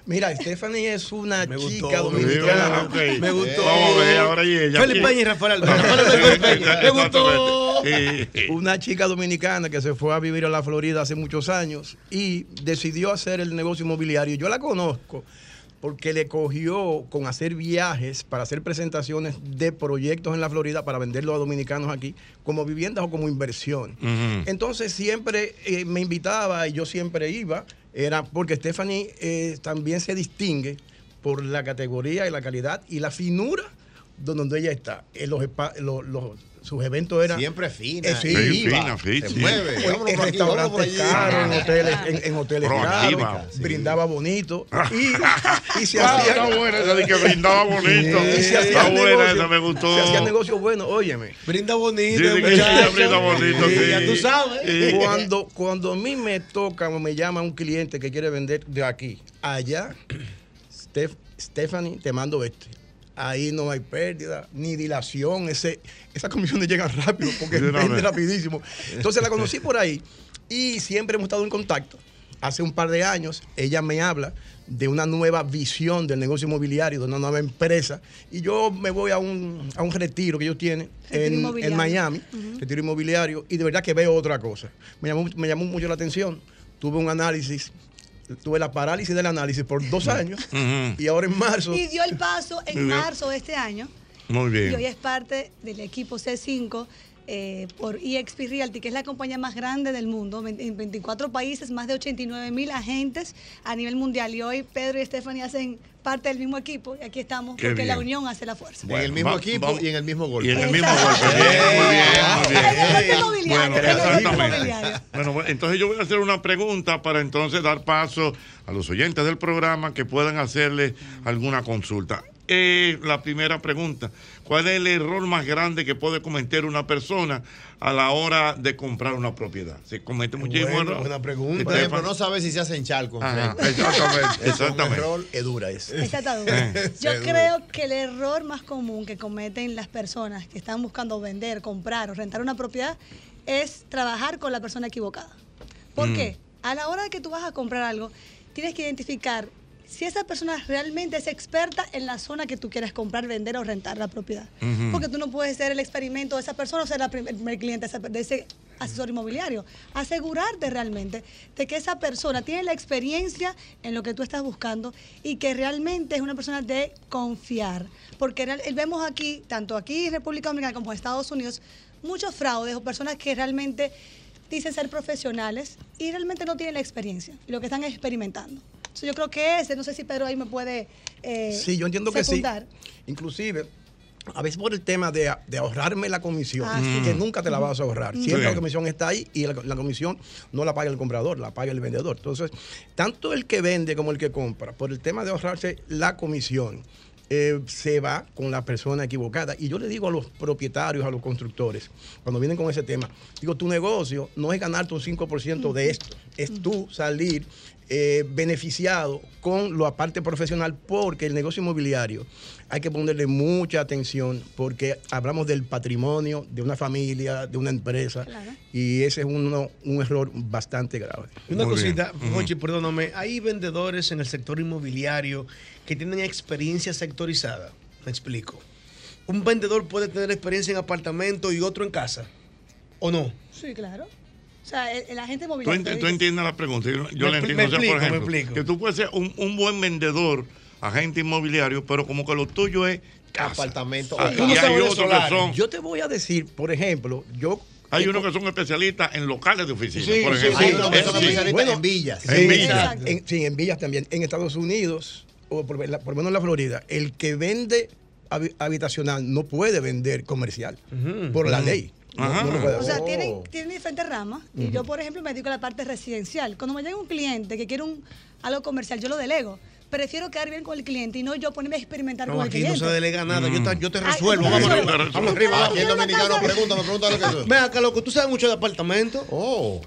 Mira, Stephanie es una Me chica gustó, dominicana. ok. Me gustó. Vamos a ver, ahora y ella. Felipe Peña y Rafael Alberto. Rafael Peña. Me gustó. Una chica dominicana que se fue a vivir a la Florida hace muchos años y decidió hacer el negocio inmobiliario. Yo la conozco porque le cogió con hacer viajes para hacer presentaciones de proyectos en la Florida para venderlos a dominicanos aquí como viviendas o como inversión. Ujú. Entonces siempre eh, me invitaba y yo siempre iba, era porque Stephanie eh, también se distingue por la categoría y la calidad y la finura donde ella está. En los, espa- los, los- sus eventos eran Siempre fina. Eh, sí, Sí, iba. fina, sí, Se sí. mueve. En, Vámonos en por aquí, vámonos por restaurantes allí. caros, en hoteles, en, en hoteles Proactiva. caros, brindaba bonito y, y se Ah, hacía está buena esa de que brindaba bonito. y se hacía Está buena negocio- esa, me gustó. Se hacía negocio bueno, óyeme. Brinda bonito. Sí, sí, que ella brinda bonito, sí. Ya tú sabes. Sí. Cuando, cuando a mí me toca o me llama un cliente que quiere vender de aquí, allá, Steph- Stephanie, te mando este. Ahí no hay pérdida, ni dilación. Ese, esas comisiones llegan rápido porque Sí, no, vende no. rapidísimo. Entonces la conocí por ahí y siempre hemos estado en contacto. Hace un par de años ella me habla de una nueva visión del negocio inmobiliario, de una nueva empresa. Y yo me voy a un, a un retiro que ellos tienen Retiro en, inmobiliario. en Miami, Ujú. retiro inmobiliario, y de verdad que veo otra cosa. Me llamó, me llamó mucho la atención. Tuve un análisis, tuve la parálisis del análisis por dos años Ujú. y ahora en marzo. Y dio el paso en Muy bien. marzo de este año. Muy Y hoy bien. es parte del equipo C cinco eh, por E X P Realty, que es la compañía más grande del mundo, ve- en veinticuatro países, más de ochenta y nueve mil agentes a nivel mundial. Y hoy Pedro y Stephanie hacen parte del mismo equipo y aquí estamos Qué porque la bien. unión hace la fuerza. En el mismo va- equipo vamos- y en el mismo golpe. Y en el mismo Exacto. golpe. Bien, muy bien, muy bien. En el golpe inmobiliario, Bueno, en el golpe exactamente. inmobiliario. Bueno, bueno, entonces yo voy a hacer una pregunta para entonces dar paso a los oyentes del programa que puedan hacerle alguna consulta. Eh, la primera pregunta, ¿cuál es el error más grande que puede cometer una persona a la hora de comprar una propiedad? ¿Se comete muchísimo Bueno, error? buena pregunta. Por ejemplo, no sabes si se hacen charco. Ajá, exactamente, exactamente. error. Es dura es. Esa está dura. Eh, Yo sí, creo que el error más común que cometen las personas que están buscando vender, comprar o rentar una propiedad es trabajar con la persona equivocada. ¿Por Mm. qué? A la hora de que tú vas a comprar algo, tienes que identificar si esa persona realmente es experta en la zona que tú quieres comprar, vender o rentar la propiedad. Ujú. Porque tú no puedes ser el experimento de esa persona o ser la prim- el primer cliente de esa- de ese asesor inmobiliario. Asegurarte realmente de que esa persona tiene la experiencia en lo que tú estás buscando y que realmente es una persona de confiar. Porque real- vemos aquí, tanto aquí en República Dominicana como en Estados Unidos, muchos fraudes o personas que realmente dicen ser profesionales y realmente no tienen la experiencia y lo que están es experimentando. Entonces, yo creo que ese, no sé si Pedro ahí me puede eh, Sí, yo entiendo que sí. secundar. Inclusive, a veces por el tema de, de ahorrarme la comisión, Ah, sí. que nunca te la vas a ahorrar. Mm. Siempre Sí. la comisión está ahí y la, la comisión no la paga el comprador, la paga el vendedor. Entonces, tanto el que vende como el que compra, por el tema de ahorrarse la comisión, eh, se va con la persona equivocada. Y yo le digo a los propietarios, a los constructores, cuando vienen con ese tema, digo, tu negocio no es ganarte un cinco por ciento de esto, es tú salir eh, beneficiado con la parte profesional, porque el negocio inmobiliario hay que ponerle mucha atención porque hablamos del patrimonio de una familia, de una empresa, Claro. y ese es uno, un error bastante grave. Una Muy cosita, bien. Jochi, perdóname. Hay vendedores en el sector inmobiliario que tienen experiencia sectorizada. Me explico. ¿Un vendedor puede tener experiencia en apartamento y otro en casa? ¿O no? Sí, claro. O sea, el, el agente Tú, inmobiliario. ent- tú entiendes la pregunta. Yo, yo Me la expli- entiendo. me O sea, explico, por me ejemplo, explico. que tú puedes ser un, un buen vendedor, agente inmobiliario, pero como que lo tuyo es casa. Apartamento. Ah, o y casa. hay otros que solares. son. Yo te voy a decir, por ejemplo, yo... Hay unos que son especialistas en locales de oficina, Sí, por sí, ejemplo. Hay unos que son Sí. especialistas Bueno, en villas. Sí, En villas. Exacto. en- sí, en villas también. En Estados Unidos, o por, la- por lo menos en la Florida, el que vende habi- habitacional no puede vender comercial por la ley. No, Ajá. no lo puede O sea, hacer. tienen, tienen diferentes ramas. Y yo, por ejemplo, me dedico a la parte residencial. Cuando me llega un cliente que quiere un, algo comercial, yo lo delego. Prefiero quedar bien con el cliente y no yo ponerme a experimentar No, con el aquí no cliente. se delega nada. Yo, te, yo te Ay, resuelvo. yo te Vamos resuelvo. arriba. Vamos arriba. Aquí el dominicano pregunta, me pregunta lo que es. Ven acá, loco. ¿Tú sabes mucho de apartamento? Oh,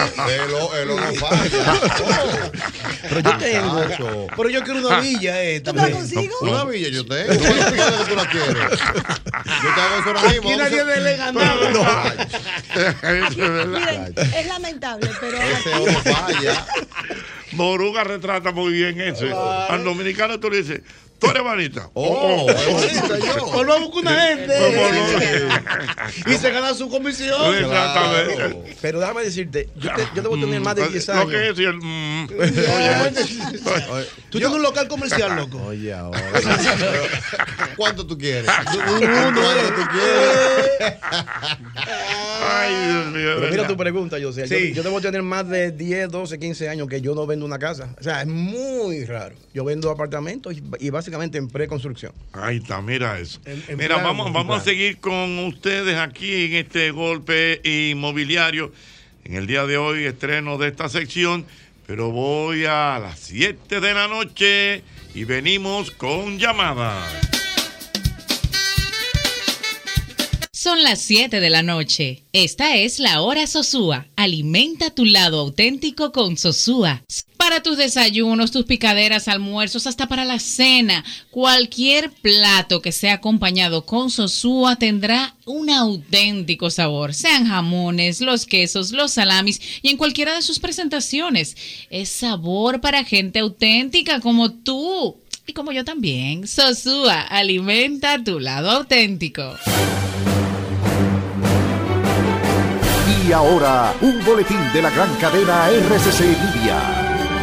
el no falla. Oh. Pero yo tengo... Muchacho. Pero yo quiero una villa eh, ¿Tú me la también. consigo? Una villa yo tengo. ¿Cuántas villas que tú la quieres? Yo te hago eso ahora mismo. Aquí nadie delega nada. Eso es verdad. Miren, es lamentable, pero Ese aquí, no falla. Boruga retrata muy bien eso. Al dominicano tú le dices, tú eres vanita. Oh, o lo busca una gente. Y se gana su comisión. Exactamente. Pero déjame decirte, yo te, yo te voy a tener más de diez años. Lo que es el. Mm. Tú tienes un local comercial, loco. Oye, ahora. ¿Cuánto tú quieres? Uno, ¿cuánto tú quieres? Ay, Dios mío. Pero mira tu pregunta, José. Sí. Yo, yo debo tener más de diez, doce, quince años que yo no vendo una casa. O sea, es muy raro. Yo vendo apartamentos y, y básicamente en preconstrucción. Ahí está, mira eso. En- en Mira, plano, vamos, en vamos a plano. seguir con ustedes aquí en este golpe inmobiliario. En el día de hoy, estreno de esta sección, pero voy a las siete de la noche y venimos con llamadas. Son las siete de la noche. Esta es la hora Sosúa. Alimenta tu lado auténtico con Sosúa. Para tus desayunos, tus picaderas, almuerzos, hasta para la cena, cualquier plato que sea acompañado con Sosúa tendrá un auténtico sabor. Sean jamones, los quesos, los salamis y en cualquiera de sus presentaciones. Es sabor para gente auténtica como tú y como yo también. Sosúa, alimenta tu lado auténtico. Y ahora, un boletín de la gran cadena R C C Media.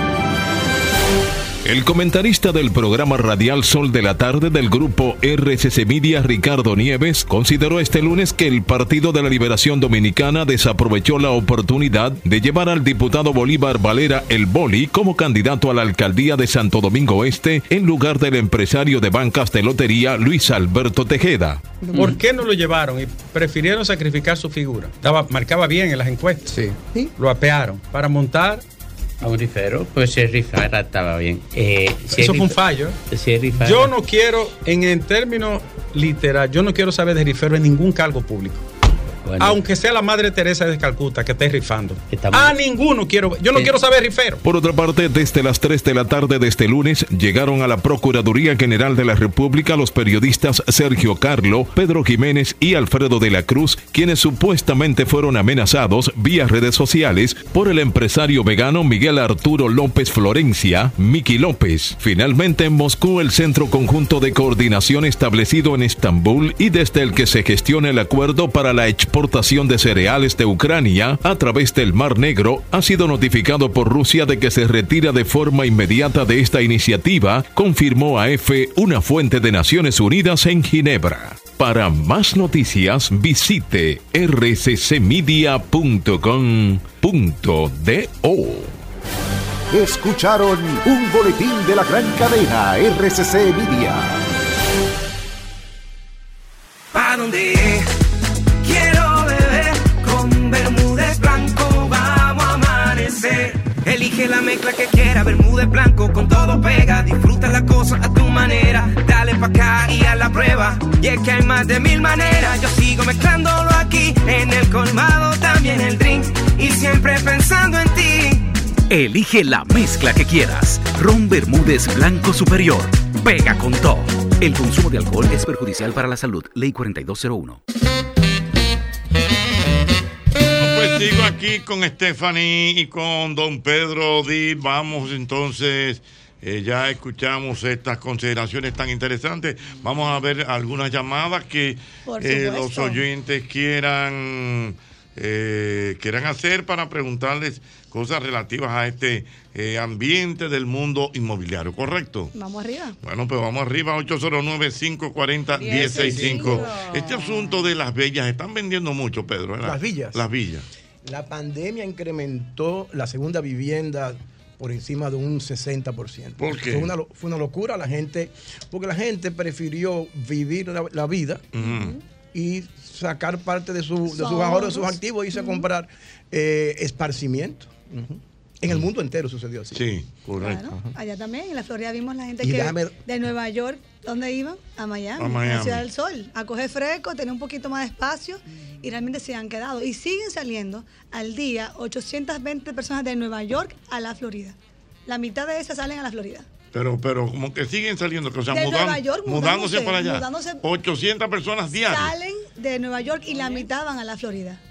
El comentarista del programa radial Sol de la Tarde del grupo R C C Media, Ricardo Nieves, consideró este lunes que el Partido de la Liberación Dominicana desaprovechó la oportunidad de llevar al diputado Bolívar Valera el Boli como candidato a la alcaldía de Santo Domingo Este en lugar del empresario de bancas de lotería Luis Alberto Tejeda. ¿Por qué no lo llevaron y prefirieron sacrificar su figura? Daba, marcaba bien en las encuestas. Sí. Lo apearon para montar a un rifero, pues si el rifero estaba bien. Eh, si Eso el fue un rif- fallo. Si el rifero- Yo no quiero, en el término literal, yo no quiero saber de rifero en ningún cargo público. Bueno. Aunque sea la Madre Teresa de Calcuta que esté rifando. Estamos- A ninguno quiero, yo no Eh, quiero saber rifero. Por otra parte, desde las tres de la tarde de este lunes llegaron a la Procuraduría General de la República los periodistas Sergio Carlo, Pedro Jiménez y Alfredo de la Cruz, quienes supuestamente fueron amenazados vía redes sociales por el empresario vegano Miguel Arturo López Florencia, Miki López. Finalmente, en Moscú, el Centro Conjunto de Coordinación establecido en Estambul y desde el que se gestiona el acuerdo para la exportación de cereales de Ucrania a través del Mar Negro ha sido notificado por Rusia de que se retira de forma inmediata de esta iniciativa, confirmó a EFE una fuente de Naciones Unidas en Ginebra. Para más noticias visite r c c media punto com punto do. Escucharon un boletín de la gran cadena R C C Media. ¿Pa' dónde quiero beber? Con Bermúdez Blanco vamos a amanecer. Elige la mezcla que quiera, Bermúdez Blanco con todo pega. Disfruta la cosa a tu manera, dale pa' acá y a la prueba. Y es que hay más de mil maneras, yo sigo mezclándolo aquí. En el colmado también el drink y siempre pensando en ti. Elige la mezcla que quieras. Ron Bermúdez Blanco Superior. Pega con todo. El consumo de alcohol es perjudicial para la salud. Ley cuarenta y dos cero uno. Pues sigo aquí con Stephanie y con don Pedro Di. Vamos entonces, eh, ya escuchamos estas consideraciones tan interesantes. Vamos a ver algunas llamadas que Por eh, los supuesto. oyentes quieran, eh, quieran hacer para preguntarles cosas relativas a este eh, ambiente del mundo inmobiliario, ¿correcto? Vamos arriba. Bueno, pues vamos arriba, ocho cero nueve, cinco cuatro cero, uno cero seis cinco. Este asunto de las villas, están vendiendo mucho, Pedro, ¿verdad? Las villas. Las villas. La pandemia incrementó la segunda vivienda por encima de un sesenta por ciento. ¿Por qué? Fue una, lo- fue una locura la gente, porque la gente prefirió vivir la, la vida Ujú. y sacar parte de, su, de sus Sus ahorros, de sus ahorros. activos, irse a comprar eh, esparcimiento. Ujú. En el mundo entero sucedió así. Sí, Claro, allá también, en la Florida vimos la gente Y que déjame- de Nueva York, ¿dónde iban? A Miami, A a Miami. la Ciudad del Sol, a coger fresco, tener un poquito más de espacio y realmente se han quedado. Y siguen saliendo al día ochocientas veinte personas de Nueva York a la Florida. La mitad de esas salen a la Florida. Pero, pero como que siguen saliendo, que, o sea, De mudan- Nueva York, mudándose, mudándose, para allá. mudándose. ochocientas personas diarias. Salen de Nueva York y la mitad van a la Florida.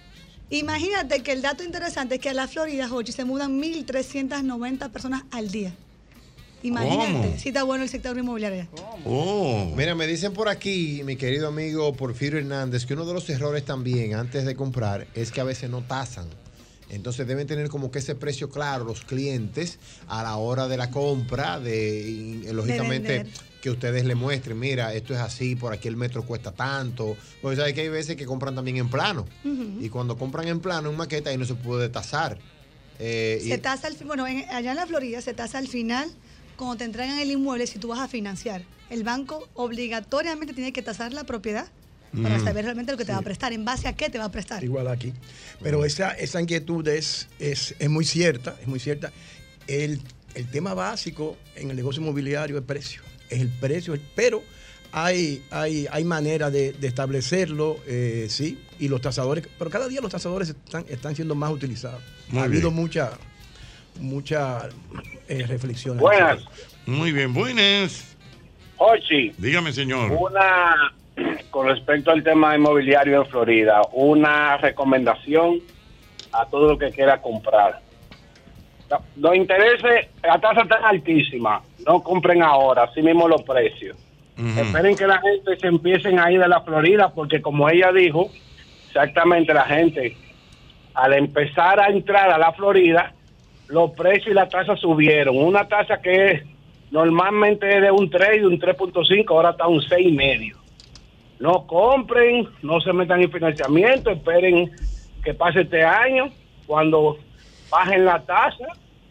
Imagínate que el dato interesante es que a la Florida, Jochi, se mudan mil trescientas noventa personas al día. Imagínate, ¿Cómo? si está bueno el sector inmobiliario. Oh. Mira, me dicen por aquí, mi querido amigo Porfirio Hernández, que uno de los errores también antes de comprar es que a veces no tasan. Entonces deben tener como que ese precio claro los clientes a la hora de la compra, de y, lógicamente de que ustedes le muestren, mira, esto es así, por aquí el metro cuesta tanto. Porque sabes que hay veces que compran también en plano. Uh-huh. Y cuando compran en plano, en maqueta, ahí no se puede tasar. Eh, Se y- tasa al, fi- bueno, en- allá en la Florida se tasa al final cuando te entregan el inmueble si tú vas a financiar. El banco obligatoriamente tiene que tasar la propiedad para Mm. saber realmente lo que te va a prestar, en base a qué te va a prestar. Igual aquí. Pero esa, esa inquietud es, es, es muy cierta, es muy cierta. El, el tema básico en el negocio inmobiliario es precio. Es el precio, pero hay, hay, hay manera de, de establecerlo, eh, sí, y los tasadores, pero cada día los tasadores están, están siendo más utilizados. Muy ha habido bien. mucha, mucha eh, reflexión. Buenas. Muy bien, buenas. Ochi. Dígame, señor. Una, con respecto al tema inmobiliario en Florida, una recomendación a todo el que quiera comprar. Los intereses, la tasa está altísima, no compren ahora, así mismo los precios. Uh-huh. Esperen que la gente se empiecen a ir de la Florida, porque como ella dijo, exactamente la gente, al empezar a entrar a la Florida, los precios y la tasa subieron. Una tasa que normalmente es de un tres y un tres punto cinco, ahora está un seis y medio. No compren, no se metan en financiamiento, esperen que pase este año, cuando bajen la tasa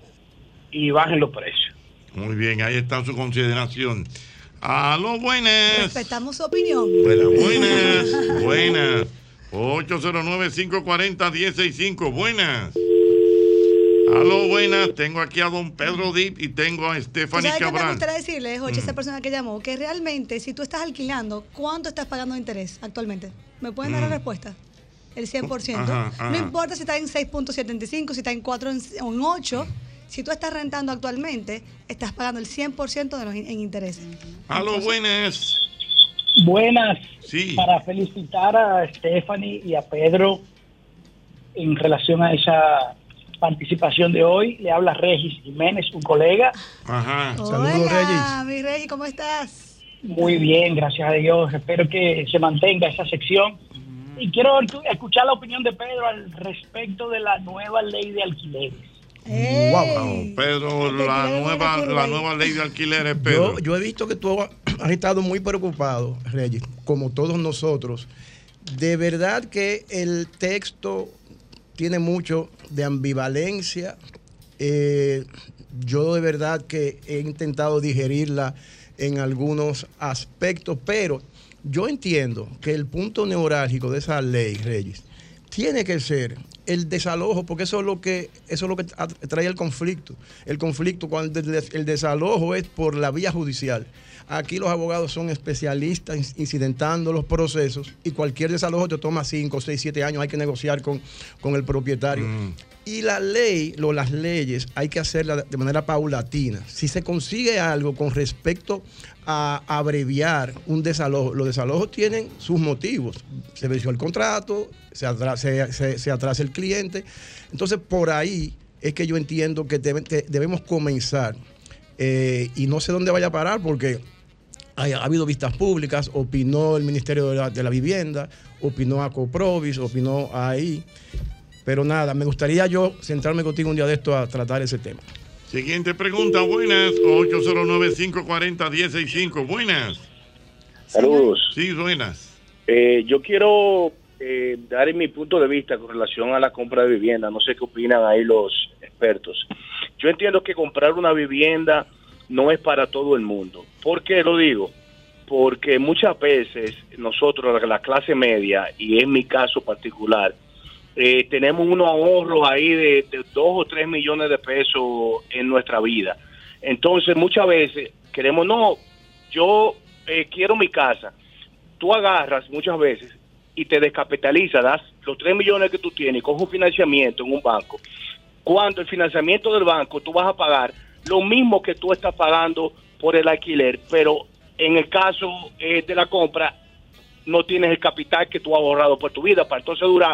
y bajen los precios. Muy bien, ahí está su consideración. Aló, buenas. Respetamos su opinión. Buenas, buenas, buenas. ocho cero nueve, cinco cuatro cero, uno cero seis cinco. Buenas. Aló, buenas. Tengo aquí a don Pedro Dip y tengo a ¿Tú Stephanie sabes qué me Cabral. gustaría decirle, Jochi, Mm. esa persona que llamó? Que realmente, si tú estás alquilando, ¿cuánto estás pagando de interés actualmente? ¿Me pueden dar la Mm. respuesta? El cien por ciento. Ajá, ajá. No importa si está en seis punto setenta y cinco, si está en cuatro o en ocho. Si tú estás rentando actualmente, estás pagando el cien por ciento de los in- en intereses. Aló, buenas. Buenas. Sí. Para felicitar a Stephanie y a Pedro en relación a esa participación de hoy, le habla Regis Jiménez, un colega. Ajá. Hola, mi Regi, ¿cómo estás? Muy bien, gracias a Dios. Espero que se mantenga esa sección. Y quiero escuchar la opinión de Pedro al respecto de la nueva ley de alquileres. Wow, Pedro, la nueva, la nueva ley de alquileres, Pedro. Yo, yo he visto que tú has estado muy preocupado, Reyes, como todos nosotros. De verdad que el texto tiene mucho de ambivalencia. Eh, yo de verdad que he intentado digerirla en algunos aspectos, pero yo entiendo que el punto neurálgico de esa ley, Reyes, tiene que ser el desalojo, porque eso es lo que eso es lo que trae el conflicto. El conflicto cuando el, des, el desalojo es por la vía judicial. Aquí los abogados son especialistas incidentando los procesos y cualquier desalojo te toma cinco, seis, siete años, hay que negociar con, con el propietario. Mm. Y la ley, lo, las leyes, hay que hacerlas de manera paulatina. Si se consigue algo con respecto a abreviar un desalojo, los desalojos tienen sus motivos. Se venció el contrato, se atrasa, se, se, se atrasa el cliente. Entonces, por ahí es que yo entiendo que, debe, que debemos comenzar. Eh, y no sé dónde vaya a parar porque hay, ha habido vistas públicas, opinó el Ministerio de la, de la Vivienda, opinó a Coprovis, opinó ahí. Pero nada, me gustaría yo centrarme contigo un día de esto a tratar ese tema. Siguiente pregunta, buenas. ocho cero nueve, cinco cuatro cero, uno cero seis cinco. Buenas. Saludos. Sí, buenas. Eh, yo quiero eh, dar mi punto de vista con relación a la compra de vivienda. No sé qué opinan ahí los expertos. Yo entiendo que comprar una vivienda no es para todo el mundo. ¿Por qué lo digo? Porque muchas veces nosotros, la clase media, y en mi caso particular, eh, tenemos unos ahorros ahí de, de dos o tres millones de pesos en nuestra vida. Entonces muchas veces queremos, no, yo eh, quiero mi casa. Tú agarras muchas veces y te descapitalizas, das los tres millones que tú tienes y coges un financiamiento en un banco. Cuando el financiamiento del banco tú vas a pagar lo mismo que tú estás pagando por el alquiler, pero en el caso eh, de la compra no tienes el capital que tú has ahorrado por tu vida para entonces durar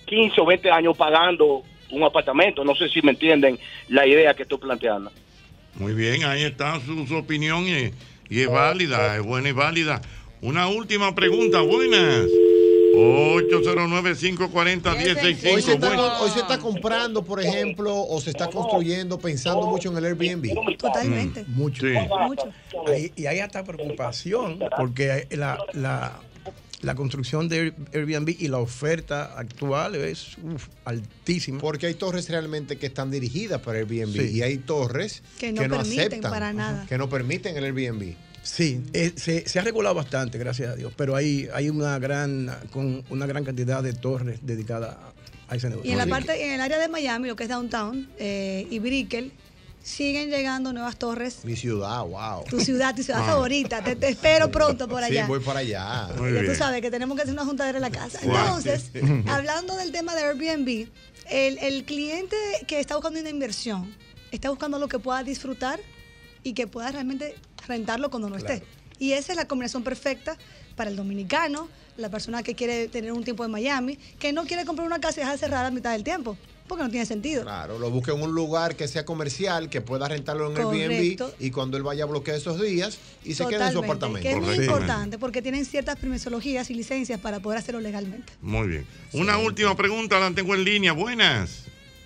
quince o veinte años pagando un apartamento. No sé si me entienden la idea que estoy planteando. Muy bien, ahí está su, su opinión y, y es válida, es buena y válida. Una última pregunta, buenas. ocho cero nueve, cinco cuatro cero, uno cero seis cinco. Hoy se, está, hoy se está comprando, por ejemplo, o se está construyendo pensando mucho en el Airbnb. Totalmente. Mm, mucho. Sí. Mucho. Ahí- y hay hasta preocupación porque la, la, la construcción de Airbnb y la oferta actual es uf, altísima. Porque hay torres realmente que están dirigidas para Airbnb Sí. y hay torres Que no permiten aceptan, para nada. que no permiten el Airbnb. Sí, eh, se, se ha regulado bastante, gracias a Dios, pero hay, hay una gran con una gran cantidad de torres dedicadas a ese negocio. Y en la parte, en el área de Miami, lo que es Downtown eh, y Brickell, siguen llegando nuevas torres. Mi ciudad, wow. Tu ciudad, tu ciudad Ah. favorita. Te, te espero pronto por allá. Sí, voy para allá. Ya tú sabes que tenemos que hacer una juntadera en la casa. Wow. Entonces, hablando del tema de Airbnb, el, el cliente que está buscando una inversión, está buscando lo que pueda disfrutar y que pueda realmente rentarlo cuando no esté. Y esa es la combinación perfecta para el dominicano, la persona que quiere tener un tiempo en Miami, que no quiere comprar una casa y dejar cerrada a mitad del tiempo, porque no tiene sentido. Claro, lo busca en un lugar que sea comercial, que pueda rentarlo en Correcto. Airbnb y cuando él vaya a bloquear esos días y se quede en su Totalmente, apartamento. que es muy Correcto. importante porque tienen ciertas permisologías y licencias para poder hacerlo legalmente. Muy bien. Una última pregunta, la tengo en línea. Buenas.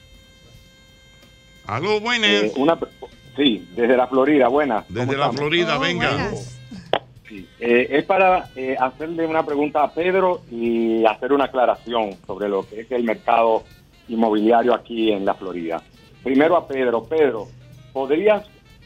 Aló, buenas. Eh, una, sí, desde la Florida, buenas. Desde ¿Cómo la estamos? Florida, venga. Sí, eh, es para eh, hacerle una pregunta a Pedro y hacer una aclaración sobre lo que es el mercado inmobiliario aquí en la Florida. Primero a Pedro. Pedro, ¿podrías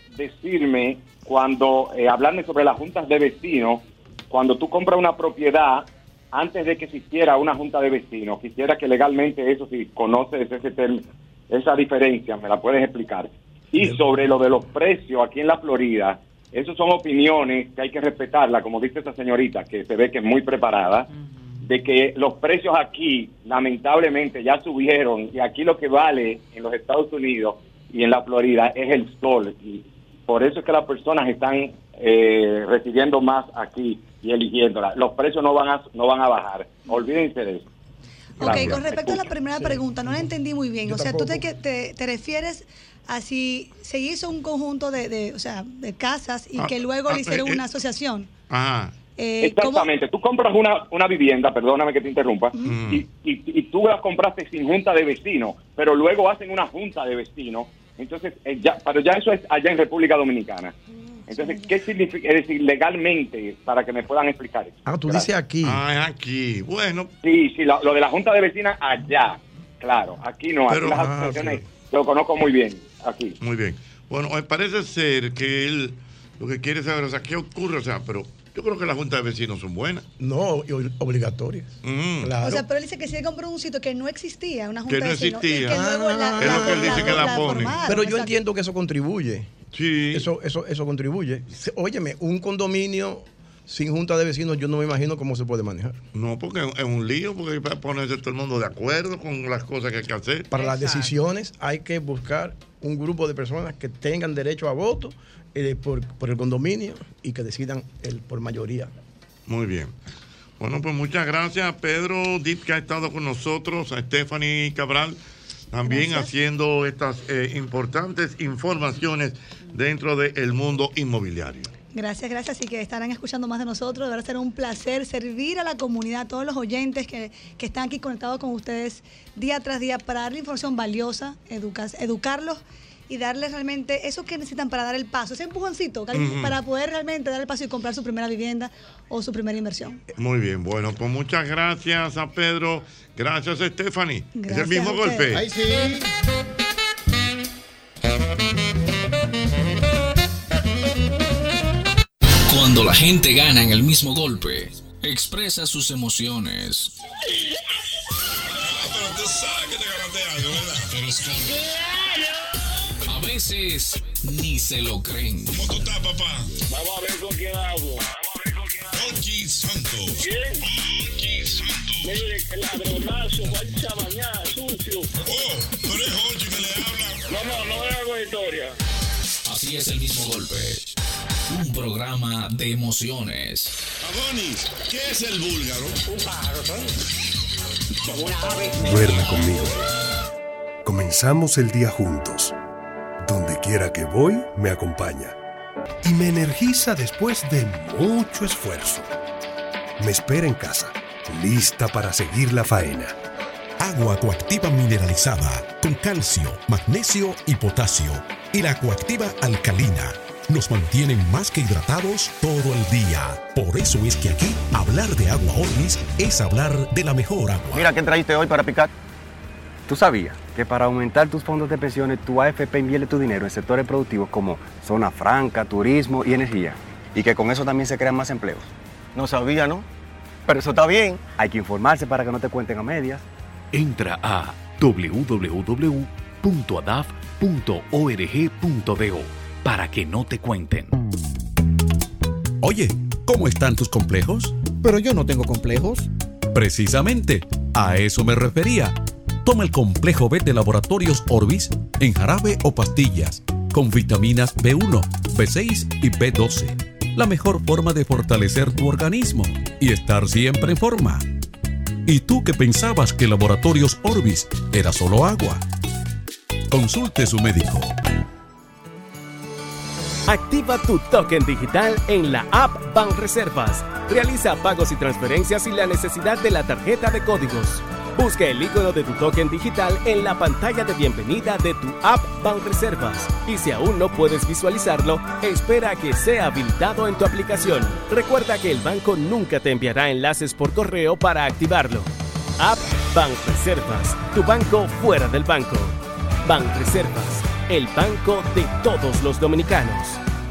decirme cuando, eh, hablarme sobre las juntas de vecinos, cuando tú compras una propiedad, antes de que existiera una junta de vecinos, quisiera que legalmente eso, si conoces ese term- esa diferencia, me la puedes explicar? Y sobre lo de los precios aquí en la Florida, esas son opiniones que hay que respetarla, como dice esta señorita, que se ve que es muy preparada, de que los precios aquí, lamentablemente, ya subieron, y aquí lo que vale en los Estados Unidos y en la Florida es el sol, y por eso es que las personas están eh, recibiendo más aquí y eligiéndola. Los precios no van a, no van a bajar, olvídense de eso. Ok, Gracias. con respecto a la primera pregunta, no la entendí muy bien. Yo O sea, tú te, tampoco. que- te, te refieres a si se hizo un conjunto de, de, o sea, de casas y Ah, que luego ah, le hicieron eh, una asociación. Ajá. Eh, ¿cómo? Exactamente, tú compras una, una vivienda, perdóname que te interrumpa, y, y, y tú la compraste sin junta de vecinos, pero luego hacen una junta de vecinos, entonces, eh, ya, pero ya eso es allá en República Dominicana. Entonces, ¿qué significa? Es decir, legalmente, para que me puedan explicar eso. Ah, tú Gracias. dices aquí. Ah, aquí. Bueno. Sí, sí, la- lo de la junta de vecinas allá, claro, aquí no, aquí Pero- las ah, asociaciones, lo conozco muy bien, aquí. Muy bien. Bueno, eh, parece ser que él lo que quiere saber, o sea, ¿qué ocurre? O sea, pero yo creo que las juntas de vecinos son buenas. No, y ob- obligatorias. Claro. O sea, pero él dice que si él compró un sitio que no existía, una junta Que no de vecinos, y existía. que luego la, Es lo que él dice que la pone. formaron, Pero yo exacto. entiendo que eso contribuye. Sí. Eso, eso, eso contribuye. Se- Óyeme, un condominio sin junta de vecinos, yo no me imagino cómo se puede manejar. No, porque es un lío, porque hay que ponerse todo el mundo de acuerdo con las cosas que hay que hacer. Para las decisiones hay que buscar un grupo de personas que tengan derecho a voto eh, por, por el condominio y que decidan el, por mayoría. Muy bien. Bueno, pues muchas gracias a Pedro Dip, que ha estado con nosotros, a Stephanie Cabral, también Gracias. haciendo estas eh, importantes informaciones dentro del mundo inmobiliario. Gracias, gracias. Así que estarán escuchando más de nosotros. De verdad será un placer servir a la comunidad, a todos los oyentes que, que están aquí conectados con ustedes día tras día para darle información valiosa, educas, educarlos y darles realmente eso que necesitan para dar el paso, ese empujoncito que- Ujú. para poder realmente dar el paso y comprar su primera vivienda o su primera inversión. Muy bien, bueno, pues muchas gracias a Pedro, gracias a Stephanie. Es Gracias el mismo a ustedes. golpe. Ay, sí. Cuando la gente gana en el mismo golpe, expresa sus emociones. Pero tú sabes que te ganaste algo, ¿verdad? Pero es como... A veces ni se lo creen. ¿Cómo tú estás, papá? Vamos a ver con quién hablo. Ochi Santos. ¿Quién? Ochi Santos. Mire, ladronazo, guacha mañana, sucio. Oh, pero es Ochi que le habla. No, no, no es algo de historia. Así es el mismo golpe. Un programa de emociones. Adonis, ¿qué es el búlgaro? Un pájaro, ¿sabes? Duerme conmigo. Comenzamos el día juntos. Donde quiera que voy, me acompaña. Y me energiza después de mucho esfuerzo. Me espera en casa, lista para seguir la faena. Agua Coactiva mineralizada con calcio, magnesio y potasio. Y la Coactiva alcalina nos mantienen más que hidratados todo el día. Por eso es que aquí hablar de agua Orbis es hablar de la mejor agua. Mira, ¿qué trajiste hoy para picar? ¿Tú sabías que para aumentar tus fondos de pensiones, tu A F P invierte tu dinero en sectores productivos como zona franca, turismo y energía? Y que con eso también se crean más empleos. No sabía, ¿no? Pero eso está bien. Hay que informarse para que no te cuenten a medias. Entra a doble u doble u doble u punto a d a f punto org punto do para que no te cuenten. Oye, ¿cómo están tus complejos? Pero yo no tengo complejos. Precisamente, a eso me refería. Toma el complejo B de Laboratorios Orbis en jarabe o pastillas, con vitaminas B uno, B seis y B doce. La mejor forma de fortalecer tu organismo y estar siempre en forma. ¿Y tú que pensabas que Laboratorios Orbis era solo agua? Consulte su médico. Activa tu token digital en la app Banreservas. Realiza pagos y transferencias sin la necesidad de la tarjeta de códigos. Busca el icono de tu token digital en la pantalla de bienvenida de tu app Banreservas. Y si aún no puedes visualizarlo, espera a que sea habilitado en tu aplicación. Recuerda que el banco nunca te enviará enlaces por correo para activarlo. App Banreservas, tu banco fuera del banco. Banreservas, el banco de todos los dominicanos.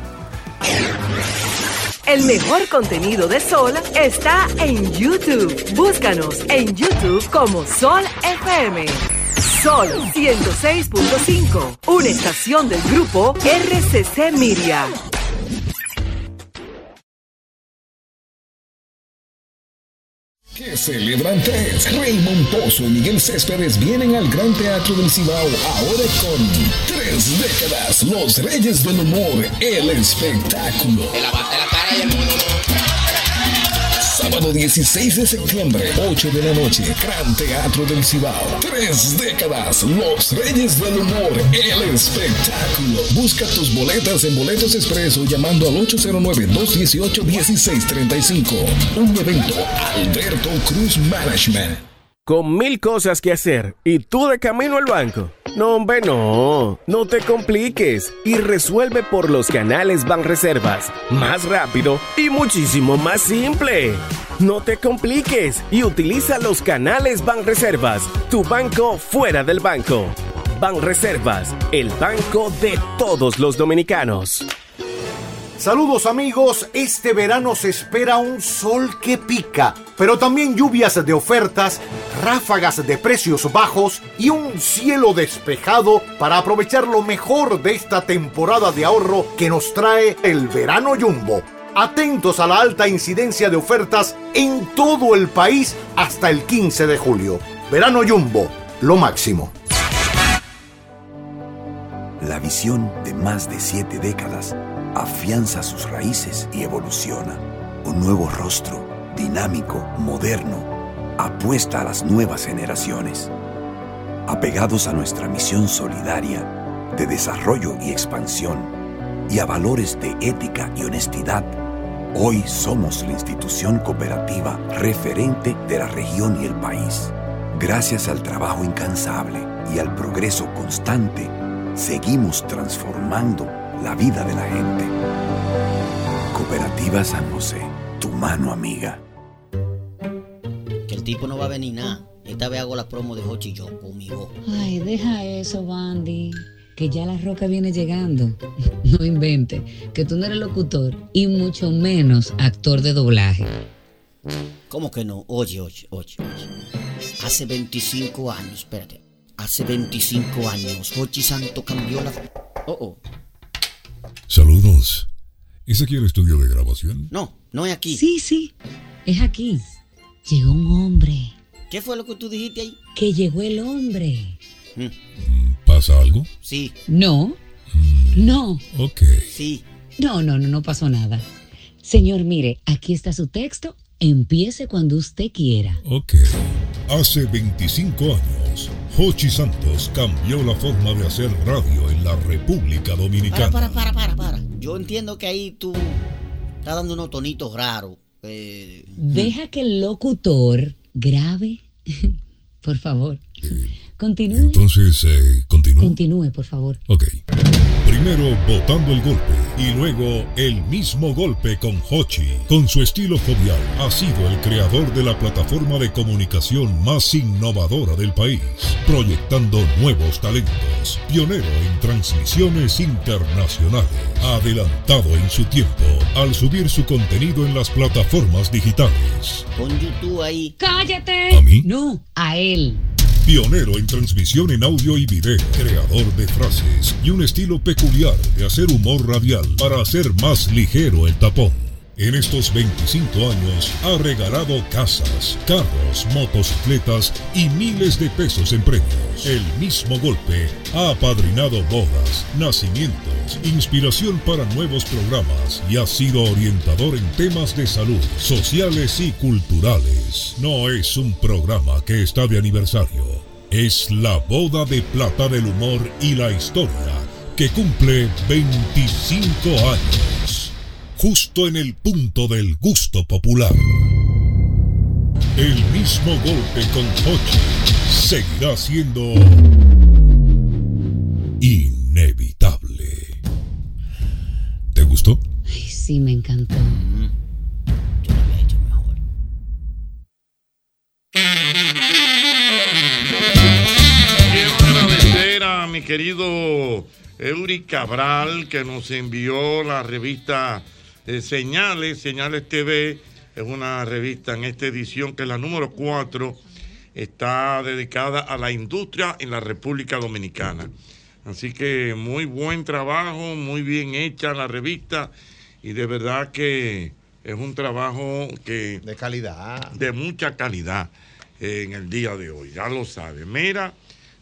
El mejor contenido de Sol está en YouTube. Búscanos en YouTube como Sol F M. Sol ciento seis punto cinco, una estación del grupo R C C Media. Que celebran tres. Raymond Pozo y Miguel Céspedes vienen al Gran Teatro del Cibao ahora con tres décadas. Los Reyes del Humor, el espectáculo. De la, de la cara y el mundo. Sábado dieciséis de septiembre, ocho de la noche, Gran Teatro del Cibao. Tres décadas, Los Reyes del Humor, el espectáculo. Busca tus boletas en Boletos Expreso llamando al ocho cero nueve, dos uno ocho, uno seis tres cinco. Un evento Alberto Cruz Management. Con mil cosas que hacer y tú de camino al banco. No, hombre, no. No te compliques y resuelve por los canales Banreservas. Más rápido y muchísimo más simple. No te compliques y utiliza los canales Banreservas, tu banco fuera del banco. Banreservas, el banco de todos los dominicanos. Saludos amigos, este verano se espera un sol que pica, pero también lluvias de ofertas, ráfagas de precios bajos y un cielo despejado para aprovechar lo mejor de esta temporada de ahorro que nos trae el verano Jumbo. Atentos a la alta incidencia de ofertas en todo el país hasta el quince de julio. Verano Jumbo, lo máximo. La visión de más de siete décadas afianza sus raíces y evoluciona. Un nuevo rostro, dinámico, moderno, apuesta a las nuevas generaciones. Apegados a nuestra misión solidaria de desarrollo y expansión y a valores de ética y honestidad, hoy somos la institución cooperativa referente de la región y el país. Gracias al trabajo incansable y al progreso constante, seguimos transformando la vida de la gente. Cooperativa San José, tu mano amiga. Que el tipo no va a venir nada. Esta vez hago la promo de Hochi y yo conmigo. Ay, deja eso, Bandy. Que ya la roca viene llegando. No invente, que tú no eres locutor y mucho menos actor de doblaje. ¿Cómo que no? Oye, oye, oye, oye. Hace veinticinco años, espérate. Hace veinticinco años, Hochi Santo cambió la... Oh, oh. Saludos. ¿Es aquí el estudio de grabación? No, no es aquí. Sí, sí, es aquí. Llegó un hombre. ¿Qué fue lo que tú dijiste ahí? Que llegó el hombre. Mm. ¿Pasa algo? Sí. No, mm. no. Ok. Sí. No, no, no, no pasó nada. Señor, mire, aquí está su texto. Empiece cuando usted quiera. Ok. Hace veinticinco años, Jochi Santos cambió la forma de hacer radio en la República Dominicana. Para, para, para, para, para. Yo entiendo que ahí tú estás dando unos tonitos raros. Eh. Deja que el locutor grabe, por favor. Continúe. Entonces, eh, continúa. Continúe, por favor. Ok. Primero botando el golpe y luego el mismo golpe con Jochi. Con su estilo jovial, ha sido el creador de la plataforma de comunicación más innovadora del país, proyectando nuevos talentos, pionero en transmisiones internacionales, adelantado en su tiempo al subir su contenido en las plataformas digitales. Pon YouTube ahí. ¡Cállate! ¿A mí? No, a él. Pionero en transmisión en audio y video, creador de frases y un estilo peculiar de hacer humor radial para hacer más ligero el tapón. En estos veinticinco años ha regalado casas, carros, motocicletas y miles de pesos en premios. El mismo golpe ha apadrinado bodas, nacimientos, inspiración para nuevos programas y ha sido orientador en temas de salud, sociales y culturales. No es un programa que está de aniversario, es la boda de plata del humor y la historia que cumple veinticinco años. Justo en el punto del gusto popular. El mismo golpe con Jochi seguirá siendo inevitable. ¿Te gustó? Ay, sí, me encantó. Yo lo había hecho mejor. Quiero agradecer a mi querido Eury Cabral que nos envió la revista Eh, Señales, Señales T V, es una revista en esta edición que es la número cuatro, está dedicada a la industria en la República Dominicana. Así que muy buen trabajo, muy bien hecha la revista y de verdad que es un trabajo que de calidad, de mucha calidad eh, en el día de hoy, ya lo sabes. Mira,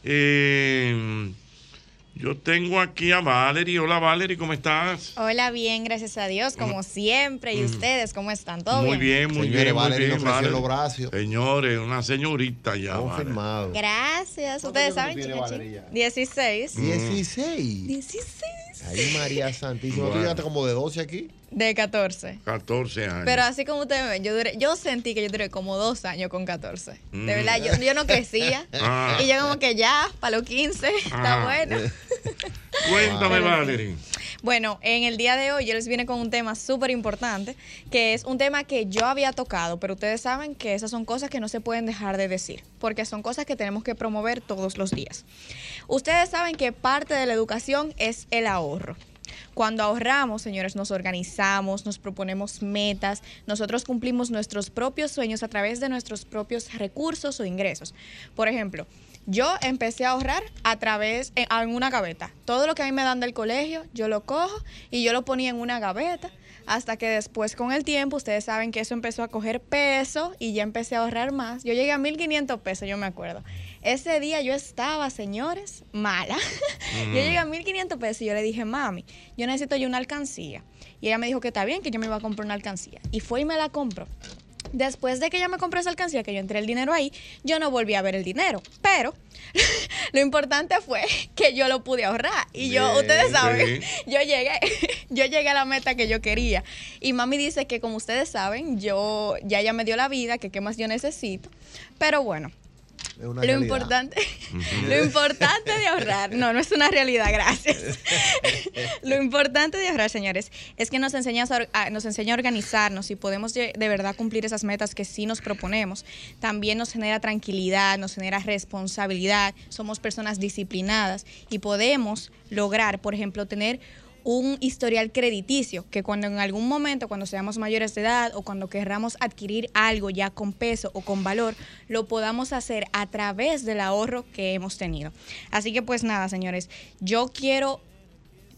eh, yo tengo aquí a Valerie. Hola Valerie, ¿cómo estás? Hola, bien, gracias a Dios, como siempre. ¿Y Mm. ustedes cómo están? ¿Todo Muy bien, muy Señores, bien, muy Valerie bien. nos ofreció Valerie. los brazos. Señores, una señorita ya. Confirmado. Gracias. Ustedes saben, tiene chica, Valerie chica. dieciséis. dieciséis. dieciséis. Ay, María Santísima. ¿Tú Bueno. llegaste como de doce aquí? De catorce. catorce años. Pero así como ustedes ven, yo duré, yo sentí que yo duré como dos años con catorce. Mm. De verdad, yo, yo no crecía. Ah. Y yo como que ya, para los quince, está Ah. bueno. Cuéntame, Pero- Valerie. Bueno, en el día de hoy yo les vine con un tema súper importante, que es un tema que yo había tocado, pero ustedes saben que esas son cosas que no se pueden dejar de decir, porque son cosas que tenemos que promover todos los días. Ustedes saben que parte de la educación es el ahorro. Cuando ahorramos, señores, nos organizamos, nos proponemos metas, nosotros cumplimos nuestros propios sueños a través de nuestros propios recursos o ingresos. Por ejemplo, yo empecé a ahorrar a través, en, en una gaveta. Todo lo que a mí me dan del colegio, yo lo cojo y yo lo ponía en una gaveta, hasta que después con el tiempo, ustedes saben que eso empezó a coger peso y ya empecé a ahorrar más. Yo llegué a mil quinientos pesos, yo me acuerdo. Ese día yo estaba, señores, mala. Mm. Yo llegué a mil quinientos pesos y yo le dije, mami, yo necesito yo una alcancía. Y ella me dijo que está bien, que yo me iba a comprar una alcancía. Y fue y me la compró. Después de que ella me compró esa alcancía, que yo entré el dinero ahí, yo no volví a ver el dinero. Pero lo importante fue que yo lo pude ahorrar. Y yo, Bien, ustedes saben, sí. yo llegué, yo llegué a la meta que yo quería. Y mami dice que, como ustedes saben, yo ya ella me dio la vida, que qué más yo necesito. Pero bueno. Es una Lo realidad. importante, lo importante de ahorrar, no, no es una realidad, gracias. Lo importante de ahorrar, señores, es que nos enseña a, a- nos enseña a organizarnos y podemos de, de verdad cumplir esas metas que sí nos proponemos. También nos genera tranquilidad, nos genera responsabilidad, somos personas disciplinadas y podemos lograr, por ejemplo, tener un historial crediticio, que cuando en algún momento, cuando seamos mayores de edad o cuando querramos adquirir algo ya con peso o con valor, lo podamos hacer a través del ahorro que hemos tenido. Así que pues nada, señores, yo quiero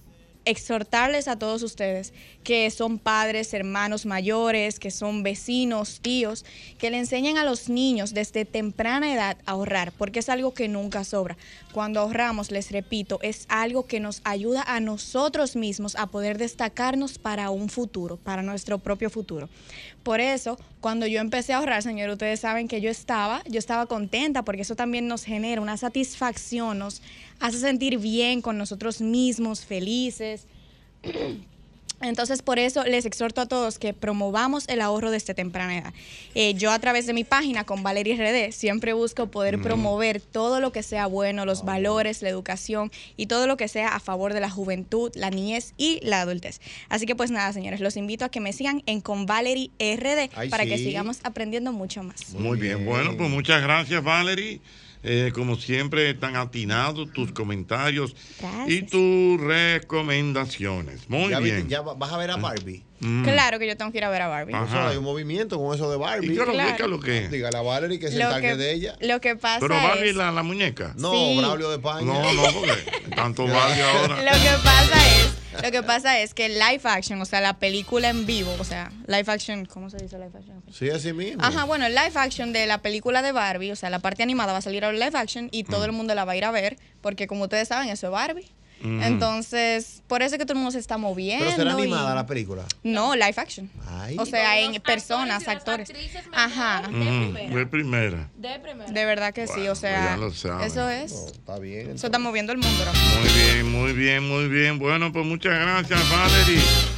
exhortarles a todos ustedes que son padres, hermanos mayores, que son vecinos, tíos, que le enseñen a los niños desde temprana edad a ahorrar, porque es algo que nunca sobra. Cuando ahorramos, les repito, es algo que nos ayuda a nosotros mismos a poder destacarnos para un futuro, para nuestro propio futuro. Por eso, cuando yo empecé a ahorrar, señor, ustedes saben que yo estaba, yo estaba contenta, porque eso también nos genera una satisfacción, nos hace sentir bien con nosotros mismos, felices. Entonces, por eso les exhorto a todos que promovamos el ahorro desde temprana edad. Eh, yo a través de mi página con Valerie R D siempre busco poder mm. promover todo lo que sea bueno, los oh. valores, la educación y todo lo que sea a favor de la juventud, la niñez y la adultez. Así que pues nada, señores, los invito a que me sigan en con Valerie R D Ay, para sí. que sigamos aprendiendo mucho más. Muy bien, bueno, pues muchas gracias, Valerie. Eh, como siempre, tan atinados tus comentarios Gracias. y tus recomendaciones. Muy ya bien. Viste, ¿Ya vas a ver a Barbie? Mm. Claro que yo tengo que ir a ver a Barbie. O sea, hay un movimiento con eso de Barbie. ¿Y qué claro. lo que es? Dígale a Valerie que se lo encargue que, de ella. Lo que pasa ¿Pero Barbie es... la, la muñeca? No, sí. Braulio de España. No, no, porque tanto Barbie ahora. Lo que pasa es... Lo que pasa es que live action, o sea, la película en vivo, o sea, live action, ¿cómo se dice live action? Sí, así mismo. Ajá, bueno, el live action de la película de Barbie, o sea, la parte animada va a salir ahora live action y todo mm. el mundo la va a ir a ver, porque como ustedes saben, eso es Barbie. Mm. Entonces, por eso es que todo el mundo se está moviendo. ¿Pero será y... animada la película? No, live action. Ay. O sea, en personas, actores. Ajá. Mm, de primera. De primera. De verdad que bueno, sí, o sea, eso es. No, está bien. Entonces. Eso está moviendo el mundo. Muy bien, muy bien, muy bien. Bueno, pues muchas gracias, Valerie.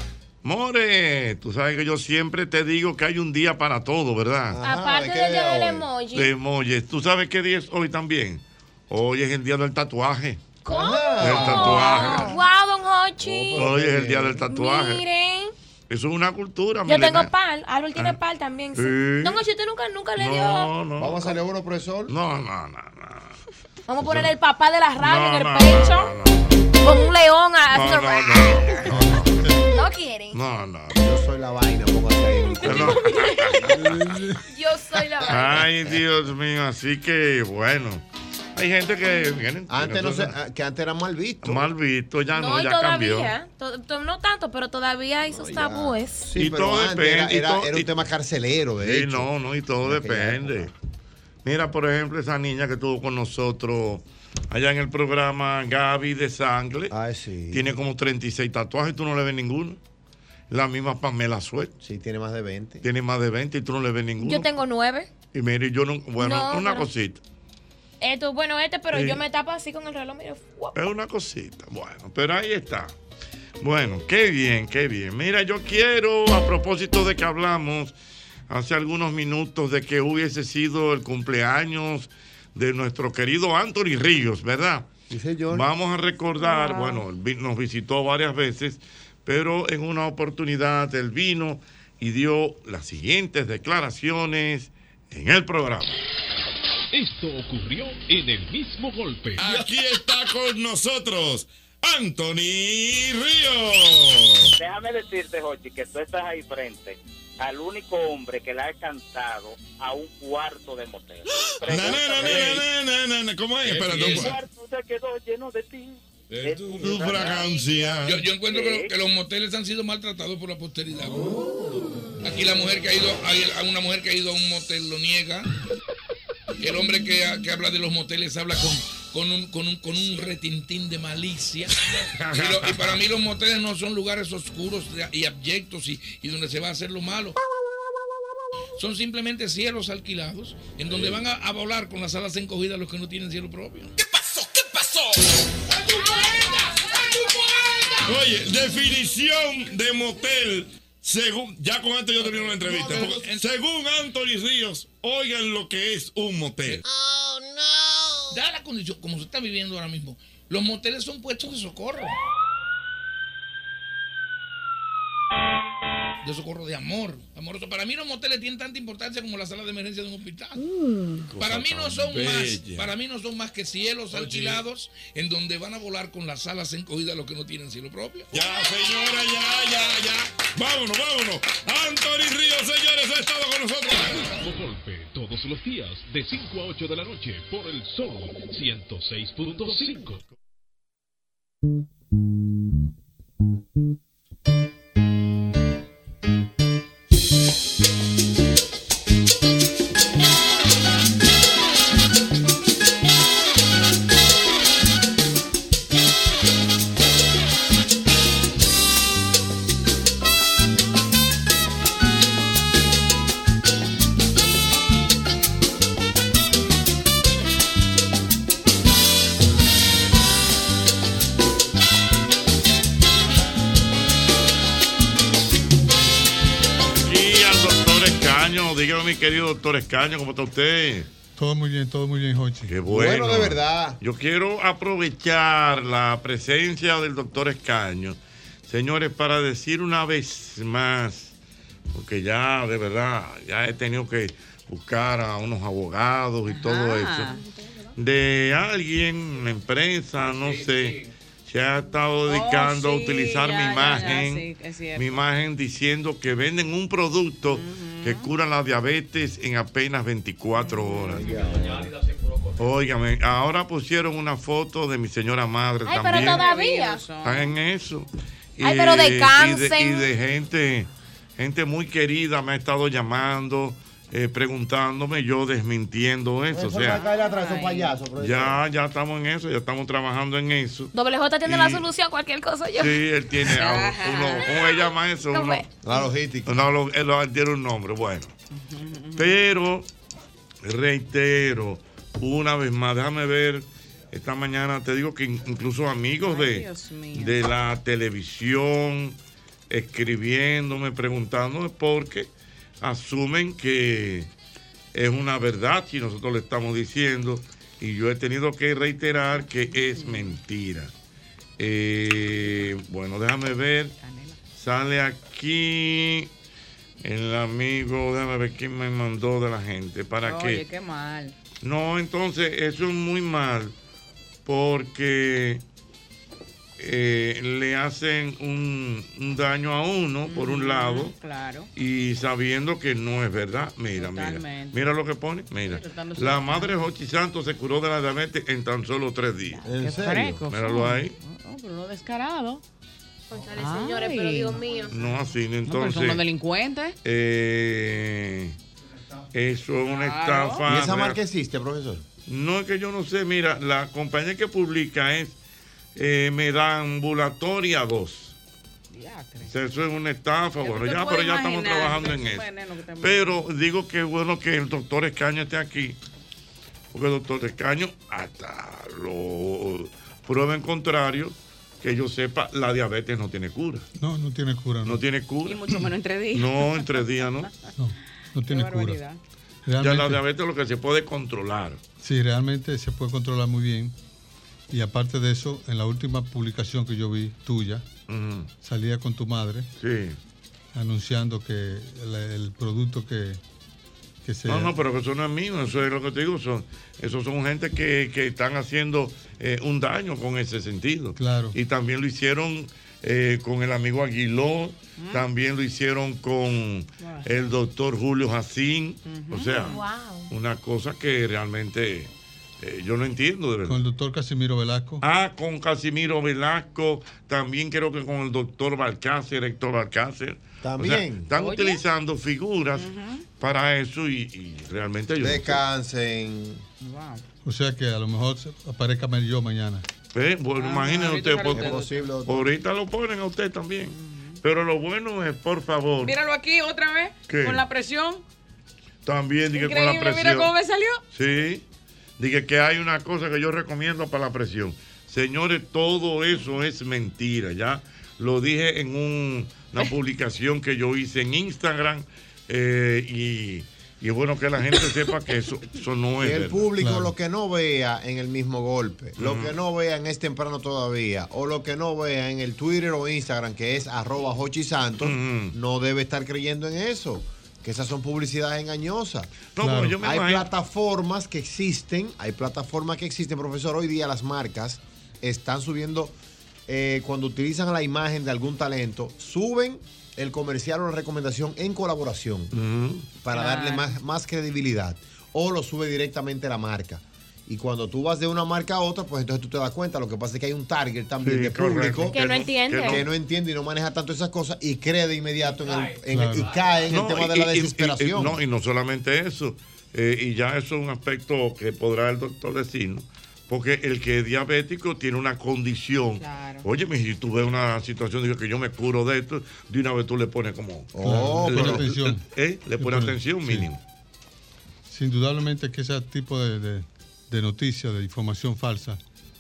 More, tú sabes que yo siempre te digo que hay un día para todo, ¿verdad? Ajá, aparte del día del emoji. De emoji. ¿Tú sabes qué día es hoy también? Hoy es el día del tatuaje. ¿Cómo? El tatuaje. Wow, don Hochi. Hoy es el día del tatuaje. Miren. Eso es una cultura. Yo Milena. tengo pal. Álvaro tiene ah. pal también. Sí. Sí. Don Hochi, usted nunca, nunca le no, dio. No, ¿Vamos a salir uno, profesor? No, no, no, no. Vamos a ponerle el papá de la radio no, en el no, pecho. No, no, no. Con un león haciendo. No, no, no, no, no. ¿No quieren? No, no. Yo soy la vaina, póngase ahí. Yo soy la vaina. Ay, Dios mío. Así que, bueno. Hay gente que vienen. Antes no se, que antes era mal visto. Mal visto, ya no, no ya todavía, cambió. To, no tanto, pero todavía hay sus no, tabúes. Sí, y pero todo depende. Era, era, todo, era un y, tema carcelero, de sí, hecho. No, no, y todo depende. Mira, por ejemplo, esa niña que estuvo con nosotros allá en el programa, Gaby de Sangle. Ay, sí. Tiene como treinta y seis tatuajes y tú no le ves ninguno. La misma Pamela Suet. Sí, tiene más de veinte. Tiene más de veinte y tú no le ves ninguno. Yo tengo nueve. Y mire, yo no. Bueno, no, una pero... cosita. Esto, bueno, este, pero sí. yo me tapo así con el reloj, mire. Es una cosita. Bueno, pero ahí está. Bueno, qué bien, qué bien. Mira, yo quiero, a propósito de que hablamos hace algunos minutos de que hubiese sido el cumpleaños de nuestro querido Anthony Ríos, ¿verdad? Sí, señor. Vamos a recordar, wow. bueno, nos visitó varias veces, pero en una oportunidad él vino y dio las siguientes declaraciones en el programa. Esto ocurrió en el mismo golpe. Aquí está con nosotros Anthony Ríos. Déjame decirte, Jochi, que tú estás ahí frente al único hombre que le ha alcanzado a un cuarto de motel. No, no, no, no, no, no, ¿cómo es? Espérate, el cuarto se quedó lleno de ti. Es tu, tu fragancia. Yo, yo encuentro ¿Sí? que, que los moteles han sido maltratados por la posteridad. Oh. Aquí la mujer que ha ido, a una mujer que ha ido a un motel lo niega. El hombre que, que habla de los moteles habla con, con, un, con, un, con un retintín de malicia. Y, lo, y para mí los moteles no son lugares oscuros y abyectos y, y donde se va a hacer lo malo. Son simplemente cielos alquilados en donde van a, a volar con las alas encogidas los que no tienen cielo propio. ¿Qué pasó? ¿Qué pasó? Oye, definición de motel. Según, ya con esto yo termino la entrevista. Porque, según Anthony Ríos, oigan lo que es un motel. Oh, no. Dada la condición, como se está viviendo ahora mismo, los moteles son puestos de socorro. De socorro, de amor. Amoroso. Para mí los moteles tienen tanta importancia como la sala de emergencia de un hospital. Mm, para mí no son bella. más, para mí no son más que cielos Oye. alquilados en donde van a volar con las alas encogidas los que no tienen cielo propio. Ya, señora, ya, ya, ya. Vámonos, vámonos. Anthony Ríos, señores, ha estado con nosotros. Golpe todos los días de cinco a ocho de la noche por el Sol ciento seis punto cinco. mi querido doctor Escaño, ¿cómo está usted? Todo muy bien, todo muy bien, Jochi. Qué bueno. Bueno, de verdad. Yo quiero aprovechar la presencia del doctor Escaño, señores, para decir una vez más, porque ya de verdad, ya he tenido que buscar a unos abogados y todo eso, de alguien, una empresa, no sé, se ha estado dedicando Oh, a sí, utilizar ya, mi ya, imagen, ya, sí, es cierto. mi imagen diciendo que venden un producto que cura la diabetes en apenas veinticuatro horas. Óigame, ahora pusieron una foto de mi señora madre Ay, también. pero todavía. Están en eso. Ay, pero y de, descansen. y de gente, gente muy querida me ha estado llamando, eh, preguntándome, yo desmintiendo eso. O sea, atrás, un payaso, profesor. ya, ya estamos en eso, ya estamos trabajando en eso. Doble J tiene Y- la solución a cualquier cosa. Yo. Sí, él tiene a- uno, ¿cómo se llama eso? ¿Cómo Uno- es? La logística. No, lo- él, él tiene un nombre, bueno. Pero, reitero, una vez más, déjame ver, esta mañana te digo que in- incluso amigos Ay, de, Dios mío. de la televisión, escribiéndome, preguntándome, porque asumen que es una verdad si nosotros le estamos diciendo, y yo he tenido que reiterar que es mentira. Eh, bueno, déjame ver, sale aquí el amigo, déjame ver quién me mandó de la gente, para Oye, que... qué mal. No, entonces eso es muy mal porque eh, le hacen un, un daño a uno, por un lado, Claro. y sabiendo que no es verdad. Mira, mira, Totalmente. mira lo que pone. Mira, Tratando de la ser- madre Jochi Santos se curó de la diabetes en tan solo tres días. Qué fresco. Míralo son. ahí. No, pero no descarado. Conchale, señores, pero Dios mío. No así, No, pero entonces. son unos delincuentes. eh, eso es una Claro. estafa. ¿Y esa marca existe, profesor? No, es que yo no sé. Mira, la compañía que publica es eh, Medambulatoria dos. O sea, eso es una estafa. Ya Bueno, tú te ya, puedes pero ya estamos imaginar trabajando en ese eso. veneno que te Pero digo que es bueno que el doctor Escaño esté aquí. Porque el doctor Escaño, hasta lo prueba en contrario, que yo sepa, la diabetes no tiene cura. No, no tiene cura. No, No tiene cura. Y mucho menos en tres días. No, en tres días, ¿no? no tiene Qué cura. barbaridad. Ya la Realmente- diabetes es lo que se puede controlar. Sí, realmente se puede controlar muy bien. Y aparte de eso, en la última publicación que yo vi tuya, Ujú. salía con tu madre Sí. anunciando que el, el producto que, que se... No, no, pero que eso no es mío, eso es lo que te digo, son, esos son gente que, que están haciendo eh, un daño con ese sentido. Claro. Y también lo hicieron eh, con el amigo Aguiló, también lo hicieron con el doctor Julio Jacín, o sea, una cosa que realmente eh, yo no entiendo de verdad. Con el doctor Casimiro Velasco. Ah, con Casimiro Velasco, también creo que con el doctor Balcácer, Héctor Balcácer. También. O sea, están Oye. utilizando figuras para eso y, y realmente yo no sé. Descansen. O sea que a lo mejor se- aparezca yo mañana. Eh, bueno, imagínese ahorita usted, sale porque usted, posible, doctor. ahorita lo ponen a usted también. Pero lo bueno es, por favor, Míralo aquí otra vez. ¿Qué? Con la presión. también diga con la Increíble, presión. mira cómo me salió. Sí, diga que hay una cosa que yo recomiendo para la presión. Señores, todo eso es mentira, ya lo dije en un- una publicación que yo hice en Instagram eh, y, y es bueno que la gente sepa que eso, eso no es Y el verdad. público lo que no vea en el mismo golpe, lo Ujú. que no vea en Es Temprano Todavía, o lo que no vea en el Twitter o Instagram, que es arroba Jochi Santos, no debe estar creyendo en eso. Que esas son publicidades engañosas. No, Claro. yo me hay imagino- plataformas que existen, hay plataformas que existen, profesor. Hoy día las marcas están subiendo, eh, cuando utilizan la imagen de algún talento, suben el comercial o la recomendación en colaboración para Claro. darle más, más credibilidad. O lo sube directamente la marca. Y cuando tú vas de una marca a otra, pues entonces tú te das cuenta. Lo que pasa es que hay un target también Sí, de correcto. público Que no entiende. que no entiende y no maneja tanto esas cosas y cree de inmediato en el, en- Claro. y cae en No, el tema de y- la y- y- desesperación. y- no, y no solamente eso, eh, y ya eso es un aspecto que podrá el doctor decirnos, porque el que es diabético tiene una condición. Oye, mi, si tú ves una situación, digo que yo me curo de esto, de una vez tú le pones como. Oh, le, pone atención. ¿eh? Le pone atención sí. mínimo. Sí, indudablemente que ese tipo de, de, de noticias, de información falsa,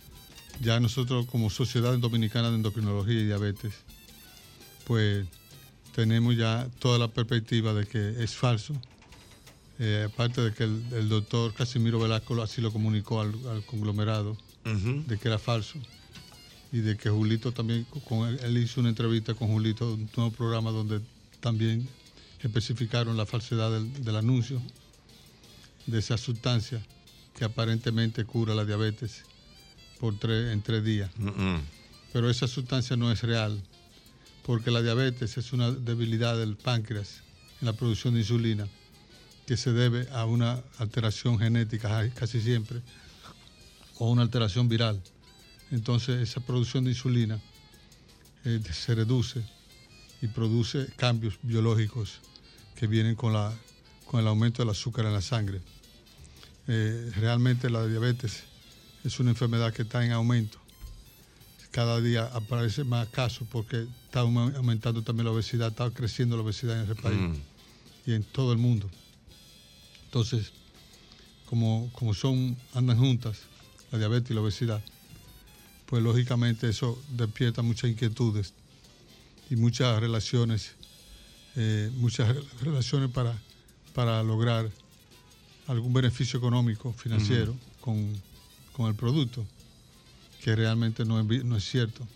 ya nosotros como Sociedad Dominicana de Endocrinología y Diabetes, pues tenemos ya toda la perspectiva de que es falso Eh, aparte de que el, el doctor Casimiro Velasco así lo comunicó al, al conglomerado, uh-huh. de que era falso. Y de que Julito también, con él, él hizo una entrevista con Julito, un nuevo programa donde también especificaron la falsedad del, del anuncio de esa sustancia que aparentemente cura la diabetes por tres, en tres días. Uh-uh. Pero esa sustancia no es real, porque la diabetes es una debilidad del páncreas en la producción de insulina que se debe a una alteración genética casi siempre o una alteración viral. Entonces esa producción de insulina eh, se reduce y produce cambios biológicos que vienen con, la, con el aumento del azúcar en la sangre. Eh, realmente la diabetes es una enfermedad que está en aumento. Cada día aparece más casos porque está aumentando también la obesidad, está creciendo la obesidad en ese país mm. y en todo el mundo. Entonces, como, como son, andan juntas, la diabetes y la obesidad, pues lógicamente eso despierta muchas inquietudes y muchas relaciones, eh, muchas relaciones para, para lograr algún beneficio económico, financiero, uh-huh. con, con el producto, que realmente no es, no es cierto.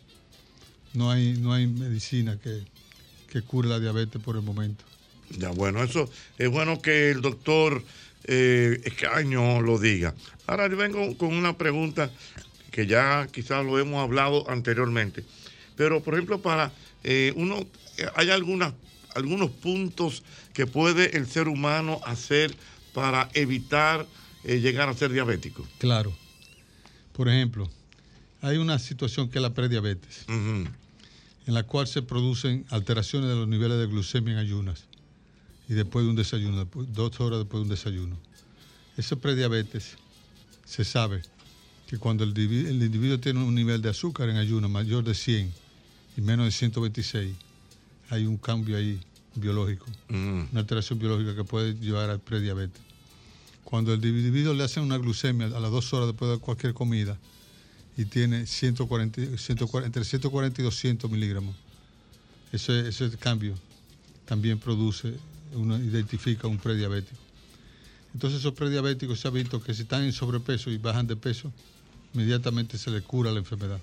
No hay, no hay medicina que, que cure la diabetes por el momento. Ya, bueno, eso es bueno que el doctor eh, Escaño lo diga. Ahora yo vengo con una pregunta que ya quizás lo hemos hablado anteriormente, pero por ejemplo para eh, uno, hay algunas, algunos puntos que puede el ser humano hacer para evitar eh, llegar a ser diabético. Claro. Por ejemplo, hay una situación que es la prediabetes, uh-huh. en la cual se producen alteraciones de los niveles de glucemia en ayunas y después de un desayuno, dos horas después de un desayuno. Esa prediabetes se sabe que cuando el, el individuo tiene un nivel de azúcar en ayunas mayor de cien y menos de ciento veintiséis, hay un cambio ahí biológico, mm. una alteración biológica que puede llevar al prediabetes. Cuando el individuo le hacen una glucemia a las dos horas después de cualquier comida y tiene ciento cuarenta, ciento cuarenta, entre ciento cuarenta y doscientos miligramos, ese, ese cambio también produce, uno identifica un prediabético. Entonces esos prediabéticos se ha visto que si están en sobrepeso y bajan de peso, inmediatamente se les cura la enfermedad.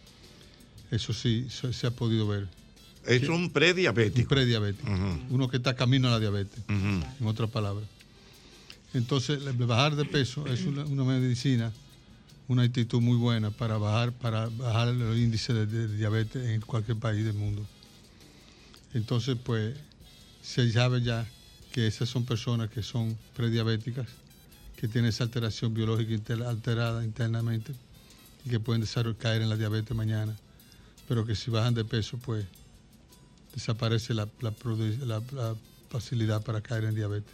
Eso sí, se, se ha podido ver. Es un prediabético. Un prediabético. Uh-huh. Uno que está camino a la diabetes, uh-huh. en otras palabras. Entonces, bajar de peso es una, una medicina, una actitud muy buena para bajar, para bajar el índice de, de diabetes en cualquier país del mundo. Entonces, pues, se sabe ya que esas son personas que son prediabéticas, que tienen esa alteración biológica inter, alterada internamente y que pueden desarrollar, caer en la diabetes mañana, pero que si bajan de peso, pues desaparece la, la, la, la facilidad para caer en diabetes.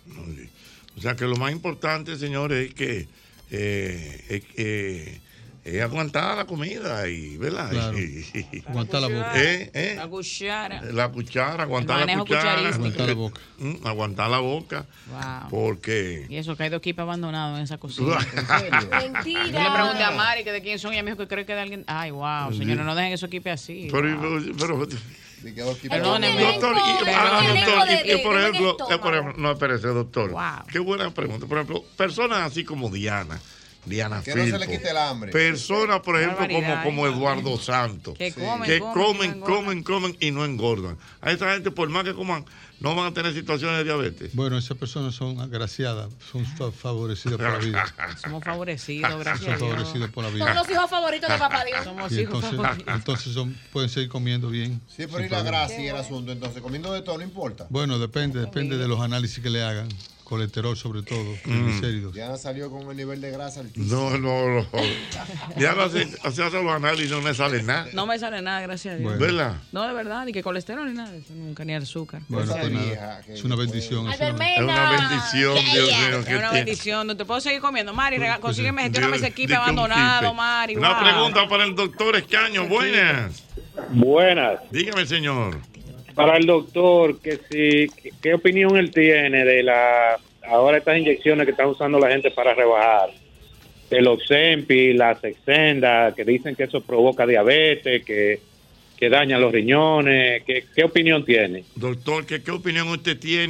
O sea que lo más importante, señores, es que eh, es, eh, es aguantar la comida y, ¿verdad? Claro. Y, y, aguantar la boca. ¿Eh? ¿Eh? La cuchara. La cuchara, aguantar la cuchara. Aguantar la boca. Mm, aguantar la boca. Wow. Porque... Y eso que hay dos equipos abandonados en esa cocina. Mentira. Yo le pregunté a Mari que de quién son y ella me dijo que cree que de alguien. Ay, wow, señores, no dejen esos equipos así. Pero, Wow. pero, pero Perdóneme. Doctor, y, ah, doctor, y, y por ejemplo, eh, por ejemplo, no, espérese, doctor. Wow. Qué buena pregunta. Por ejemplo, personas así como Diana, Diana que Filpo, no se le quite el hambre. Personas, por ejemplo, como, como Eduardo Santos, que comen, que comen, comen, no comen, comen y no engordan. A esa gente, por más que coman, no van a tener situaciones de diabetes. Bueno, esas personas son agraciadas, son favorecidas por la vida. Somos favorecidos, gracias son a Dios. favorecidos por la vida. Son los hijos favoritos de papá Dios. Somos Y hijos entonces, favoritos. entonces son, pueden seguir comiendo bien. Sí, pero y la grasa y el asunto, entonces comiendo de todo no importa. Bueno, depende, depende de los análisis que le hagan. Colesterol sobre todo, triglicéridos. Diana salió con el nivel de grasa altísimo. No, no, no. Diana hace, hace, hace los análisis y no me sale nada. No me sale nada, gracias a Dios. Bueno. ¿Verdad? No, de verdad, ni que colesterol ni nada de eso, nunca, ni azúcar. Bueno, pues nada. Es una bendición. Es una, es una bendición, Dios mío. Es una bendición. No te puedo seguir comiendo. Mari, rega- Pues, consígueme, Dios, gestióname ese equipo di que un abandonado, kipe. Mari. Una wow. pregunta para el doctor Escaño. Buenas. Buenas. Dígame, señor. Para el doctor, que si, ¿qué opinión él tiene de la ahora estas inyecciones que está usando la gente para rebajar? El Ozempic, la Saxenda, que dicen que eso provoca diabetes, que, que daña los riñones. ¿Qué, qué opinión tiene? Doctor, ¿qué, ¿qué opinión usted tiene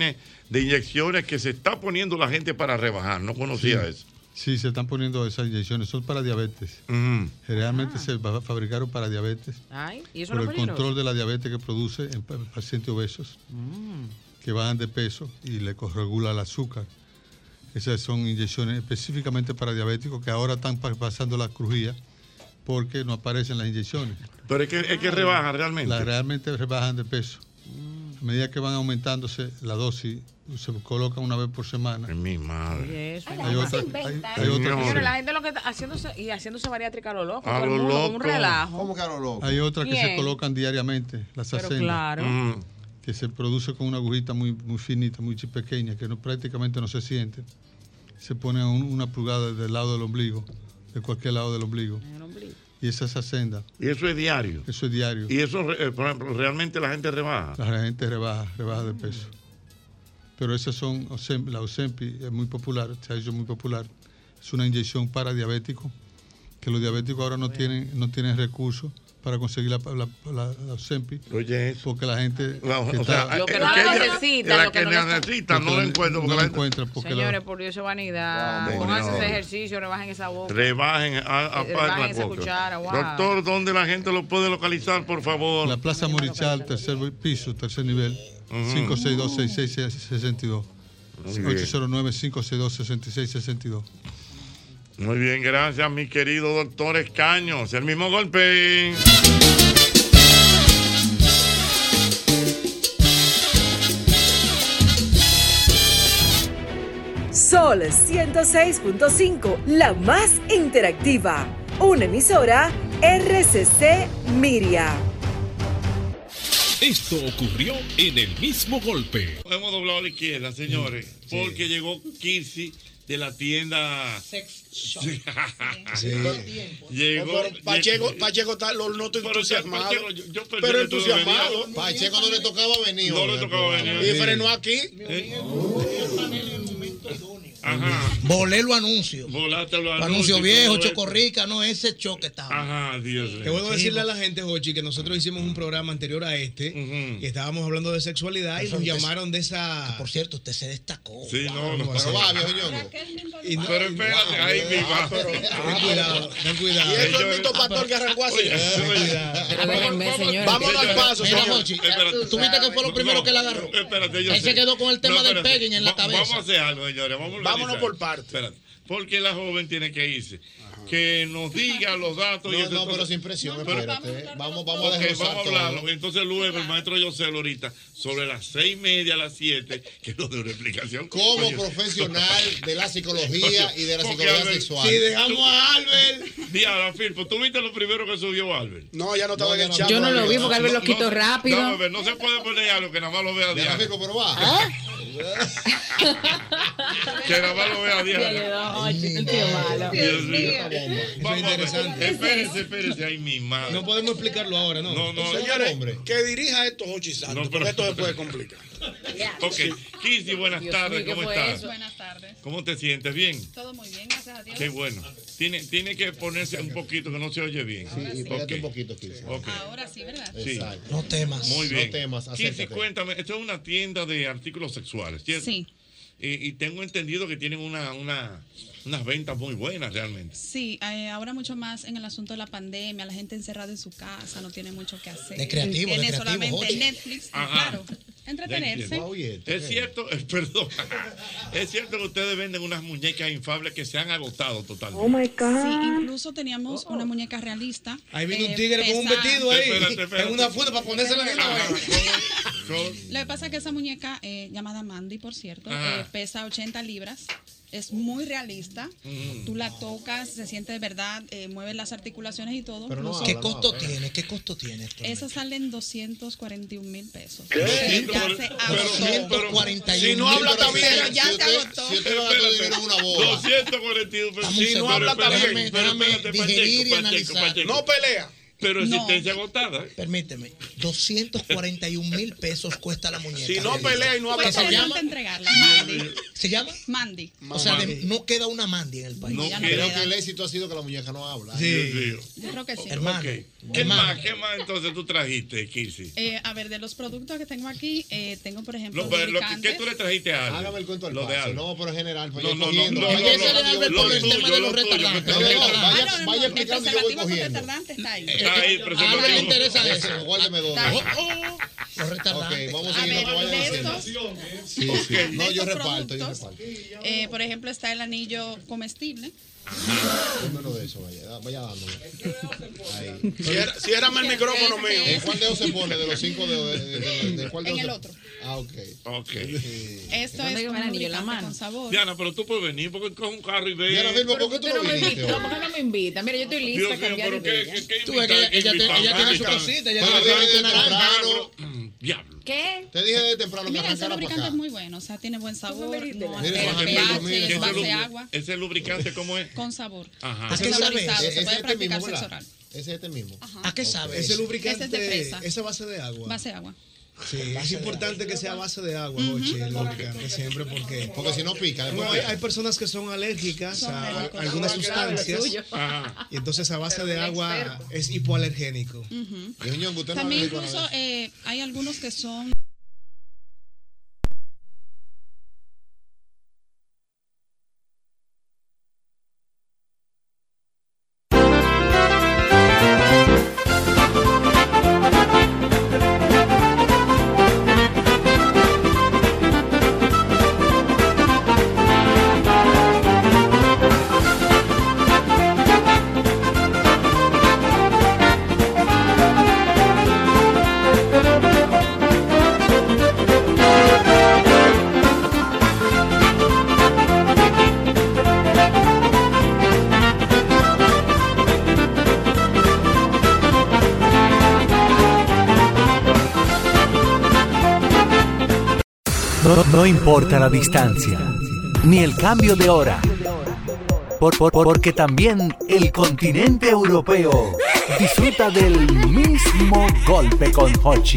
de inyecciones que se está poniendo la gente para rebajar. No conocía Sí. eso. Sí, se están poniendo esas inyecciones, son para diabetes. Mm. Generalmente Ah. se va- fabricaron para diabetes. Ay, ¿y eso por no el es peligroso? control de la diabetes que produce en pa- pacientes obesos Mm. que bajan de peso y le regula el azúcar. Esas son inyecciones específicamente para diabéticos que ahora están pa- pasando la crujía porque no aparecen las inyecciones. Pero es que, es que rebaja realmente. La, realmente rebajan de peso. A medida que van aumentándose la dosis, se colocan una vez por semana. Es mi madre. Oye, eso. Hay otra, hay, hay otra que Señores, se- la gente lo que está haciéndose y haciéndose bariátrica a lo loco. A todo el lo mundo, loco. Un relajo. ¿Cómo que a lo loco? Hay otras que se ¿Quién? colocan diariamente, las Pero Saxenda, claro. Mm. que se produce con una agujita muy, muy finita, muy chi- pequeña, que no, prácticamente no se siente. Se pone un- una pulgada del lado del ombligo, de cualquier lado del ombligo. Y esa es Saxenda. Y eso es diario. Eso es diario. Y eso, eh, por ejemplo, realmente la gente rebaja. La gente rebaja, rebaja de peso. Pero esas son, Ozem- la Ozempi es muy popular, se ha hecho muy popular. Es una inyección para diabéticos, que los diabéticos ahora no tienen, no tienen recursos para conseguir la, la, la, la Ozempi. Oye, porque la gente La- que o sea, está- Lo que eh, no la aquella- necesita, la lo que que no la- necesita, no porque la encuentra. no Porque la la gente- encuentra porque la- Señores, por Dios, vanidad. Wow, Pónganse señor. ese ejercicio, rebajen esa boca. Rebajen, a- a- Eh, apaguen rebajen la esa boca. cuchara, wow. Doctor, ¿dónde la gente lo puede localizar, por favor? La Plaza Morichal, tercer piso, tercer nivel, cinco seis dos, seis seis seis dos. Muy bien. ocho cero nueve, cinco seis dos, seis seis seis dos. Muy bien, gracias, mi querido doctor Escaños. El mismo golpe. Sol ciento seis punto cinco, la más interactiva. Una emisora R C C Miria. Esto ocurrió en el mismo golpe. Hemos doblado a la izquierda, señores, porque llegó Kirsi de la tienda. Sex Shop. Llegó. Pero Pacheco, Pacheco está, lo noto entusiasmado. Pacheco, yo- yo pensé pero que tú entusiasmado. venías. Pacheco no le tocaba venir. No le tocaba venir. Y frenó aquí. Ajá. Volé los anuncios. Volaste los Los anuncios. anuncios viejos, todo eso. chocorrica, no, ese choque estaba. Ajá, Dios mío. Te vuelvo a decirle a la gente, Jochi, que nosotros hicimos un programa anterior a este y estábamos hablando de sexualidad y Eso nos usted- llamaron de esa. Por cierto, usted se destacó. Sí, no, no. Pero va, viejo ñongo. Y no- Pero espérate, ahí mi va. Ten cuidado, ten cuidado. Y eso es el mito pastor que arrancó así. Pero déjenme, señores. Vamos a dar paso, Mira, señor. Jochi, Espérate. ¿Tú viste que fue lo primero No, que él agarró? Espérate, yo Él sé. se quedó con el tema del espérate. pegging en la Va- cabeza. Vamos a hacer algo, señores. Vamos a Vámonos organizar. por partes. Espérate. Porque la joven tiene que irse. Que nos diga los datos. y No, esas no, cosas. pero sin presión, Pero- espérate. Vamos, vamos a Ok, desglosar vamos a todo. hablarlo. Entonces luego el maestro Yosel ahorita sobre las seis y media a las siete, que nos dé una explicación. Como Oye, profesional de la psicología y de la porque psicología Albert- sexual. Si dejamos a Albert. Diana, Filpo, ¿tú viste lo primero que subió Albert? No, ya no estaba en el no, chat. Yo no lo vi porque Albert lo quitó se- rápido. No, Albert, no se puede poner algo que nada más lo vea Diana Diana. Filpo, pero va. ¿Ah? Que nada más lo vea Diana. Dios mío. Vamos a ver. interesante. Espérese, espérese, ay mi madre. No podemos explicarlo ahora, ¿no? No, no, Señores, hombre. que dirija esto Jochi Santos, No, pero- porque esto se puede complicar. Ok, Kissy, buenas Dios tardes, mío, ¿qué ¿cómo fue estás? eso? Buenas tardes. ¿Cómo te sientes? ¿Bien? Todo muy bien, gracias a Dios. Qué bueno. Tiene, tiene que ponerse un poquito que no se oye bien. Sí, y pégate un poquito, Kirsi. Ok. Ahora sí, ¿verdad? Sí. Exacto. No temas. Muy bien. No temas, Kissy, acércate. cuéntame, esto es una tienda de artículos sexuales, ¿cierto? Sí. Y, y tengo entendido que tienen una, una, unas ventas muy buenas realmente. Sí, eh, ahora mucho más en el asunto de la pandemia, la gente encerrada en su casa, no tiene mucho que hacer. De creativo, de Tiene creativo, solamente Jochi. Netflix, y Ajá. claro, entretenerse. Oye, Es cierto, eh, perdón, es cierto que ustedes venden unas muñecas infables que se han agotado totalmente. Sí, incluso teníamos una muñeca realista. Ahí viene un eh, tigre con un pesa- vestido ahí. Espérate, espérate. En una funda para ponérsela en el Ajá, lado. con- con- Lo que pasa es que esa muñeca, eh, llamada Mandy, por cierto, Ajá. eh, pesa ochenta libras. Es muy realista. Mm. Tú la tocas, se siente de verdad, eh, mueves las articulaciones y todo. Pero no Incluso- ¿Qué habla, no costo habla. tiene? ¿Qué costo tiene esto? Esas salen doscientos cuarenta y un mil pesos. ¿Qué? Ya se Pero- agotó. doscientos cuarenta y uno Si no mil, habla, pero está bien. Pero ya Si se usted- agotó. Si usted gastó Espérate, dinero en una boda. doscientos cuarenta y uno pesos. Dame un Sí, segundo. pero habla, está espérate, bien. pero Déjame espérate, digerir y Pacheco, analizar. Pacheco, No pelea. Pero No. existencia agotada. Permíteme, doscientos cuarenta y un mil pesos cuesta la muñeca. Si no pelea y no habla ¿Qué se Cuesta llama? bastante entregarla. Mandy. ¿Se llama? Mandy. O sea, de- no queda una Mandy en el país. No, ya no creo queda. que el éxito ha sido que la muñeca no habla. Sí. Yo creo que sí. Hermano. Ok. ¿Qué Hermano. más? ¿Qué más entonces tú trajiste, Kirsi? Eh, a ver, de los productos que tengo aquí, eh, tengo, por ejemplo, Lo, pero lo que, lubricantes. ¿Qué tú le trajiste a Albert? Hágame el cuento al Lo de paso. Albert. No, pero en general. Vaya No, no, no, cogiendo. no, Vaya no, Váyase no, de Albert lo por el tuyo, tema de lo los tuyo, retardantes. que No, te- no, Ah, vaya, no, no, vaya el explicando y yo voy preservativo con cogiendo. retardante está ahí. Ahí, A preservativo. Albert le interesa eso. Guárdeme dos. Está- Los retardantes. Ok, vamos A siguiendo ver, que vaya de diciendo. estos, Sí, sí. de No, yo estos reparto, yo productos, reparto. eh, por ejemplo, está el anillo comestible. Menos de eso, vaya, vaya dándome. Ahí. Cierra- Ciérrame el micrófono Este mío. ¿En cuál dedo se pone de los cinco dedos? ¿De, de, de- de cuál dedo En el se- otro. Ah, ok. Ok. Esto ¿Dónde es que un me el anillo? ¿En la lubricante mano? con sabor. Diana, pero tú puedes venir porque coge un carro y ve. Diana, Vilma, ¿por qué tú Usted no no me viniste invita. hoy? ¿Por qué no me invita? Mira, yo estoy lista Dios a mío, cambiar pero de qué, idea. qué, qué Tú ves que ella, invitar, ella, qué te- ella invitar, tiene su invitar. cosita. Ella Pero tiene dije su de naranja. temprano. Mm, Diablo. ¿Qué? Te dije de temprano que Mira, ese arrancara para lubricante acá. es muy bueno, o sea, tiene buen sabor, no Mire, altera Juan, pH, mire, es ese base lu- de agua, Ese lubricante, ¿cómo es? con sabor. Ajá. ¿A qué sabe? Saborizado, Ese se es puede este practicar mismo, sexo ¿verdad? oral. Ese es este mismo. ¿A qué sabe? Ese Ese es de lubricante, fresa. esa base de agua. Base de agua. Sí, es importante que sea a base de agua, Jochi, el lubricante, siempre porque... Porque si no pica, después No, hay, pica. hay personas que son alérgicas Son a alérgicos. algunas Lo sustancias suyo. Ajá. y entonces a base de agua es hipoalergénico. Ujú. Dios mío, usted no También habla de incluso nada. eh, hay algunos que son No, no importa la distancia, ni el cambio de hora, por, por- porque también el continente europeo disfruta del mismo golpe con Hochi.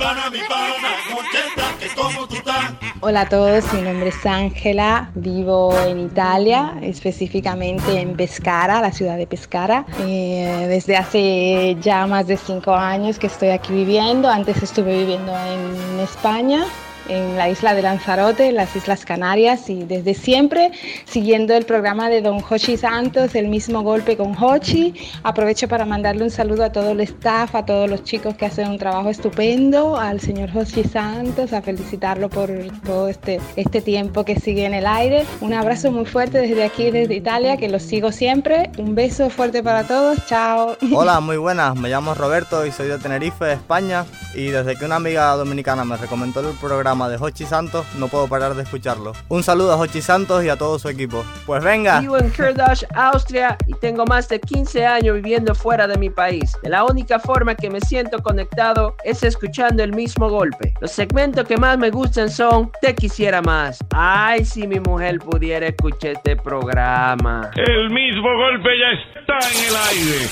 Hola a todos, mi nombre es Ángela, vivo en Italia, específicamente en Pescara, la ciudad de Pescara. Eh, desde hace ya más de cinco años que estoy aquí viviendo, antes estuve viviendo en España, en la isla de Lanzarote, en las Islas Canarias, y desde siempre siguiendo el programa de don Hochi Santos, el mismo golpe con Hochi. Aprovecho para mandarle un saludo a todo el staff, a todos los chicos que hacen un trabajo estupendo, al señor Hochi Santos, a felicitarlo por todo este, este tiempo que sigue en el aire. Un abrazo muy fuerte desde aquí, desde Italia, que los sigo siempre. Un beso fuerte para todos, chao. Hola, muy buenas, me llamo Roberto y soy de Tenerife, España, y desde que una amiga dominicana me recomendó el programa de Hochi Santos, no puedo parar de escucharlo. Un saludo a Hochi Santos y a todo su equipo. Pues venga. Vivo en Kirdash, Austria, y tengo más de quince años viviendo fuera de mi país. La única forma que me siento conectado es escuchando el mismo golpe. Los segmentos que más me gustan son Te quisiera más. Ay, si mi mujer pudiera escuchar este programa. El mismo golpe ya está en el aire.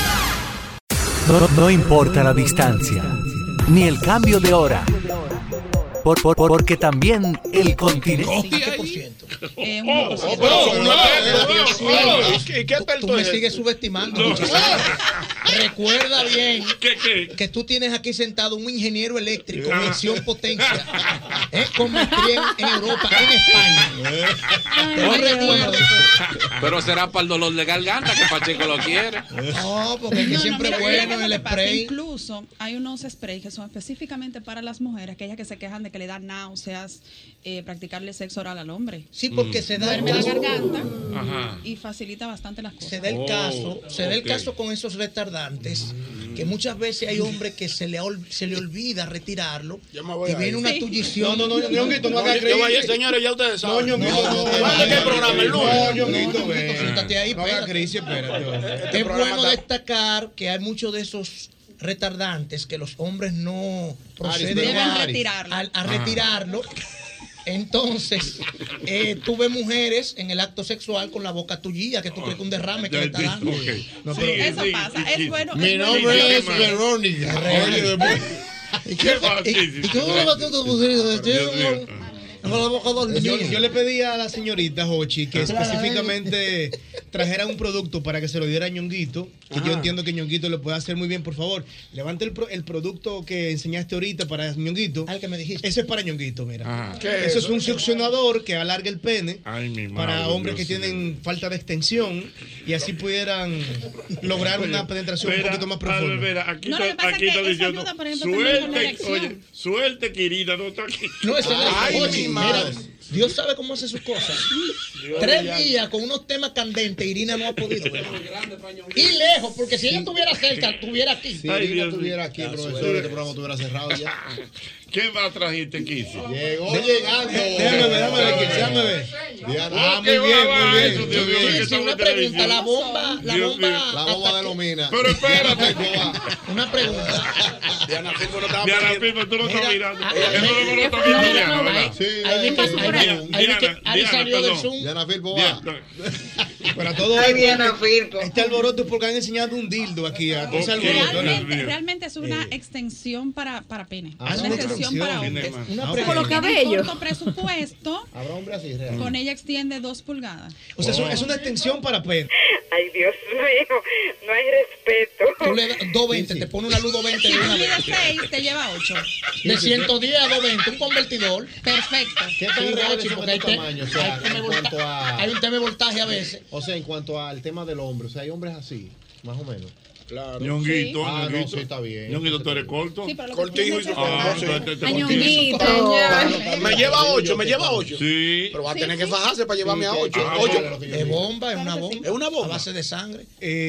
No, no importa la distancia, ni el cambio de hora, por, por- porque también el continente... Eh, Oh, uno por oh, ciento. pero, no, Oh, Dios mío. oh, ¿Y qué- y qué Tú, experto tú me es sigues este? subestimando. No. Jochi. Recuerda bien ¿Qué, qué? que tú tienes aquí sentado un ingeniero eléctrico, Ah. mención potencia, ¿eh? con maestría en, en Europa, en España. Te lo recuerdo. Pero será para el dolor de garganta que Pacheco lo quiere. No, porque aquí No, no, siempre mira, es mira bueno qué el es lo que pasa. spray. Incluso hay unos sprays que son específicamente para las mujeres, aquellas que se quejan de que le dan náuseas, eh, practicarle sexo oral al hombre. Sí, porque se da Duerme la garganta Ajá. y facilita bastante las cosas. Se da el Oh, caso, se da el ok. caso con esos retardantes, que muchas veces hay hombres que se le, ol- se le olvida retirarlo Yo me voy y a viene ir. una Sí. tullición. No, no, no, Ñonguito, no haga yo- creer. yo vaya- Señores, ya ustedes saben. No, Ñonguito, no, no, ¿Cuándo es que el no, programa? El no, lunes. Ñonguito, No, ven. Siéntate ahí, No haga espérate. crisis, espérate. Este Es programa bueno está- destacar que hay muchos de esos retardantes que los hombres no proceden Deben a, retirarlo. a- a retirarlo Entonces, eh, tú ves mujeres en el acto sexual con la boca tullida, que tú crees que un derrame que le está dando. Okay. No, Sí, pero- Eso sí, pasa, sí, es sí. bueno. Mi es nombre bueno. es Verónica. Oye, después- ¿Y qué y- y qué fue lo que tú pusiste? Dios mío. Con la boca dormida. Yo, yo le pedí a la señorita Jochi que específicamente trajera un producto para que se lo diera a Ñonguito, que yo Ah. entiendo que Ñonguito lo puede hacer muy bien. Por favor, levante el, pro- el producto que enseñaste ahorita para Ñonguito. Al que me dijiste. Ese es para Ñonguito, mira. Ajá. ¿Qué es Eso es eso? un succionador que alarga el pene Ay, mi madre, para hombres Dios que mío. tienen falta de extensión y así pudieran lograr una penetración un Espera, poquito más Albert, profunda. Vera, aquí No, lo que está, pasa aquí es está que eso diciendo, ayuda, por ejemplo, también con la suerte, erección. oye, suerte, Kirina, no está aquí. No, ese Ay, es mi el madre. Mira, Dios sabe cómo hace sus cosas. Dios Tres mío. días con unos temas candentes, Irina no ha podido. ¿verdad? Y lejos, porque si ella estuviera cerca, estuviera aquí. Si Ay, Irina Dios estuviera mío. aquí, profesor, este programa estuviera cerrado ya. ¿Qué más trajiste, Kisi? Llegó llegando. Déjame ver, déjame ver, déjame ver. Diana. Ah, ¿Qué muy bien, va muy eso, bien. Dios mío, muy que bien. Sí, estamos una en pregunta, televisión? la bomba, la Dios bomba. mío. La bomba de Lomina. Pero espérate. Una pregunta. Diana Firmo no estaba Diana pendiente. Firmo, tú lo estás Mira, mirando. ah, Eso ah, no lo está no, viendo no, Diana, no, ¿verdad? Sí, Ahí vi que pasó por ahí? ahí vi que Diana, Ari Diana, salió del perdón. Zoom. Diana Firpo va. Diana. Para todo Ay, esto, Diana Firpo. este alboroto es porque han enseñado un dildo aquí. A Ok. ese alboroto, ¿verdad? Dios Realmente, mío. realmente es una extensión para, para pene. Ah, es es una una extensión extensión. para Tiene hombres. más. Una Ah, pregunta. Con los Tiene cabellos. corto presupuesto, Habrá hombre así, real. con ella extiende dos pulgadas. O sea, es un- es una extensión para pene. Ay, Dios mío, no hay respeto. Tú le das doscientos veinte, te pone una luz doscientos veinte Si de tú una vez. mides seis, te lleva ocho. De ciento diez a doscientos veinte, un convertidor. Perfecto. ¿Qué tan Sí, real Rochi, es porque hay, tu te- tamaño? O sea, hay tema en de volta- cuanto a... hay un tema de voltaje a veces. O sea, en cuanto al tema del hombre, o sea, hay hombres así, más o menos. Claro. Ñonguito, Ah, no, Ñonguito. sí, está bien. Ñonguito, tú eres corto. Sí, pero lo que Cortijo tiene y es su ese- Ah, sí. entonces te Ay, cortijo. Ñonguito. Me lleva ocho, me lleva ocho. Sí. Pero va a Sí, tener que sí. fajarse para llevarme a ocho. Ah, Ocho. bueno. Es bomba, es una bomba. Es una bomba. A base de sangre.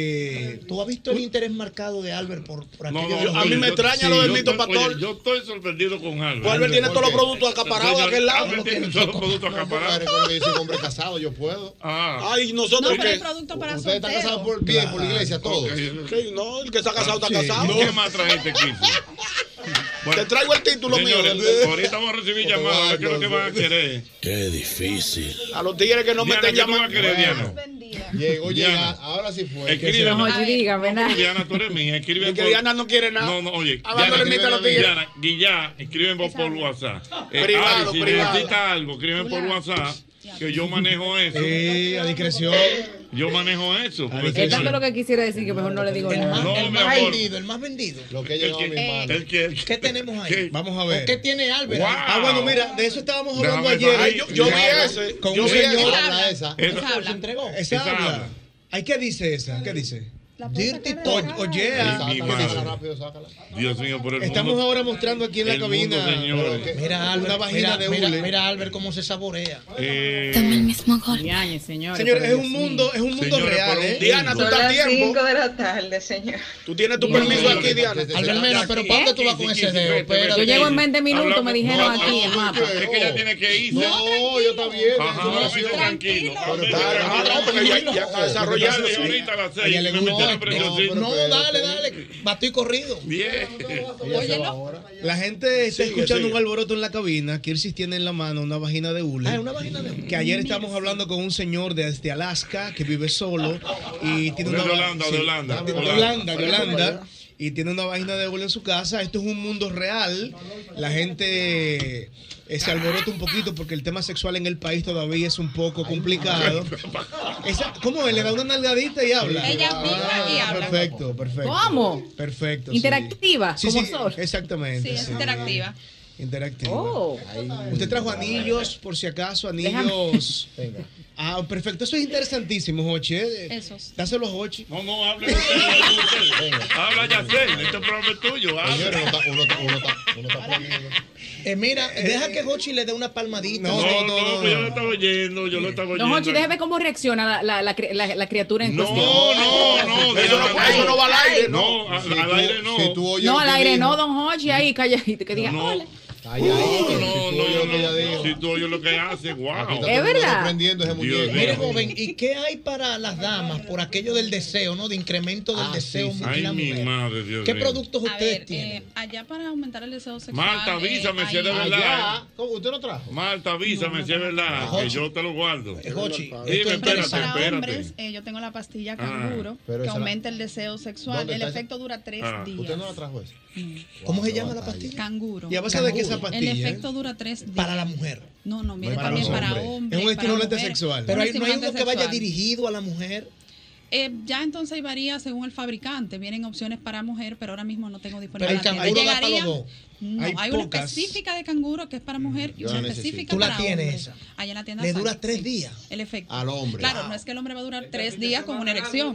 Eh, ¿Tú has visto el interés marcado de Albert por, por No, aquello no, de los a mí me dildos? extraña lo del yo Nito estoy- Pastor. oye, Yo estoy sorprendido con Albert. Pues Albert tiene todos los productos acaparados de aquel lado. Albert tiene todos los productos No, porque acaparados. recuerda que yo soy un hombre casado, yo puedo. Ah. Ay, No, nosotros pero hay que. producto para Ustedes están casados solteros. por bien, por la iglesia, todos. Ok. Sí, no, el que está casado está Sí. casado. ¿Qué más trajiste, Kisi? Te traigo el título Señores, mío. ahorita vamos a recibir llamadas. A ver qué es lo que van a querer. Qué difícil. A los tigres que no me Diana, estén ¿qué tú vas a llamando. querer, Diana? Llegó, Diana. llega, ahora sí fue. Escribe. No, Jochi, dígame nada. Diana, tú eres mía. Escribe Es que por- Diana no quiere nada. No, no, oye. Hablando Diana, de mí, te lo escribe- tigres. Diana, Guillá, escriben por, por WhatsApp. Eh, Privado, Ari, si privado. necesita algo, escriben por WhatsApp. Que yo manejo eso. Sí, a discreción. Yo manejo eso. porque Es tanto lo que quisiera decir que mejor no le digo El nada. más, No, el mi más amor. vendido, el más vendido. Lo que El llegó a mi que, mano. el que, el que- ¿Qué tenemos ahí? ¿Qué? Vamos a ¿O ver. qué tiene Albert? Wow. ahí? Ah, bueno, mira, de eso estábamos hablando Déjame ayer. saber. Ay, yo, yo vi Déjame- ese. Con Yo un vi señor. ese. Habla esa. Esa- Esa se entregó. Esa Esa habla. habla. Ay, ¿qué dice esa? ¿Qué dice? Dirty O- Talk. Oye, Ay, Sácala, mi sácala madre. rápido, sácala. Dios mío, por el estamos mundo. ahora mostrando aquí en la el cabina mundo, señores. pero que- Mira, Albert, una vagina mira, de mira, hule. mira, Albert, cómo se saborea. Eh, mismo golpe. Ñañe, señores. Señores, pero es un Dios mundo, mío. es un mundo Señores, real, pero un ¿eh? Diana, tú Son estás a las tiempo. cinco de la tarde, señor. Tú tienes tu No, permiso no, aquí, no, Diana. Albert Mena, pero ¿para dónde tú vas con ese dedo? Espérate. Yo llego en veinte minutos, Hablamos- me dijeron no, aquí no, el mapa. Es que ella tiene que irse. No, yo está bien. Ajá, Yo vete tranquilo. Pero Vete está- tranquilo. Ah, no, porque ya, ya está desarrollando. Dale, sí. ahorita a las seis, ella le me gusta. metieron No, presión, no, sí. dale, dale. Batí corrido. Bien. La gente está Sigue, escuchando sigue. un alboroto en la cabina. Kirsis tiene en la mano una vagina de hule. Ah, una vagina de Que ayer estamos hablando con un señor desde Alaska que vive solo y tiene De una va- Holanda, de Holanda. de Holanda, de Holanda, y tiene una vagina de hule en su casa. Esto es un mundo real. La gente eh, se alborota un poquito porque el tema sexual en el país todavía es un poco complicado. Esa- ¿Cómo es? Le da una nalgadita y habla. Ella habla y Ah, habla. Perfecto, perfecto. ¿Cómo? Perfecto. sí. Interactiva, Sí, como sí, Sol. exactamente. Sí, es sí. interactiva. Interactiva. Oh. Usted trajo anillos, por si acaso, anillos. Ah, perfecto. Eso es interesantísimo, Jochi. ¿eh? Esos. Dáselo a Jochi. No, no, hable usted, hable usted. Habla ya, este programa es tuyo. habla. Señores, uno está, uno está, uno está, uno está prendido. Eh, mira, deja que Hochi le dé una palmadita. No, no, no, pues yo lo estaba oyendo, yo lo estaba oyendo. Don Jochi, déjeme cómo reacciona la, la, la, cri- la- la criatura en No, cuestión. no, no, Eso no, Diana, eso no va al aire, No, no. al, Si al tú- aire no. si tú oyes No, lo al que aire dijo, no, Don Jochi, ahí calladito, que diga, No. hola. Ay, ay, no, no, si tú no, oyes lo que ella no, dijo. si tú oyes lo que hace, wow. Es verdad. Aprendiendo ese muñeco. Mire, joven, ¿y qué hay para las damas por aquello del deseo, no? De incremento del Ah, deseo sí, sí. en Ay, la mi mujer. madre, Dios ¿Qué mío. productos A ustedes ver, tienen? eh, allá para aumentar el deseo sexual. Marta, avísame eh, si es de hay- verdad. Allá, ¿cómo usted lo trajo? Marta, avísame si es verdad, que yo te lo guardo. Jochi, Dime, esto es espérate, Para espérate. hombres, eh, yo tengo la pastilla Ah, canguro pero que esa la- aumenta el deseo sexual. ¿Dónde El está esa? efecto dura tres Ah. días. ¿Usted no la trajo esa? ¿Cómo se llama la pastilla? Canguro. ¿Y a base de qué esa El pastilla? efecto dura tres días. Para la mujer. No, no, mire, No es para también los para hombres. hombres. Es un para estimulante mujeres. sexual. Pero Un hay, no hay uno estimulante que vaya sexual. dirigido a la mujer. Eh, ya entonces ahí varía según el fabricante. Vienen opciones para mujer, pero ahora mismo no tengo disponible. Pero el en la tienda. canguro da para Llegaría- los dos. No, Hay hay, una pocas. específica de canguro que es para mujer y yo una la necesito. específica Tú la para tienes hombre. esa. Allá en la tienda Le Saks, dura tres sí. días. El efecto. Al hombre. Claro, no es que el hombre va a durar tres días con una erección.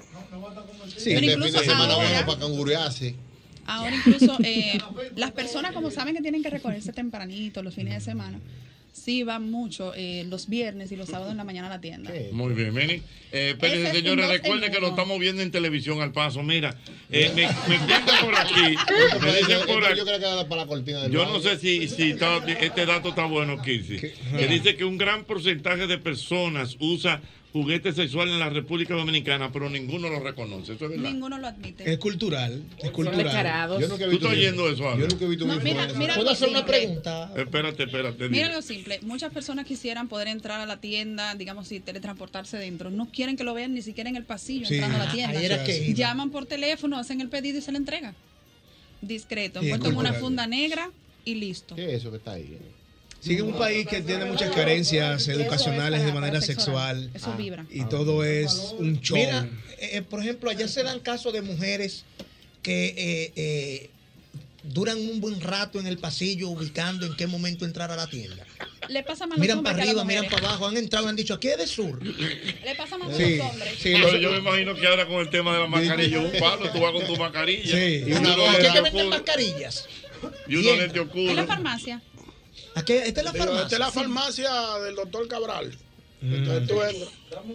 Sí, Pero este fin incluso de semana ahora- bueno para cangurearse. Ahora incluso eh, las personas como saben que tienen que recogerse tempranito los fines de semana, sí van mucho eh, los viernes y los sábados en la mañana a la tienda. Muy bien, Meni. Eh, espérense, Ese es un señores, dos en recuerden que lo uno. estamos viendo en televisión al paso. Mira, eh, me, me cuentan por aquí, me dicen por aquí. Yo creo que era para la cortina del Yo baño. no sé si, si está- este dato está bueno, Kirsi. Que dice que un gran porcentaje de personas usa juguetes sexuales en la República Dominicana, pero ninguno lo reconoce. ¿Eso es verdad? Ninguno lo admite. Es cultural. Es cultural. descarados. Yo nunca he ¿Tú visto estás un- oyendo eso, Ana? Yo nunca he visto un No, mira, influencer. mira ¿Puedo algo hacer una simple. pregunta? Espérate, espérate. Mira dime. lo simple, muchas personas quisieran poder entrar a la tienda, digamos, y teletransportarse dentro. No quieren que lo vean ni siquiera en el pasillo, Sí. entrando a la Ah, tienda. ahí era que iba. Llaman por teléfono, hacen el pedido y se le entrega. Discreto, Sí, es envuelto en una cultural. funda negra y listo. ¿Qué es eso que está ahí? Sigue un país que tiene muchas carencias educacionales de manera sexual. Eso vibra. Y todo es un show. Mira, eh, por ejemplo, allá se dan casos de mujeres que eh, eh, duran un buen rato en el pasillo ubicando en qué momento entrar a la tienda. Le pasa más a los Miran hombres para que a las arriba, miran mujeres. para abajo, han entrado y han dicho, aquí es de sur. Le pasa más a Sí, los hombres. sí, Pero los- yo me imagino que ahora con el tema de la mascarilla, un palo, tú vas con tu mascarilla. Sí. Y uno Aquí es lente que venden oscuro. mascarillas. Y uno Bien. lente En la oscuro. farmacia. Aquí, esta es la Digo, farmacia. esta es la Sí. farmacia del doctor Cabral. Entonces tú entras.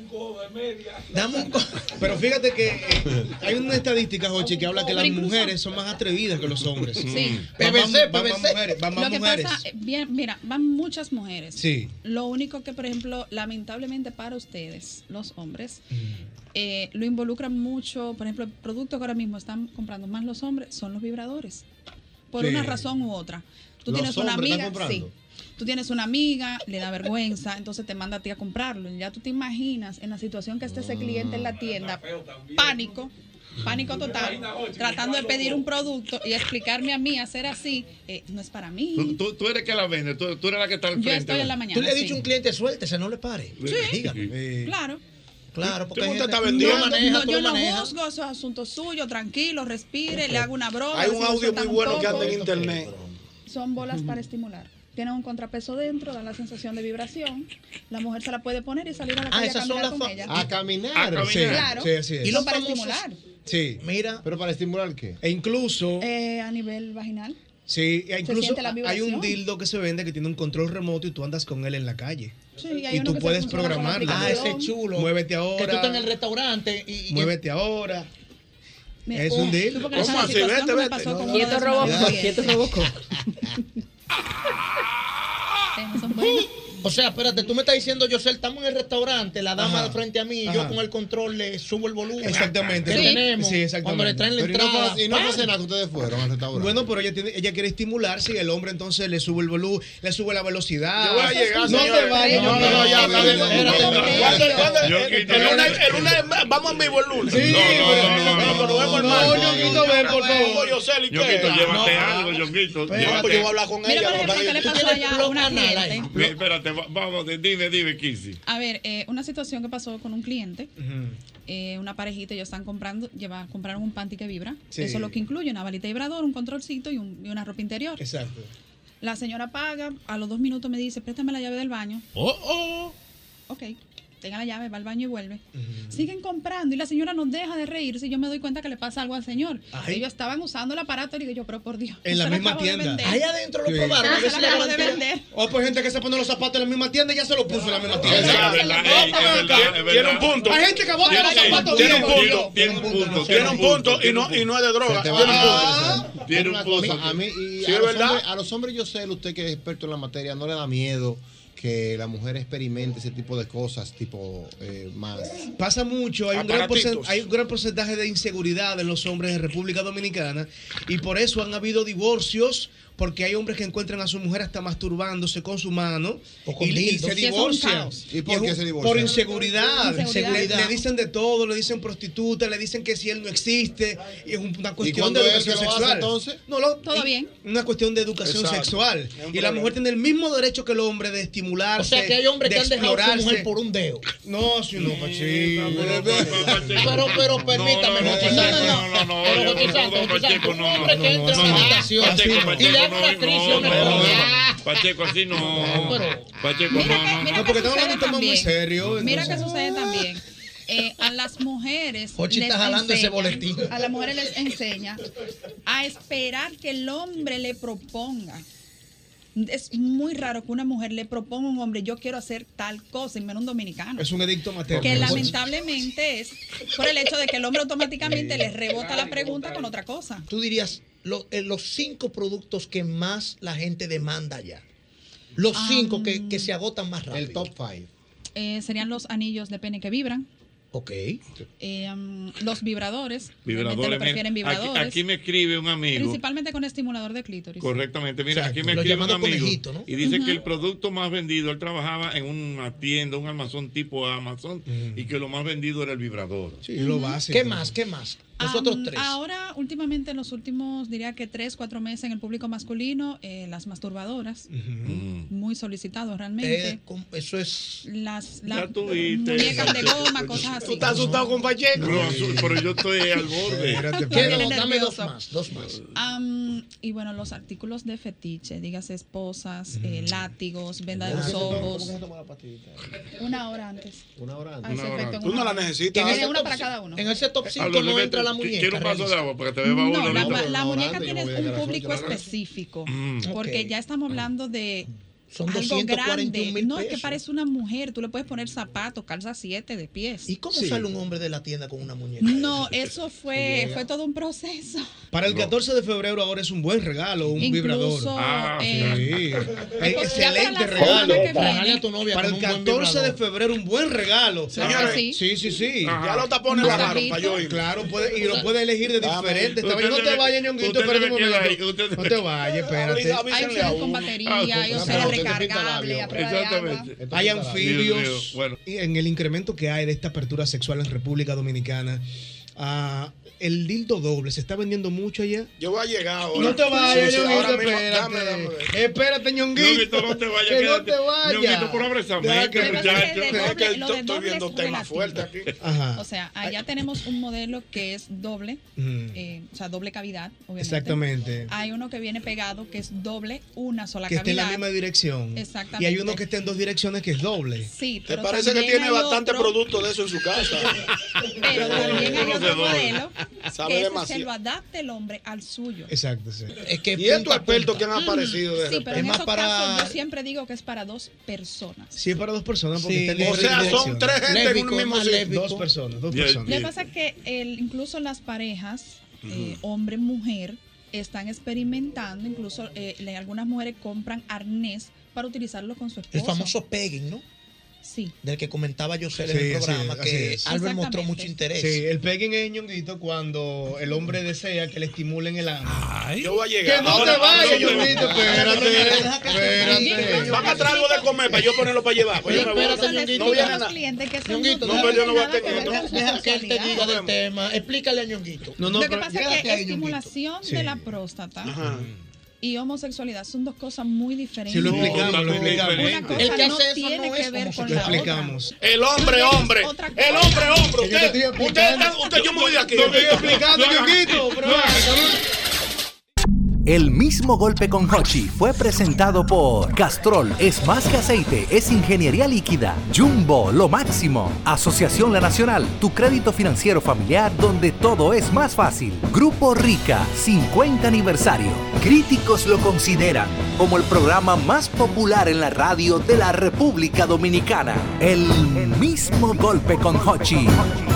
Dame un co- Pero fíjate que eh, hay una estadística, Jochi, que habla que las mujeres son más atrevidas que los hombres. Sí. Van más- P V C, van más P V C. mujeres, van más Lo que mujeres. pasa, eh, bien, mira, van muchas mujeres. Sí. Lo único que, por ejemplo, lamentablemente para ustedes, los hombres, Mm. eh, lo involucran mucho. Por ejemplo, el producto que ahora mismo están comprando más los hombres son los vibradores. Por Sí. una razón u otra. Tú ¿Los tienes una hombres están amiga, sí. comprando? Tú tienes una amiga, le da vergüenza, entonces te manda a ti a comprarlo. Y ya tú te imaginas en la situación que esté ese cliente en la tienda, pánico, pánico total, tratando de pedir un producto y explicarme a mí hacer así, eh, no es para mí. Tú, tú, tú eres que la vende, tú, tú eres la que está al Yo frente. estoy en la Tú mañana. le has sí. dicho a un cliente, suéltese, no le pare. Sí. Dígame. Eh, Claro. Claro, porque ¿Cómo hay te gente- está tú vendiendo? lo No, manejas, no, tú yo lo no manejas. juzgo, eso es asunto suyo, tranquilo, respire, le hago una broma. Hay a ver un si lo audio sueltan muy un bueno que poco. anda en internet. Son bolas para estimular. Tienen un contrapeso dentro, dan la sensación de vibración. La mujer se la puede poner y salir a la Ah, calle a esas son caminar las con fa- ella. A caminar. A caminar. Sí, Claro. sí, así es. Y Y los para famosos- estimular. Sí. Mira, ¿Pero para estimular qué? E incluso, Eh, a nivel vaginal. sí, e incluso siente la hay un vibración. dildo que se vende que tiene un control remoto y tú andas con él en la calle. Sí, y hay Y uno tú que se puedes funciona con la programarlo. ah, aplicación. ese chulo. Muévete Que tú ahora. estás en el restaurante y... y- Muévete ahora. Mira, Es un oh, deal. tú porque ¿Cómo esa así? situación Vete, que me vete. pasó No, con no, uno Quieto, de Robocop, esos clientes. quieto, Robocop. Eh, son buenos. O sea, espérate, tú me estás diciendo, José, estamos en el restaurante, la dama Ajá. de frente a mí, y yo Ajá. con el control le subo el volumen. Exactamente. Que Sí. tenemos. Sí, exactamente. Cuando le traen la Pero y no entrada. fue- y no ¡pam! fue nada que ustedes fueron al restaurante. Bueno, pero ella tiene, ella quiere estimularse y el hombre entonces le sube el volumen, le sube la velocidad. Yo voy a llegar, no señores. te vayas. No, no, no, ya, está bien. Espérate, ¿Cuándo- cuándo- Yo el- quito- el lunes- el lunes vamos en vivo el lunes. Sí, No, no, no, no, no, pero vemos el no, martes. Ñonguito, ven, por favor. Yo sé, ¿y Yo qué? quito, llévate No, algo, yo quito. no, pues yo voy a hablar con Mira, ella. por ejemplo, ¿qué le tú pasó tienes allá a blog una anal ahí. cliente? Espérate, va- vamos, dime, dime, Kissy. A ver, eh, una situación que pasó con un cliente, Ujú. eh, una parejita, ellos están comprando, lleva, compraron un panty que vibra. Sí. Eso es lo que incluye una balita vibrador, un controlcito y, un- y una ropa interior. Exacto. La señora paga, a los dos minutos me dice, préstame la llave del baño. Oh, oh. Ok. tenga la llave, va al baño y vuelve. Uh-huh. Siguen comprando y la señora no deja de reírse y yo me doy cuenta que le pasa algo al señor. Ay. Ellos estaban usando el aparato y digo yo, pero por Dios. En la misma tienda. Ahí adentro lo probaron. Ah, se la acabo de vender. O por gente que se pone los zapatos en la misma tienda y ya se los puso en la misma tienda. Es verdad, es verdad. Tiene un punto. Hay gente que bota los zapatos. Tiene un punto. Tiene un punto. Tiene un punto y no, y no es de droga. Tiene un punto. Tiene un punto. A mí, y sí, a, es los verdad. hombres, a los hombres, yo sé, usted que es experto en la materia, no le da miedo que la mujer experimente ese tipo de cosas, tipo eh, más. Pasa mucho, hay un, gran hay un gran porcentaje de inseguridad en los hombres en República Dominicana y por eso han habido divorcios, porque hay hombres que encuentran a su mujer hasta masturbándose con su mano o con y, y se divorcian. ¿Y por qué se divorcian? Por inseguridad. inseguridad. Le, le dicen de todo, le dicen prostituta, le dicen que si él no existe, y es una cuestión de educación él sexual. Hace, entonces? No, lo, todo bien. Una cuestión de educación Exacto. sexual. Y la mujer tiene el mismo derecho que el hombre de estimularse. O sea que hay hombres que han dejado a su mujer por un dedo. No, si no, Pachico. Pero, pero, permítame. No, no, no. Pero, Pacheco, no. Un hombre que entra en la habitación y le hace una crisis. Pacheco, así no. Pacheco, mira no, que, no. Mira no, porque que estamos hablando de un tema muy serio. Mira que sucede también. Eh, a las mujeres Jochi les está jalando enseña, ese boletín. A las mujeres les enseña a esperar que el hombre le proponga. Es muy raro que una mujer le proponga a un hombre, yo quiero hacer tal cosa, y menos un dominicano. Es un edicto materno. Que lamentablemente es por el hecho de que el hombre automáticamente le rebota la pregunta con otra cosa. Tú dirías, lo, eh, los cinco productos que más la gente demanda ya. Los cinco um, que, que se agotan más rápido. El top five. Eh, serían los anillos de pene que vibran. Ok. Eh, um, los vibradores. Vibradores. Prefieren vibradores. Aquí, aquí me escribe un amigo. Principalmente con estimulador de clítoris. Correctamente. Mira, Exacto. aquí me Lo escribe un amigo. ¿No? Y dice uh-huh. que el producto más vendido, él trabajaba en una tienda, un almacén tipo Amazon, uh-huh. y que lo más vendido era el vibrador. Sí, uh-huh. lo básico. ¿Qué más? ¿Qué más? Nosotros um, tres. Ahora, últimamente, en los últimos, diría que tres, cuatro meses en el público masculino, eh, las masturbadoras, uh-huh. muy solicitados realmente. Eh, eso es. Las la, muñecas de goma, cosas así. ¿Tú estás asustado con Pacheco? No, pero yo estoy al borde. ¿Qué? Dame dos más, dos más. Um, y bueno, los artículos de fetiche, dígase esposas, uh-huh. eh, látigos, venda de los ojos. Una hora antes. Una hora antes. Una hora antes. Tú no la necesitas. Tiene una para cada uno. En ese top cinco no entra la muñeca. Quiero un vaso de agua para que te beba uno. No, la, la muñeca tiene un público específico. Mm. Porque okay. ya estamos hablando de Son algo doscientos cuarenta y un grande. mil No, pesos. es que parece una mujer. Tú le puedes poner zapatos, calza siete de pies. ¿Y cómo sí. sale un hombre de la tienda con una muñeca? No, eso fue, fue todo un proceso. Para el catorce de febrero ahora es un buen regalo, un Incluso, vibrador. Ah, eh, sí. Excelente regalo. Para, a tu novia para el catorce de febrero un buen regalo. Señores, sí, sí, sí. sí. Ya los tapones bajaron para yo ir. Claro, puede, y lo puede elegir de diferentes. No te vayas, Ñonguito, espérate un momento. No te vayas, espérate. Hay opciones con batería, hay opciones recargables. Exactamente. Hay anfibios. Bueno. Y en el incremento que hay de esta apertura sexual en República Dominicana, uh, el dildo doble se está vendiendo mucho allá. Yo voy a llegar ahora. No te vayas, sí, sí, Ñonguito, mismo, espérate. Dame, dame, dame. Espérate, Ñonguito. Ñonguito, no te vayas. Que no te vayas. Ñonguito, por abrazamiento, muchacho. Es que estoy viendo temas fuertes aquí. Ajá. O sea, allá tenemos un modelo que es doble, mm. eh, o sea, doble cavidad, obviamente. Exactamente. Hay uno que viene pegado que es doble, una sola que cavidad. Que esté en la misma dirección. Exactamente. Y hay uno que está en dos direcciones que es doble. Sí, pero ¿te parece que tiene bastante otro, producto de eso en su casa? Pero también hay otro modelo Sabe que demasiado. se lo adapte el hombre al suyo. Exacto, sí. Es que y estos expertos que han aparecido de Sí, pero es en más esos para... casos yo siempre digo que es para dos personas. Sí, es para dos personas. Porque sí. está en o sea, son tres gente lébico, en un mismo sitio. Dos personas, dos yeah, personas. Lo que pasa es que el, incluso las parejas, uh-huh. eh, hombre-mujer, están experimentando, incluso eh, algunas mujeres compran arnés para utilizarlo con su esposo. El famoso pegging, ¿no? Sí. Del que comentaba yo sí, en el programa, sí, que Albert mostró mucho interés. Sí, el pegging es, Ñonguito, cuando el hombre desea que le estimulen el ano. Ay, yo voy a llegar. Que no ahora, te vayas, Ñonguito, espérate. Espérate. Van a traer algo de comer para yo ponerlo para llevar. Pues espérate, Ñonguito. No voy a ganar. Ñonguito, no, pero yo no voy a tener. Deja que él te diga del tema. Explícale a Ñonguito. No, no, Lo que pasa es que estimulación de la próstata y homosexualidad son dos cosas muy diferentes. Sí, lo explicamos, lo explicamos. Una cosa el que no hace tiene no que es ver con lo la explicamos. otra. El hombre, hombre. El hombre, hombre. Usted, usted, usted, yo me voy de aquí. Lo estoy explicando, Ñonguito. El mismo golpe con Hochi fue presentado por Castrol, es más que aceite, es ingeniería líquida. Jumbo, lo máximo. Asociación La Nacional, tu crédito financiero familiar donde todo es más fácil. Grupo Rica, cincuenta aniversario. Críticos lo consideran como el programa más popular en la radio de la República Dominicana. El mismo golpe con Hochi.